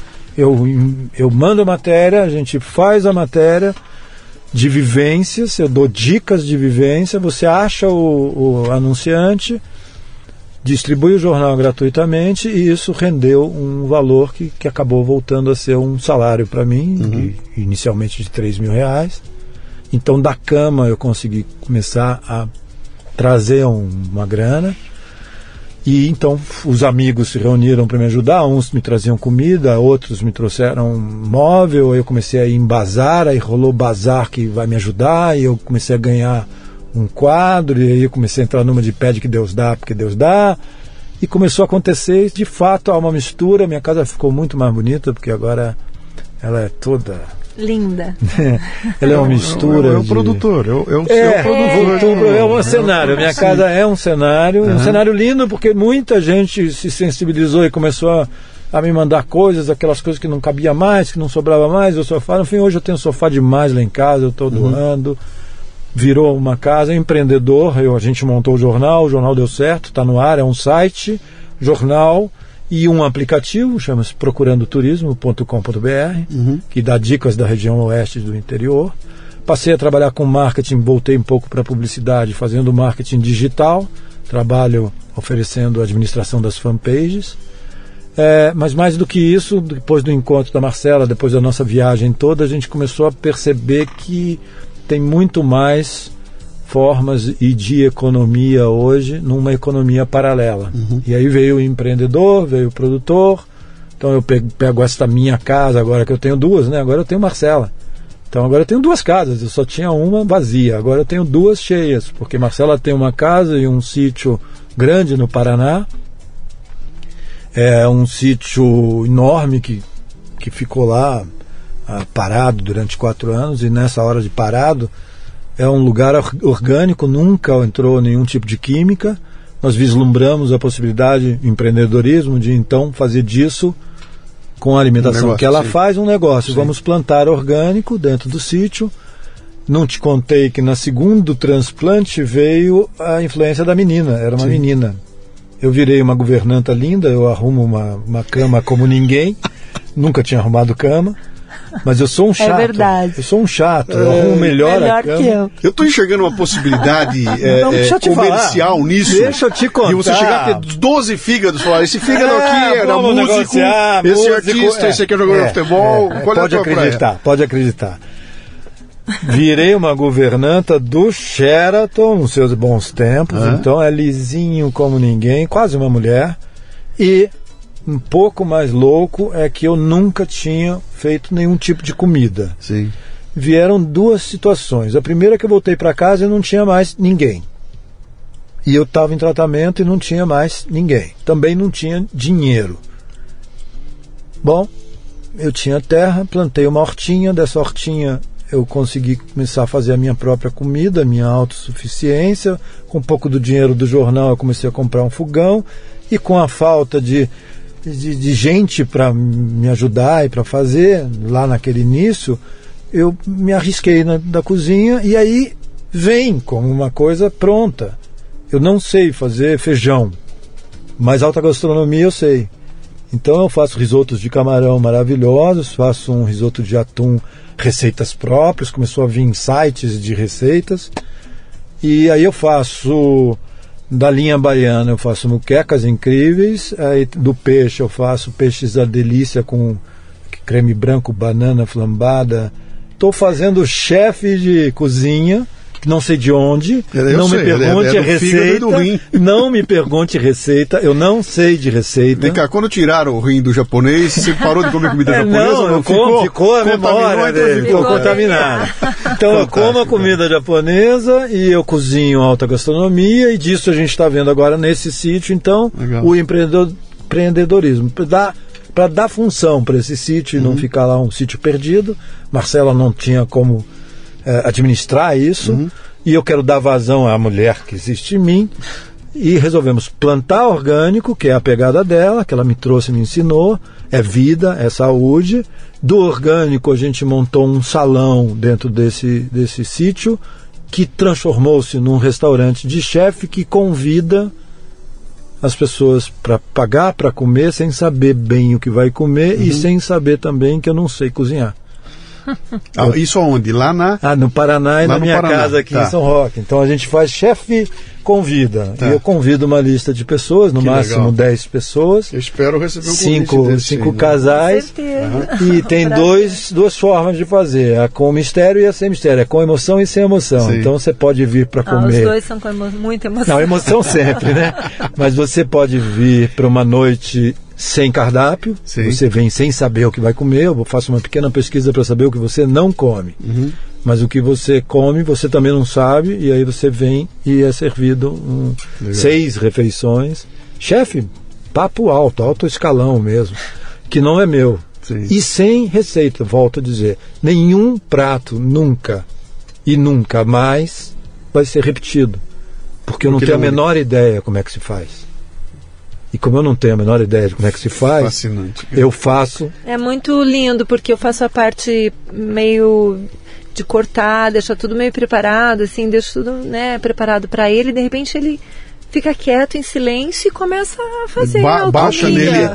eu mando a matéria, a gente faz a matéria de vivências, eu dou dicas de vivência, você acha o anunciante, distribui o jornal gratuitamente e isso rendeu um valor que acabou voltando a ser um salário para mim, inicialmente de R$3.000. Então da cama eu consegui começar a trazer uma grana, e então os amigos se reuniram para me ajudar, uns me traziam comida, outros me trouxeram móvel, eu comecei a ir em bazar, aí rolou bazar que vai me ajudar, e eu comecei a ganhar um quadro, e aí eu comecei a entrar numa de pede que Deus dá, porque Deus dá, e começou a acontecer, de fato há uma mistura, minha casa ficou muito mais bonita, porque agora ela é toda... linda. Ela é uma mistura. É o produtor, é o seu produtor. É um cenário. Minha casa é um cenário, um cenário lindo, porque muita gente se sensibilizou e começou a me mandar coisas, aquelas coisas que não cabia mais, que não sobrava mais, o sofá. Enfim, hoje eu tenho sofá demais lá em casa, eu estou doando. Virou uma casa, empreendedor. A gente montou o jornal deu certo, está no ar, é um site, jornal. E um aplicativo, chama-se procurandoturismo.com.br, que dá dicas da região oeste do interior. Passei a trabalhar com marketing, voltei um pouco para publicidade, fazendo marketing digital, trabalho oferecendo a administração das fanpages. Mas mais do que isso, depois do encontro da Marcela, depois da nossa viagem toda, a gente começou a perceber que tem muito mais formas e de economia hoje numa economia paralela. E aí veio o empreendedor, veio o produtor. Então eu pego esta minha casa, agora que eu tenho duas, né? Agora eu tenho Marcela. Então agora eu tenho duas casas, eu só tinha uma vazia, agora eu tenho duas cheias, porque Marcela tem uma casa e um sítio grande no Paraná. É um sítio enorme que ficou lá parado durante 4 anos, e nessa hora de parado é um lugar orgânico, nunca entrou nenhum tipo de química. Nós vislumbramos a possibilidade, empreendedorismo, de então fazer disso, com a alimentação que ela faz, um negócio. Sim. Vamos plantar orgânico dentro do sítio. Não te contei que na segundo transplante veio a influência da menina, era uma menina. Eu virei uma governanta linda, eu arrumo uma cama como ninguém, nunca tinha arrumado cama. Mas eu sou um chato. É verdade. Eu sou um chato. Eu arrumo melhor a cama. Que eu. Eu estou enxergando uma possibilidade comercial falar. Nisso. Deixa eu te contar. E você chegar a ter 12 fígados, falar, esse fígado aqui era músico, esse artista, esse aqui é jogador de futebol. Pode acreditar. Virei uma governanta do Sheraton nos seus bons tempos. Então é lisinho como ninguém, quase uma mulher. E um pouco mais louco é que eu nunca tinha feito nenhum tipo de comida. Sim. Vieram 2 situações. A primeira é que eu voltei para casa e não tinha mais ninguém. E eu estava em tratamento e não tinha mais ninguém. Também não tinha dinheiro. Bom, eu tinha terra, plantei uma hortinha. Dessa hortinha eu consegui começar a fazer a minha própria comida, a minha autossuficiência. Com um pouco do dinheiro do jornal eu comecei a comprar um fogão. E com a falta de gente para me ajudar e para fazer, lá naquele início, eu me arrisquei da cozinha, e aí vem como uma coisa pronta. Eu não sei fazer feijão, mas alta gastronomia eu sei. Então eu faço risotos de camarão maravilhosos, faço um risoto de atum, receitas próprias, começou a vir sites de receitas. E aí eu faço, da linha baiana, eu faço muquecas incríveis, aí do peixe eu faço peixes à delícia com creme branco, banana flambada. Estou fazendo chefe de cozinha, não sei de onde, não me pergunte receita, não me pergunte receita, eu não sei de receita. Vem cá, quando tiraram o rim do japonês, você parou de comer comida japonesa? Não, ficou a memória dele, ficou contaminada. Então eu como a comida japonesa e eu cozinho alta gastronomia, e disso a gente está vendo agora nesse sítio, então, legal. O empreendedorismo, para dar função para esse sítio e não ficar lá um sítio perdido. Marcela não tinha como administrar isso, e eu quero dar vazão à mulher que existe em mim, e resolvemos plantar orgânico, que é a pegada dela, que ela me trouxe, me ensinou, é vida, é saúde. Do orgânico a gente montou um salão dentro desse sítio, que transformou-se num restaurante de chefe que convida as pessoas para pagar para comer sem saber bem o que vai comer e sem saber também que eu não sei cozinhar. Isso aonde? Lá no Paraná e na minha casa aqui em São Roque. Então a gente faz chefe convida. E eu convido uma lista de pessoas, no máximo legal. 10 pessoas. Eu espero receber um convite cinco casais. E tem duas formas de fazer. A com mistério e a sem mistério. É com emoção e sem emoção. Sim. Então você pode vir para comer. Os dois são com muita emoção. Não, emoção sempre, né? Mas você pode vir para uma noite sem cardápio. Sim. Você vem sem saber o que vai comer. Eu faço uma pequena pesquisa para saber o que você não come. Mas o que você come, você também não sabe, e aí você vem e é servido 6 refeições. Chefe, papo alto escalão mesmo, que não é meu. Sim. E sem receita, volto a dizer. Nenhum prato nunca e nunca mais vai ser repetido. Porque eu não tenho a menor ideia como é que se faz. E como eu não tenho a menor ideia de como é que se faz, fascinante. Eu faço. É muito lindo, porque eu faço a parte meio de cortar, deixar tudo meio preparado, assim, deixo tudo, né, preparado para ele, e de repente ele fica quieto em silêncio e começa a fazer baixa nele.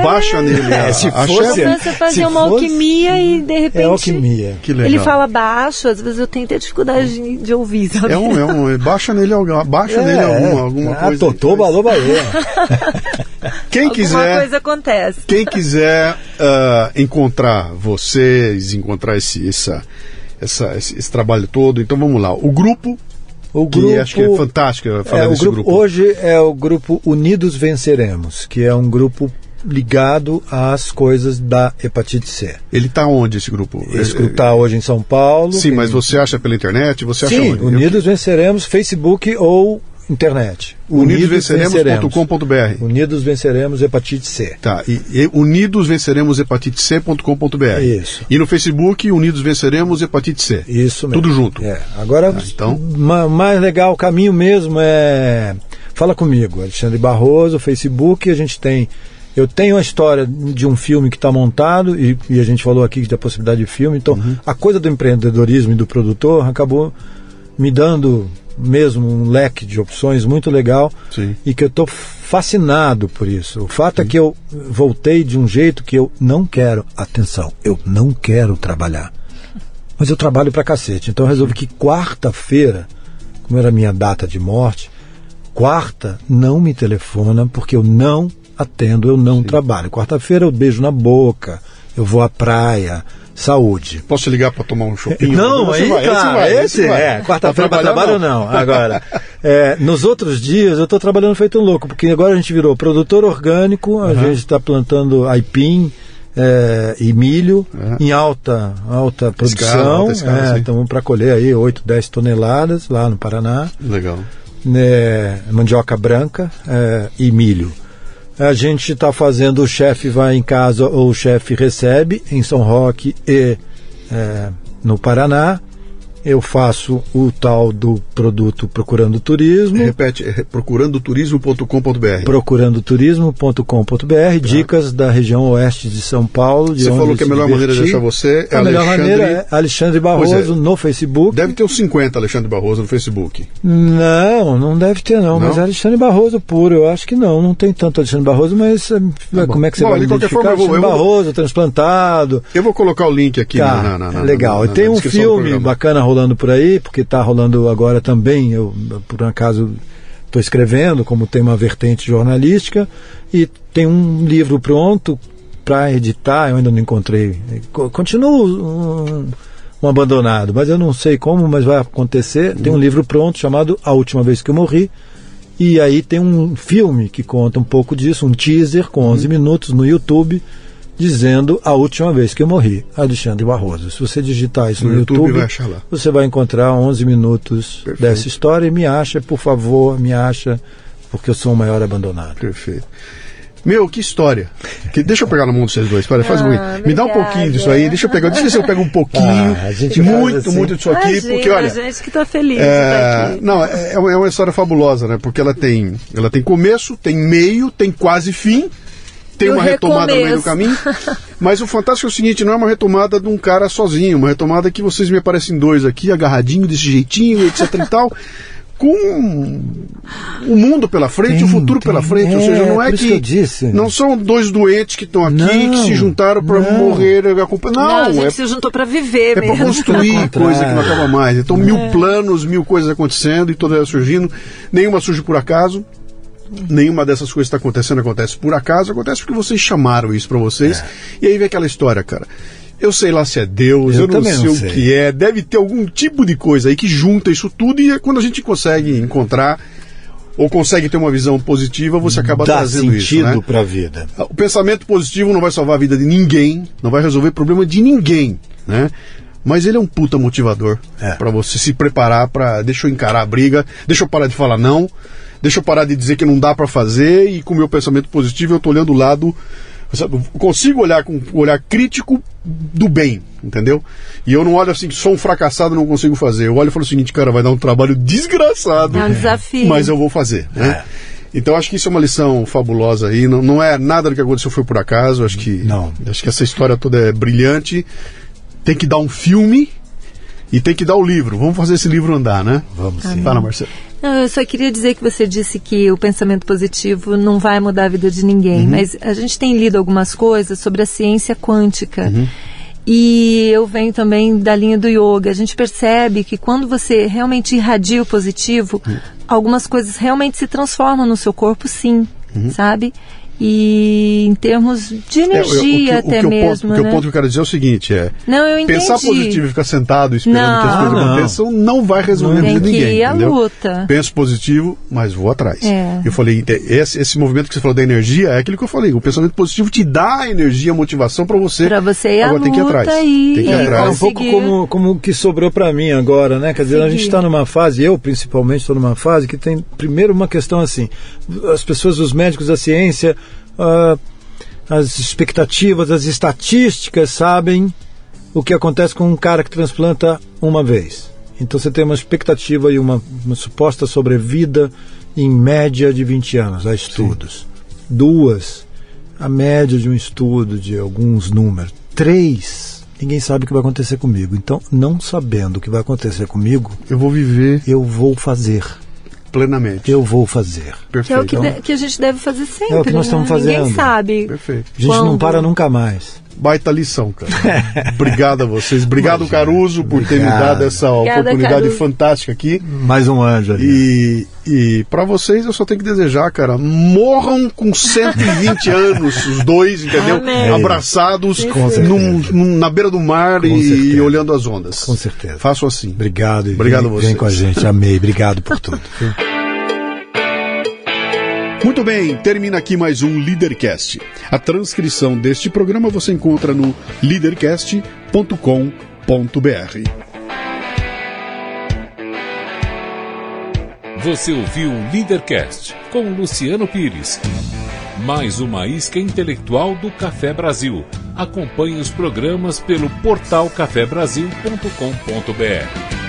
Se fosse, começa a fazer uma alquimia e de repente alquimia. Que legal. Ele fala baixo, às vezes eu tenho até dificuldade de ouvir, sabe? Baixa nele alguma coisa. Totô, balô, Bahia. Quem quiser, alguma coisa acontece. Quem quiser encontrar vocês, encontrar esse trabalho todo, então vamos lá. O grupo que acho que é fantástico falar desse grupo. Hoje é o grupo Unidos Venceremos, que é um grupo ligado às coisas da hepatite C. Ele está onde, esse grupo? Esse grupo está hoje em São Paulo. Sim, mas você acha pela internet? Você acha onde? Unidos Venceremos, Facebook ou internet. Unidosvenceremos.com.br. Unidos Venceremos Hepatite C. Tá, e unidosvenceremosHepatiteC.com.br. Isso. E no Facebook, Unidos Venceremos Hepatite C. Isso mesmo. Tudo junto. Agora, então, mais legal, o caminho mesmo é... Fala comigo, Alexandre Barroso, Facebook, eu tenho a história de um filme que está montado, e a gente falou aqui da possibilidade de filme, então a coisa do empreendedorismo e do produtor acabou me dando mesmo um leque de opções muito legal. Sim. E que eu estou fascinado por isso. O fato é que eu voltei de um jeito que eu não quero, atenção, eu não quero trabalhar, mas eu trabalho pra cacete. Então eu resolvi que quarta-feira, como era a minha data de morte, quarta não me telefona, porque eu não atendo, eu não trabalho. Quarta-feira eu beijo na boca, eu vou à praia. Saúde. Posso ligar para tomar um chopinho? Não, aí esse vai. Quarta-feira para trabalho não. Agora, nos outros dias eu estou trabalhando feito um louco, porque agora a gente virou produtor orgânico, a gente está plantando aipim e milho em alta produção. Estamos para colher aí 8, 10 toneladas lá no Paraná. Legal. Mandioca branca e milho. A gente está fazendo o chefe vai em casa ou o chefe recebe em São Roque e no Paraná. eu faço o tal do produto Procurando Turismo. Repete, procurandoturismo.com.br. Procurandoturismo.com.br, dicas da região oeste de São Paulo. Você falou que a melhor maneira de achar você é a melhor maneira é Alexandre Barroso no Facebook. Deve ter uns 50 Alexandre Barroso no Facebook. Não deve ter não, mas é Alexandre Barroso puro, eu acho que não tem tanto Alexandre Barroso, mas como é que você vai identificar Alexandre Barroso, transplantado? Eu vou colocar o link aqui legal. E tem um filme bacana rolando por aí, porque está rolando agora também, eu por um acaso estou escrevendo, como tem uma vertente jornalística, e tem um livro pronto para editar, eu ainda não encontrei, continuo um abandonado, mas eu não sei como, mas vai acontecer. Tem um livro pronto chamado A Última Vez que Eu Morri, e aí tem um filme que conta um pouco disso, um teaser com 11 minutos no YouTube, dizendo A Última Vez que Eu Morri, Alexandre Barroso. Se você digitar isso no YouTube vai achar lá. Você vai encontrar 11 minutos dessa história, e me acha, por favor, porque eu sou o maior abandonado. Perfeito. Meu, que história. Deixa eu pegar na mão de vocês dois. Faz um pouquinho. Me dá um pouquinho disso aí. Deixa eu se eu pego um pouquinho. Muito disso aqui. Porque, olha, a gente que tá feliz de estar aqui. Não, é uma história fabulosa, né? Porque ela tem começo, tem meio, tem quase fim, tem uma retomada no meio do caminho. Mas o fantástico é o seguinte, não é uma retomada de um cara sozinho, uma retomada que vocês me aparecem dois aqui, agarradinho desse jeitinho, etc e tal, com o mundo pela frente, o futuro pela frente, ou seja, não é que não são dois doentes que estão aqui, que se juntaram para morrer, a gente se juntou para viver mesmo. É para construir coisa que não acaba mais. Então 1000 planos, 1000 coisas acontecendo e todas elas surgindo, nenhuma surge por acaso. Nenhuma dessas coisas que está acontecendo acontece por acaso, acontece porque vocês chamaram isso para vocês. E aí vem aquela história, cara. Eu sei lá se é Deus, eu não sei o que é, deve ter algum tipo de coisa aí que junta isso tudo, e quando a gente consegue encontrar ou consegue ter uma visão positiva, você acaba trazendo isso, né? Dá sentido para a vida. O pensamento positivo não vai salvar a vida de ninguém, não vai resolver problema de ninguém, né? Mas ele é um puta motivador para você se preparar para, deixa eu encarar a briga, deixa eu parar de falar não, deixa eu parar de dizer que não dá para fazer, e com o meu pensamento positivo eu tô olhando o lado, sabe, eu consigo olhar com um olhar crítico do bem, entendeu? E eu não olho assim, sou um fracassado, não consigo fazer. Eu olho e falo o seguinte, cara, vai dar um trabalho desgraçado, é um desafio, mas eu vou fazer, né? Então acho que isso é uma lição fabulosa aí, não é nada do que aconteceu foi por acaso, acho que essa história toda é brilhante. Tem que dar um filme e tem que dar o livro. Vamos fazer esse livro andar, né? Vamos sim. Fala, Marcelo. Não, eu só queria dizer que você disse que o pensamento positivo não vai mudar a vida de ninguém, mas a gente tem lido algumas coisas sobre a ciência quântica. E eu venho também da linha do yoga. A gente percebe que quando você realmente irradia o positivo, algumas coisas realmente se transformam no seu corpo, sim, sabe? E em termos de energia mesmo. O ponto que eu quero dizer é o seguinte, pensar positivo e ficar sentado esperando que as coisas aconteçam não vai resolver a vida de ninguém. Tem que ir à luta. Penso positivo, mas vou atrás. Eu falei, esse movimento que você falou da energia é aquilo que eu falei, o pensamento positivo te dá a energia, a motivação para você ir à luta, tem que ir atrás. Tem que ir atrás. É um pouco como que sobrou para mim agora, né? Quer dizer, a gente está numa fase, eu principalmente estou numa fase que tem, primeiro, uma questão assim, as pessoas, os médicos da ciência, as expectativas, as estatísticas sabem o que acontece com um cara que transplanta uma vez. Então você tem uma expectativa e uma suposta sobrevida em média de 20 anos, há estudos. 2, a média de um estudo de alguns números. 3, ninguém sabe o que vai acontecer comigo. Então, não sabendo o que vai acontecer comigo, eu vou viver, eu vou fazer. Plenamente. Eu vou fazer. Perfeito. Que é o que a gente deve fazer sempre. É o que nós estamos fazendo. Ninguém sabe. Perfeito. A gente não para nunca mais. Baita lição, cara. Obrigado a vocês. Obrigado, Caruso, por ter me dado essa oportunidade fantástica aqui. Mais um anjo ali. E para vocês eu só tenho que desejar, cara, morram com 120 anos, os dois, entendeu? Amém. Abraçados na beira do mar e olhando as ondas. Com certeza. Faço assim. Obrigado. Obrigado a vocês. Vem com a gente. Amei. Obrigado por tudo. Muito bem, termina aqui mais um Leadercast. A transcrição deste programa você encontra no leadercast.com.br. Você ouviu o Leadercast com Luciano Pires. Mais uma isca intelectual do Café Brasil. Acompanhe os programas pelo portal cafebrasil.com.br.